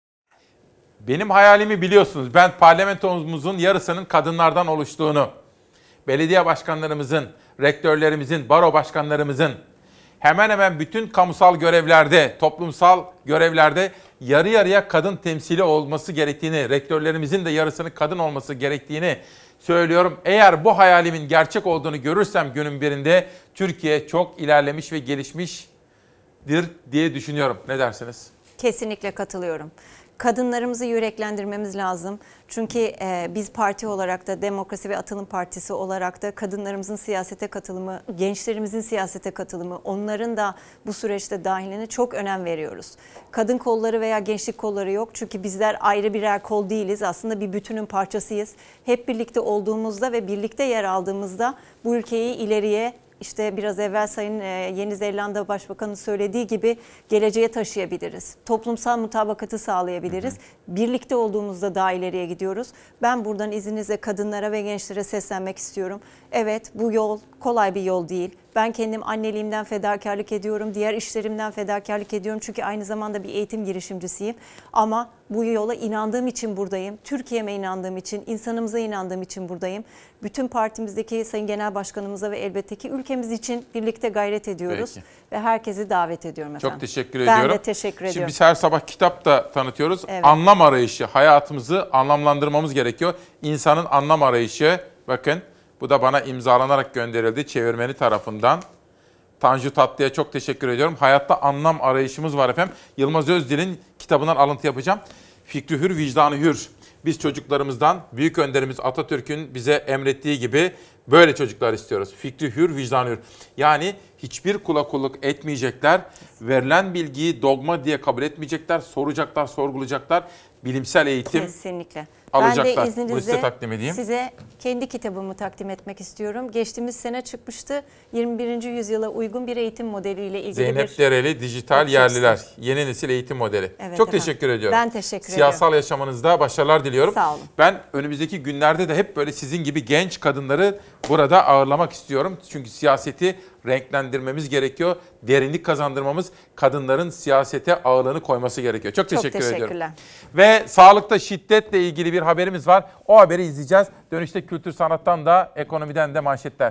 Benim hayalimi biliyorsunuz. Ben parlamentomuzun yarısının kadınlardan oluştuğunu, belediye başkanlarımızın, rektörlerimizin, baro başkanlarımızın, hemen hemen bütün kamusal görevlerde, toplumsal görevlerde yarı yarıya kadın temsili olması gerektiğini, rektörlerimizin de yarısının kadın olması gerektiğini söylüyorum. Eğer bu hayalimin gerçek olduğunu görürsem günün birinde Türkiye çok ilerlemiş ve gelişmiştir diye düşünüyorum. Ne dersiniz? Kesinlikle katılıyorum. Kadınlarımızı yüreklendirmemiz lazım. Çünkü biz parti olarak da Demokrasi ve Atılım Partisi olarak da kadınlarımızın siyasete katılımı, gençlerimizin siyasete katılımı, onların da bu süreçte dahiline çok önem veriyoruz. Kadın kolları veya gençlik kolları yok. Çünkü bizler ayrı birer kol değiliz. Aslında bir bütünün parçasıyız. Hep birlikte olduğumuzda ve birlikte yer aldığımızda bu ülkeyi ileriye, İşte biraz evvel Sayın Yeni Zelanda Başbakanı'nın söylediği gibi geleceğe taşıyabiliriz. Toplumsal mutabakatı sağlayabiliriz. Birlikte olduğumuzda daha ileriye gidiyoruz. Ben buradan izninizle kadınlara ve gençlere seslenmek istiyorum. Evet, bu yol kolay bir yol değil. Ben kendim anneliğimden fedakarlık ediyorum, diğer işlerimden fedakarlık ediyorum. Çünkü aynı zamanda bir eğitim girişimcisiyim. Ama bu yola inandığım için buradayım. Türkiye'me inandığım için, insanımıza inandığım için buradayım. Bütün partimizdeki Sayın Genel Başkanımıza ve elbette ki ülkemiz için birlikte gayret ediyoruz. Peki. Ve herkesi davet ediyorum efendim. Çok teşekkür ediyorum. Ben de teşekkür ediyorum. Şimdi biz her sabah kitap da tanıtıyoruz. Evet. Anlam arayışı, hayatımızı anlamlandırmamız gerekiyor. İnsanın anlam arayışı, bakın bu da bana imzalanarak gönderildi çevirmeni tarafından. Tanju Tatlı'ya çok teşekkür ediyorum. Hayatta anlam arayışımız var efendim. Yılmaz Özdil'in kitabından alıntı yapacağım. Fikri hür, vicdanı hür. Biz çocuklarımızdan büyük önderimiz Atatürk'ün bize emrettiği gibi böyle çocuklar istiyoruz. Fikri hür, vicdanı hür. Yani hiçbir kula kulluk etmeyecekler. Verilen bilgiyi dogma diye kabul etmeyecekler. Soracaklar, sorgulayacaklar. Bilimsel eğitim kesinlikle alacaklar. Ben de Bunu size izninizle takdim edeyim. size kendi kitabımı takdim etmek istiyorum. Geçtiğimiz sene çıkmıştı. 21. yüzyıla uygun bir eğitim modeliyle ilgili Zeynep Dereli, Dijital Yerliler, Yeni Nesil Eğitim Modeli. Evet, çok efendim. teşekkür ediyorum. Ben teşekkür ediyorum. Siyasal yaşamınızda başarılar diliyorum. Sağ olun. Ben önümüzdeki günlerde de hep böyle sizin gibi genç kadınları burada ağırlamak istiyorum. Çünkü siyaseti renklendirmemiz gerekiyor. Derinlik kazandırmamız, kadınların siyasete ağırlığını koyması gerekiyor. Çok teşekkür ediyorum. Ve sağlıkta şiddetle ilgili bir haberimiz var. O haberi izleyeceğiz. Dönüşte kültür sanattan da ekonomiden de manşetler.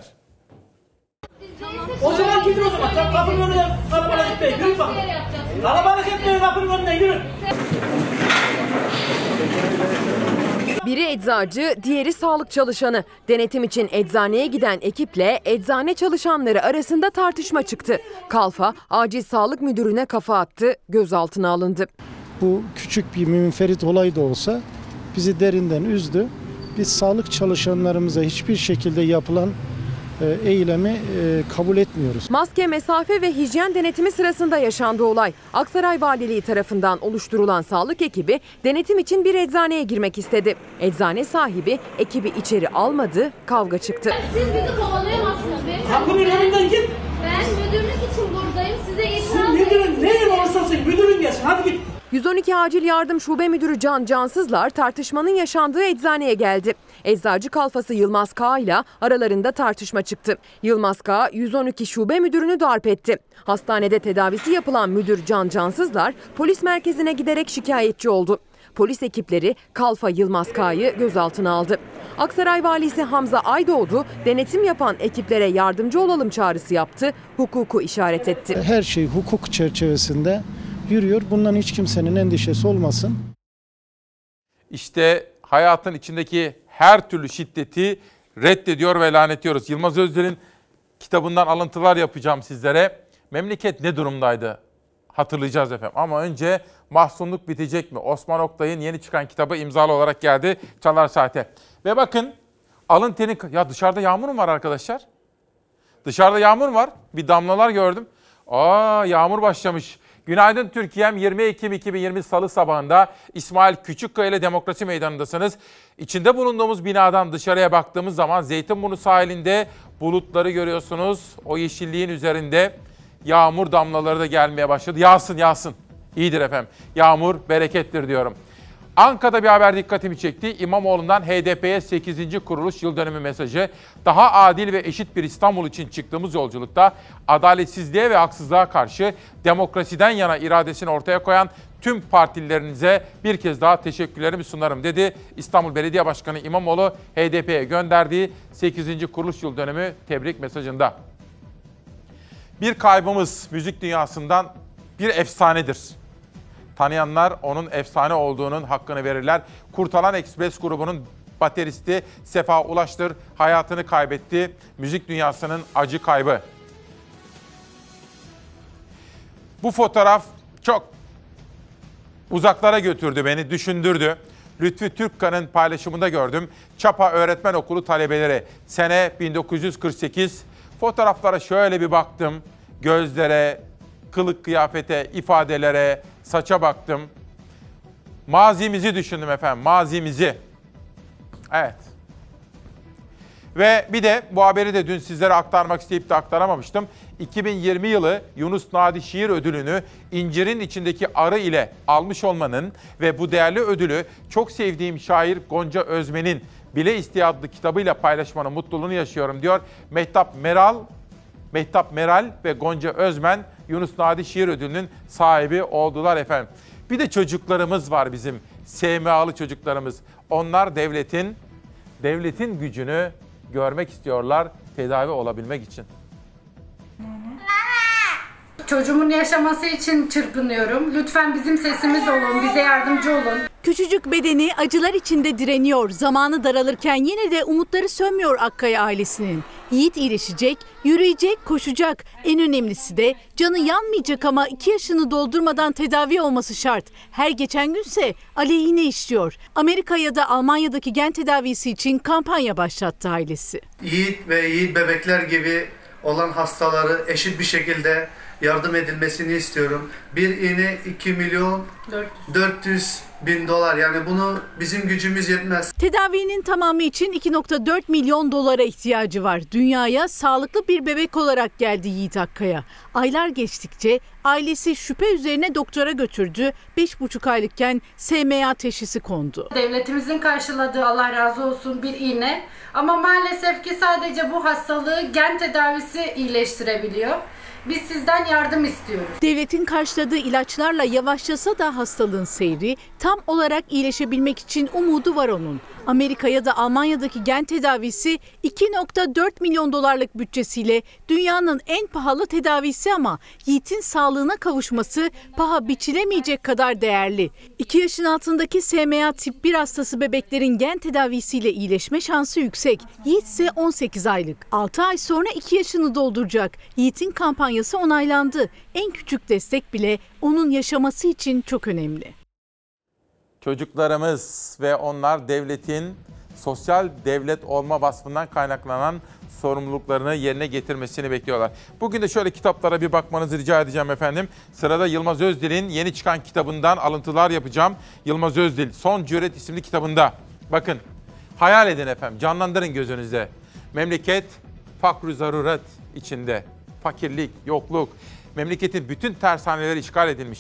O zaman gidin o zaman. Sen kapının önüne kalabalık gitmeyin. Yürü bakın. Kalabalık gitmeyin kapının önüne yürü. Biri eczacı, diğeri sağlık çalışanı. Denetim için eczaneye giden ekiple eczane çalışanları arasında tartışma çıktı. Kalfa, acil sağlık müdürüne kafa attı, gözaltına alındı. Bu küçük bir münferit olay da olsa bizi derinden üzdü. Biz sağlık çalışanlarımıza hiçbir şekilde yapılan eylemi kabul etmiyoruz. Maske, mesafe ve hijyen denetimi sırasında yaşandı olay. Aksaray Valiliği tarafından oluşturulan sağlık ekibi denetim için bir eczaneye girmek istedi. Eczane sahibi ekibi içeri almadı, kavga çıktı. Siz bizi kovalayamazsınız beyefendi. Kapının önünden git. Ben müdürlük için buradayım. Size Sen müdürün neyin olursa olsun müdürün gelsin. Hadi git. 112 Acil Yardım Şube Müdürü Can Cansızlar tartışmanın yaşandığı eczaneye geldi. Eczacı kalfası Yılmaz K ile aralarında tartışma çıktı. Yılmaz K 112 Şube Müdürünü darp etti. Hastanede tedavisi yapılan müdür Can Cansızlar polis merkezine giderek şikayetçi oldu. Polis ekipleri kalfa Yılmaz K'yı gözaltına aldı. Aksaray Valisi Hamza Aydoğdu denetim yapan ekiplere yardımcı olalım çağrısı yaptı, hukuku işaret etti. Her şey hukuk çerçevesinde yürüyor. Bundan hiç kimsenin endişesi olmasın. İşte hayatın içindeki her türlü şiddeti reddediyor ve lanetliyoruz. Yılmaz Özdel'in kitabından alıntılar yapacağım sizlere. Memleket ne durumdaydı? Hatırlayacağız efendim. Ama önce mahzunluk bitecek mi? Osman Oktay'ın yeni çıkan kitabı imzalı olarak geldi Çalar Saat'e. Ve bakın alın teni... Ya dışarıda yağmur mu var arkadaşlar? Dışarıda yağmur var. Bir damlalar gördüm. Yağmur başlamış. Günaydın Türkiye'm, 20 Ekim 2020 Salı sabahında İsmail Küçükkaya ile Demokrasi Meydanı'ndasınız. İçinde bulunduğumuz binadan dışarıya baktığımız zaman Zeytinburnu sahilinde bulutları görüyorsunuz. O yeşilliğin üzerinde yağmur damlaları da gelmeye başladı. Yağsın. İyidir efendim. Yağmur berekettir diyorum. Ankara'da bir haber dikkatimi çekti. İmamoğlu'ndan HDP'ye 8. kuruluş yıl dönümü mesajı. Daha adil ve eşit bir İstanbul için çıktığımız yolculukta adaletsizliğe ve haksızlığa karşı demokrasiden yana iradesini ortaya koyan tüm partililerinize bir kez daha teşekkürlerimi sunarım dedi. İstanbul Belediye Başkanı İmamoğlu HDP'ye gönderdiği 8. kuruluş yıl dönümü tebrik mesajında. Bir kaybımız müzik dünyasından bir efsanedir. Tanıyanlar onun efsane olduğunun hakkını verirler. Kurtalan Express grubunun bateristi Sefa Ulaştır hayatını kaybetti. Müzik dünyasının acı kaybı. Bu fotoğraf çok uzaklara götürdü beni, düşündürdü. Lütfü Türkkan'ın paylaşımında gördüm. Çapa Öğretmen Okulu talebeleri. Sene 1948. Fotoğraflara şöyle bir baktım. Gözlere, kılık kıyafete, ifadelere, saça baktım. Mazimizi düşündüm efendim, mazimizi. Evet. Ve bir de bu haberi de dün sizlere aktarmak isteyip de aktaramamıştım. 2020 yılı Yunus Nadi Şiir Ödülünü İncir'in içindeki arı ile almış olmanın ve bu değerli ödülü çok sevdiğim şair Gonca Özmen'in Bile İsteye adlı kitabıyla paylaşmanın mutluluğunu yaşıyorum diyor. Mehtap Meral ve Gonca Özmen Yunus Nadi Şiir Ödülü'nün sahibi oldular efendim. Bir de çocuklarımız var bizim, SMA'lı çocuklarımız. Onlar devletin gücünü görmek istiyorlar tedavi olabilmek için. Çocuğumun yaşaması için çırpınıyorum. Lütfen bizim sesimiz olun, bize yardımcı olun. Küçücük bedeni acılar içinde direniyor. Zamanı daralırken yine de umutları sönmüyor Akkaya ailesinin. Yiğit iyileşecek, yürüyecek, koşacak. En önemlisi de canı yanmayacak ama 2 yaşını doldurmadan tedavi olması şart. Her geçen günse aleyhine işliyor. Amerika ya da Almanya'daki gen tedavisi için kampanya başlattı ailesi. Yiğit ve yiğit bebekler gibi olan hastaları eşit bir şekilde yardım edilmesini istiyorum. Bir iğne 2.400.000 dolar, yani bunu bizim gücümüz yetmez. Tedavinin tamamı için 2.4 milyon dolara ihtiyacı var. Dünyaya sağlıklı bir bebek olarak geldi Yiğit Akkaya. Aylar geçtikçe ailesi şüphe üzerine doktora götürdü. 5,5 aylıkken SMA teşhisi kondu. Devletimizin karşıladığı, Allah razı olsun, bir iğne. Ama maalesef ki sadece bu hastalığı gen tedavisi iyileştirebiliyor. Biz sizden yardım istiyoruz. Devletin karşıladığı ilaçlarla yavaşlasa da hastalığın seyri, tam olarak iyileşebilmek için umudu var onun. Amerika ya da Almanya'daki gen tedavisi 2.4 milyon dolarlık bütçesiyle dünyanın en pahalı tedavisi ama Yiğit'in sağlığına kavuşması paha biçilemeyecek kadar değerli. 2 yaşın altındaki SMA tip 1 hastası bebeklerin gen tedavisiyle iyileşme şansı yüksek. Yiğit ise 18 aylık. 6 ay sonra 2 yaşını dolduracak. Yiğit'in kampanyası onaylandı. En küçük destek bile onun yaşaması için çok önemli. Çocuklarımız ve onlar devletin sosyal devlet olma vasfından kaynaklanan sorumluluklarını yerine getirmesini bekliyorlar. Bugün de şöyle kitaplara bir bakmanızı rica edeceğim efendim. Sırada Yılmaz Özdil'in yeni çıkan kitabından alıntılar yapacağım. Yılmaz Özdil Son Cüret isimli kitabında. Bakın, hayal edin efendim, canlandırın gözünüzde. Memleket fakr-ı zaruret içinde. Fakirlik, yokluk. Memleketin bütün tersaneleri işgal edilmiş.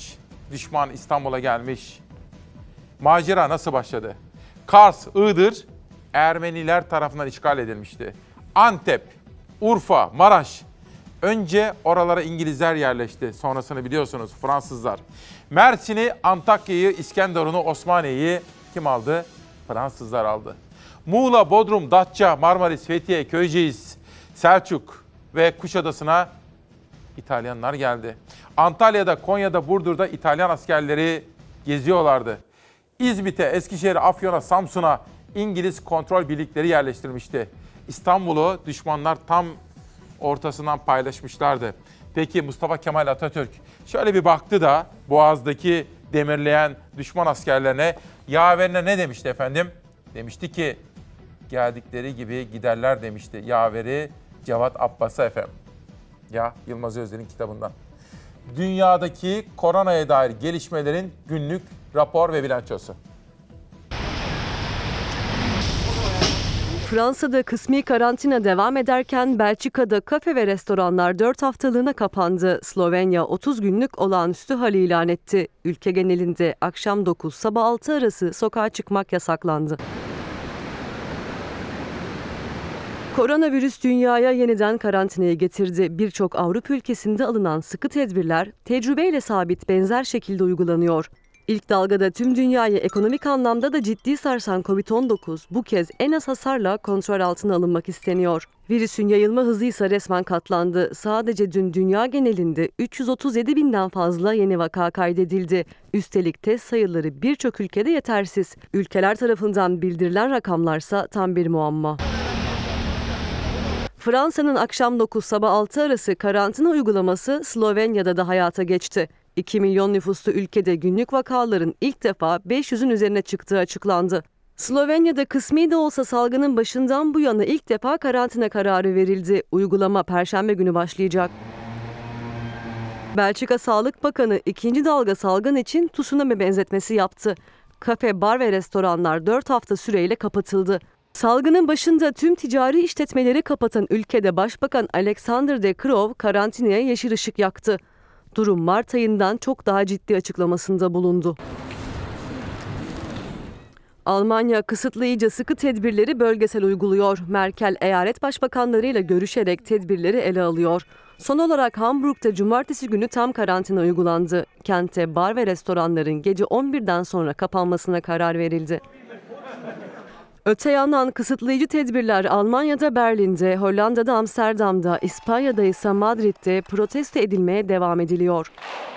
düşman İstanbul'a gelmiş. Macera nasıl başladı? Kars, Iğdır Ermeniler tarafından işgal edilmişti. Antep, Urfa, Maraş. Önce oralara İngilizler yerleşti. Sonrasını biliyorsunuz Fransızlar. Mersin'i, Antakya'yı, İskenderun'u, Osmaniye'yi kim aldı? Fransızlar aldı. Muğla, Bodrum, Datça, Marmaris, Fethiye, Köyceğiz, Selçuk ve Kuşadası'na İtalyanlar geldi. Antalya'da, Konya'da, Burdur'da İtalyan askerleri geziyorlardı. İzmit'e, Eskişehir'e, Afyon'a, Samsun'a İngiliz kontrol birlikleri yerleştirmişti. İstanbul'u düşmanlar tam ortasından paylaşmışlardı. Peki Mustafa Kemal Atatürk şöyle bir baktı da Boğaz'daki demirleyen düşman askerlerine, yaverine ne demişti efendim? Demişti ki geldikleri gibi giderler demişti. Yaveri Cevat Abbas'a efendim. Ya Yılmaz Özden'in kitabından. Dünyadaki koronaya dair gelişmelerin günlük rapor ve bilançosu. Fransa'da kısmi karantina devam ederken Belçika'da kafe ve restoranlar 4 haftalığına kapandı. Slovenya 30 günlük olağanüstü hal ilan etti. Ülke genelinde akşam 9-sabah 6 arası sokağa çıkmak yasaklandı. Koronavirüs dünyaya yeniden karantinayı getirdi. Birçok Avrupa ülkesinde alınan sıkı tedbirler tecrübeyle sabit benzer şekilde uygulanıyor. İlk dalgada tüm dünyayı ekonomik anlamda da ciddi sarsan Covid-19 bu kez en az hasarla kontrol altına alınmak isteniyor. Virüsün yayılma hızı ise resmen katlandı. Sadece dün dünya genelinde 337 binden fazla yeni vaka kaydedildi. Üstelik test sayıları birçok ülkede yetersiz. Ülkeler tarafından bildirilen rakamlarsa tam bir muamma. Fransa'nın akşam 9-sabah 6 arası karantina uygulaması Slovenya'da da hayata geçti. 2 milyon nüfuslu ülkede günlük vakaların ilk defa 500'ün üzerine çıktığı açıklandı. Slovenya'da kısmi de olsa salgının başından bu yana ilk defa karantina kararı verildi. Uygulama Perşembe günü başlayacak. Belçika Sağlık Bakanı ikinci dalga salgın için tsunami benzetmesi yaptı. Kafe, bar ve restoranlar 4 hafta süreyle kapatıldı. Salgının başında tüm ticari işletmeleri kapatan ülkede Başbakan Alexander De Croo karantinaya yeşil ışık yaktı. Durum Mart ayından çok daha ciddi açıklamasında bulundu. Almanya kısıtlayıcı sıkı tedbirleri bölgesel uyguluyor. Merkel eyalet başbakanlarıyla görüşerek tedbirleri ele alıyor. Son olarak Hamburg'da cumartesi günü tam karantina uygulandı. Kente bar ve restoranların gece 11'den sonra kapanmasına karar verildi. Öte yandan kısıtlayıcı tedbirler Almanya'da Berlin'de, Hollanda'da Amsterdam'da, İspanya'da ise Madrid'de protesto edilmeye devam ediliyor.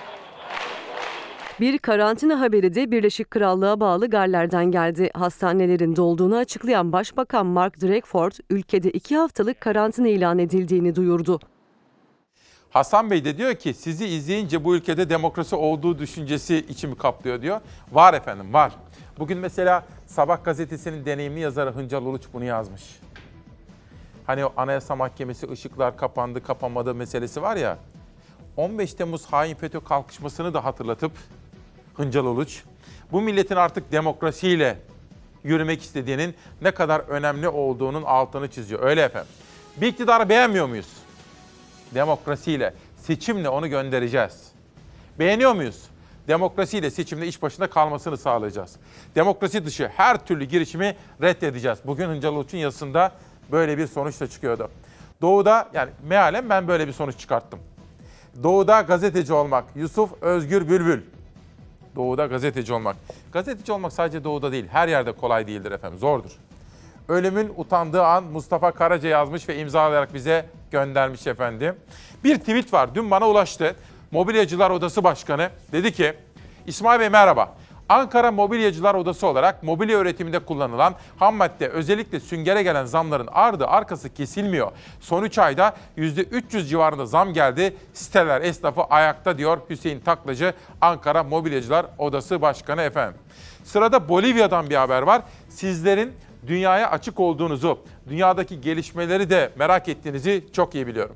Bir karantina haberi de Birleşik Krallığa bağlı Galler'den geldi. Hastanelerin dolduğunu açıklayan Başbakan Mark Drakeford, ülkede 2 haftalık karantina ilan edildiğini duyurdu. Hasan Bey de diyor ki sizi izleyince bu ülkede demokrasi olduğu düşüncesi içimi kaplıyor diyor. Var efendim, var. Bugün mesela Sabah gazetesinin deneyimli yazarı Hıncal Uluç bunu yazmış. Hani o Anayasa Mahkemesi ışıklar kapandı kapanmadı meselesi var ya. 15 Temmuz hain FETÖ kalkışmasını da hatırlatıp Hıncal Uluç bu milletin artık demokrasiyle yürümek istediğinin ne kadar önemli olduğunun altını çiziyor. Öyle efendim. Bir iktidarı beğenmiyor muyuz? Demokrasiyle, seçimle onu göndereceğiz. Beğeniyor muyuz? Demokrasiyle seçimde iş başında kalmasını sağlayacağız. Demokrasi dışı her türlü girişimi reddedeceğiz. Bugün Hıncal Uluç'un yazısında böyle bir sonuçla çıkıyordu. Doğu'da, yani mealen ben böyle bir sonuç çıkarttım. Doğu'da gazeteci olmak, Yusuf Özgür Bülbül. Doğu'da gazeteci olmak. Gazeteci olmak sadece Doğu'da değil, her yerde kolay değildir efendim, zordur. Ölümün utandığı an Mustafa Karaca yazmış ve imzalayarak bize göndermiş efendim. Bir tweet var, dün bana ulaştı. Mobilyacılar Odası Başkanı dedi ki, İsmail Bey merhaba. Ankara Mobilyacılar Odası olarak mobilya üretiminde kullanılan ham madde, özellikle süngere gelen zamların ardı arkası kesilmiyor. Son 3 ayda %300 civarında zam geldi. Siteler esnafı ayakta diyor Hüseyin Taklacı, Ankara Mobilyacılar Odası Başkanı efendim. Sırada Bolivya'dan bir haber var. Sizlerin dünyaya açık olduğunuzu, dünyadaki gelişmeleri de merak ettiğinizi çok iyi biliyorum.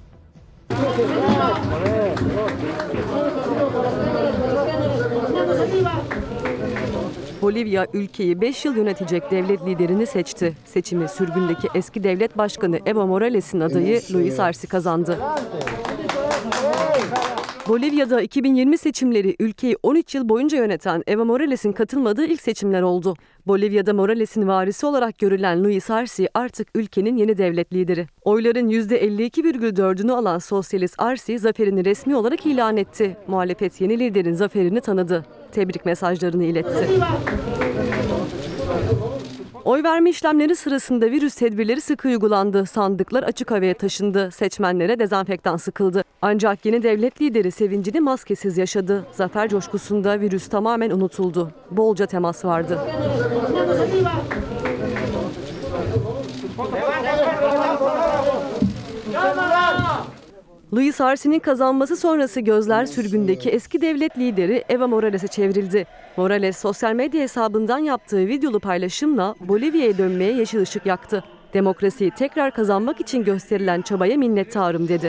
Bolivya ülkeyi 5 yıl yönetecek devlet liderini seçti. Seçimi sürgündeki eski devlet başkanı Evo Morales'in adayı Luis Arce kazandı. Bolivya'da 2020 seçimleri ülkeyi 13 yıl boyunca yöneten Evo Morales'in katılmadığı ilk seçimler oldu. Bolivya'da Morales'in varisi olarak görülen Luis Arce artık ülkenin yeni devlet lideri. Oyların %52,4'ünü alan Sosyalist Arce zaferini resmi olarak ilan etti. Muhalefet yeni liderin zaferini tanıdı. Tebrik mesajlarını iletti. Oy verme işlemleri sırasında virüs tedbirleri sıkı uygulandı. Sandıklar açık havaya taşındı. Seçmenlere dezenfektan sıkıldı. Ancak yeni devlet lideri sevincini maskesiz yaşadı. Zafer coşkusunda virüs tamamen unutuldu. Bolca temas vardı. Luis Arce'nin kazanması sonrası gözler sürgündeki eski devlet lideri Evo Morales'e çevrildi. Morales sosyal medya hesabından yaptığı videolu paylaşımla Bolivya'ya dönmeye yeşil ışık yaktı. Demokrasiyi tekrar kazanmak için gösterilen çabaya minnettarım dedi.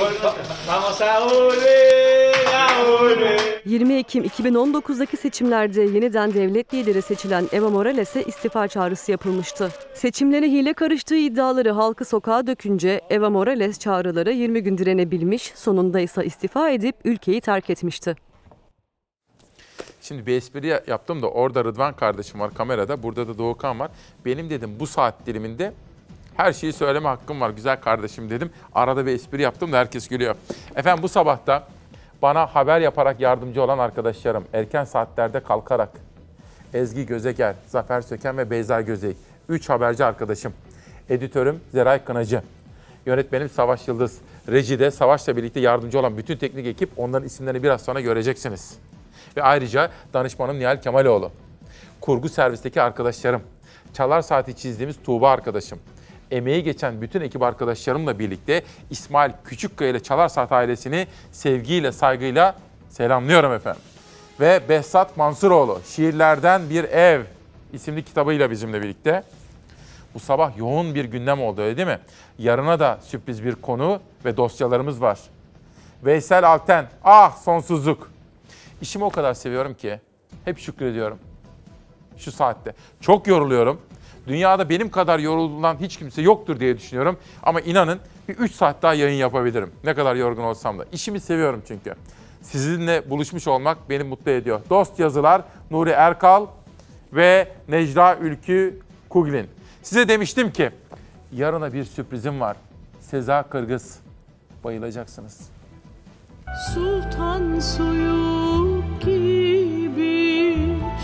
20 Ekim 2019'daki seçimlerde yeniden devlet lideri seçilen Evo Morales'e istifa çağrısı yapılmıştı. Seçimlere hile karıştığı iddiaları halkı sokağa dökünce Evo Morales çağrılara 20 gün direnebilmiş, sonunda ise istifa edip ülkeyi terk etmişti. Şimdi bir espri yaptım da orada Rıdvan kardeşim var kamerada, burada da Doğukan var. Benim dedim bu saat diliminde her şeyi söyleme hakkım var güzel kardeşim dedim. Arada bir espri yaptım da herkes gülüyor. Efendim bu sabahta bana haber yaparak yardımcı olan arkadaşlarım, erken saatlerde kalkarak Ezgi Gözeger, Zafer Söken ve Beyza Gözey, 3 haberci arkadaşım, editörüm Zeray Kınacı, yönetmenim Savaş Yıldız, rejide Savaş'la birlikte yardımcı olan bütün teknik ekip, onların isimlerini biraz sonra göreceksiniz. Ve ayrıca danışmanım Nihal Kemaloğlu, kurgu servisteki arkadaşlarım, Çalar Saati çizdiğimiz Tuğba arkadaşım, emeği geçen bütün ekip arkadaşlarımla birlikte İsmail Küçükkaya ile Çalar Saat ailesini sevgiyle, saygıyla selamlıyorum efendim. Ve Behzat Mansuroğlu, Şiirlerden Bir Ev isimli kitabıyla bizimle birlikte. Bu sabah yoğun bir gündem oldu, öyle değil mi? Yarına da sürpriz bir konu ve dosyalarımız var. Veysel Alten, sonsuzluk. İşimi o kadar seviyorum ki hep şükrediyorum şu saatte. Çok yoruluyorum. Dünyada benim kadar yorulan hiç kimse yoktur diye düşünüyorum. Ama inanın bir 3 saat daha yayın yapabilirim. Ne kadar yorgun olsam da. İşimi seviyorum çünkü. Sizinle buluşmuş olmak beni mutlu ediyor. Dost yazılar Nuri Erkal ve Necla Ülkü Kuglin. Size demiştim ki yarına bir sürprizim var. Seza Kırgız. Bayılacaksınız. Sultan suyu gibi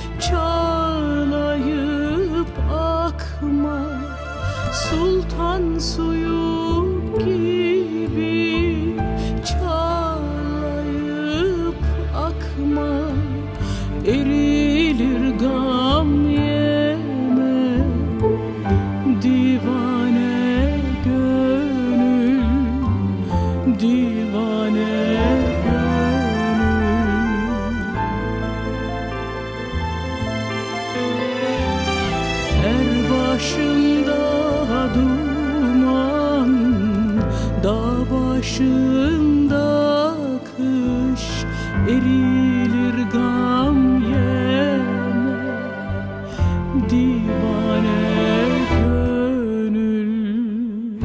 çağlayıp akma, sultan suyu gibi çağlayıp akma, erilir gam yeme, divane gönül, divane. Başında duman, dağ başında kış, erilir gam yeme, divane gönül.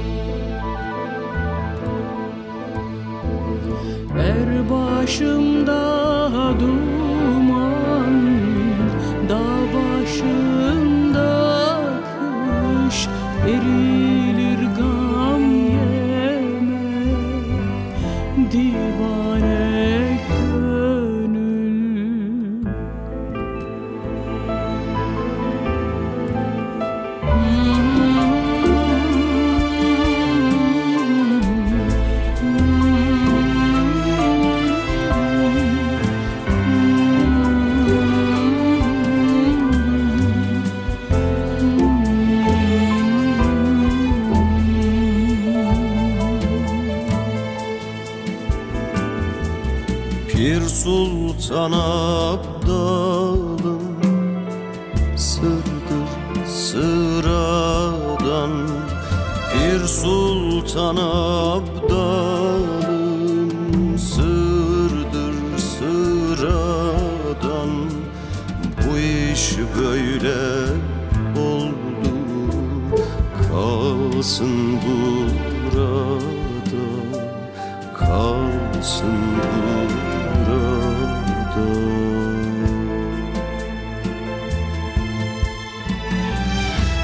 Başında duman, dağ başında kış, erilir gam yeme, divane gönül. Pir Sultan Abdalım sırdır sıradan, Pir Sultan Abdalım sırdır sıradan. Bu iş böyle oldu, kalsın burada, kalsın burada.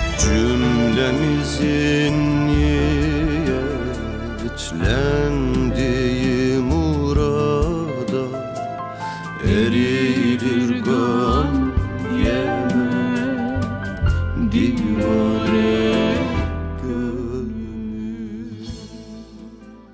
Cümlemizin niyetlendiği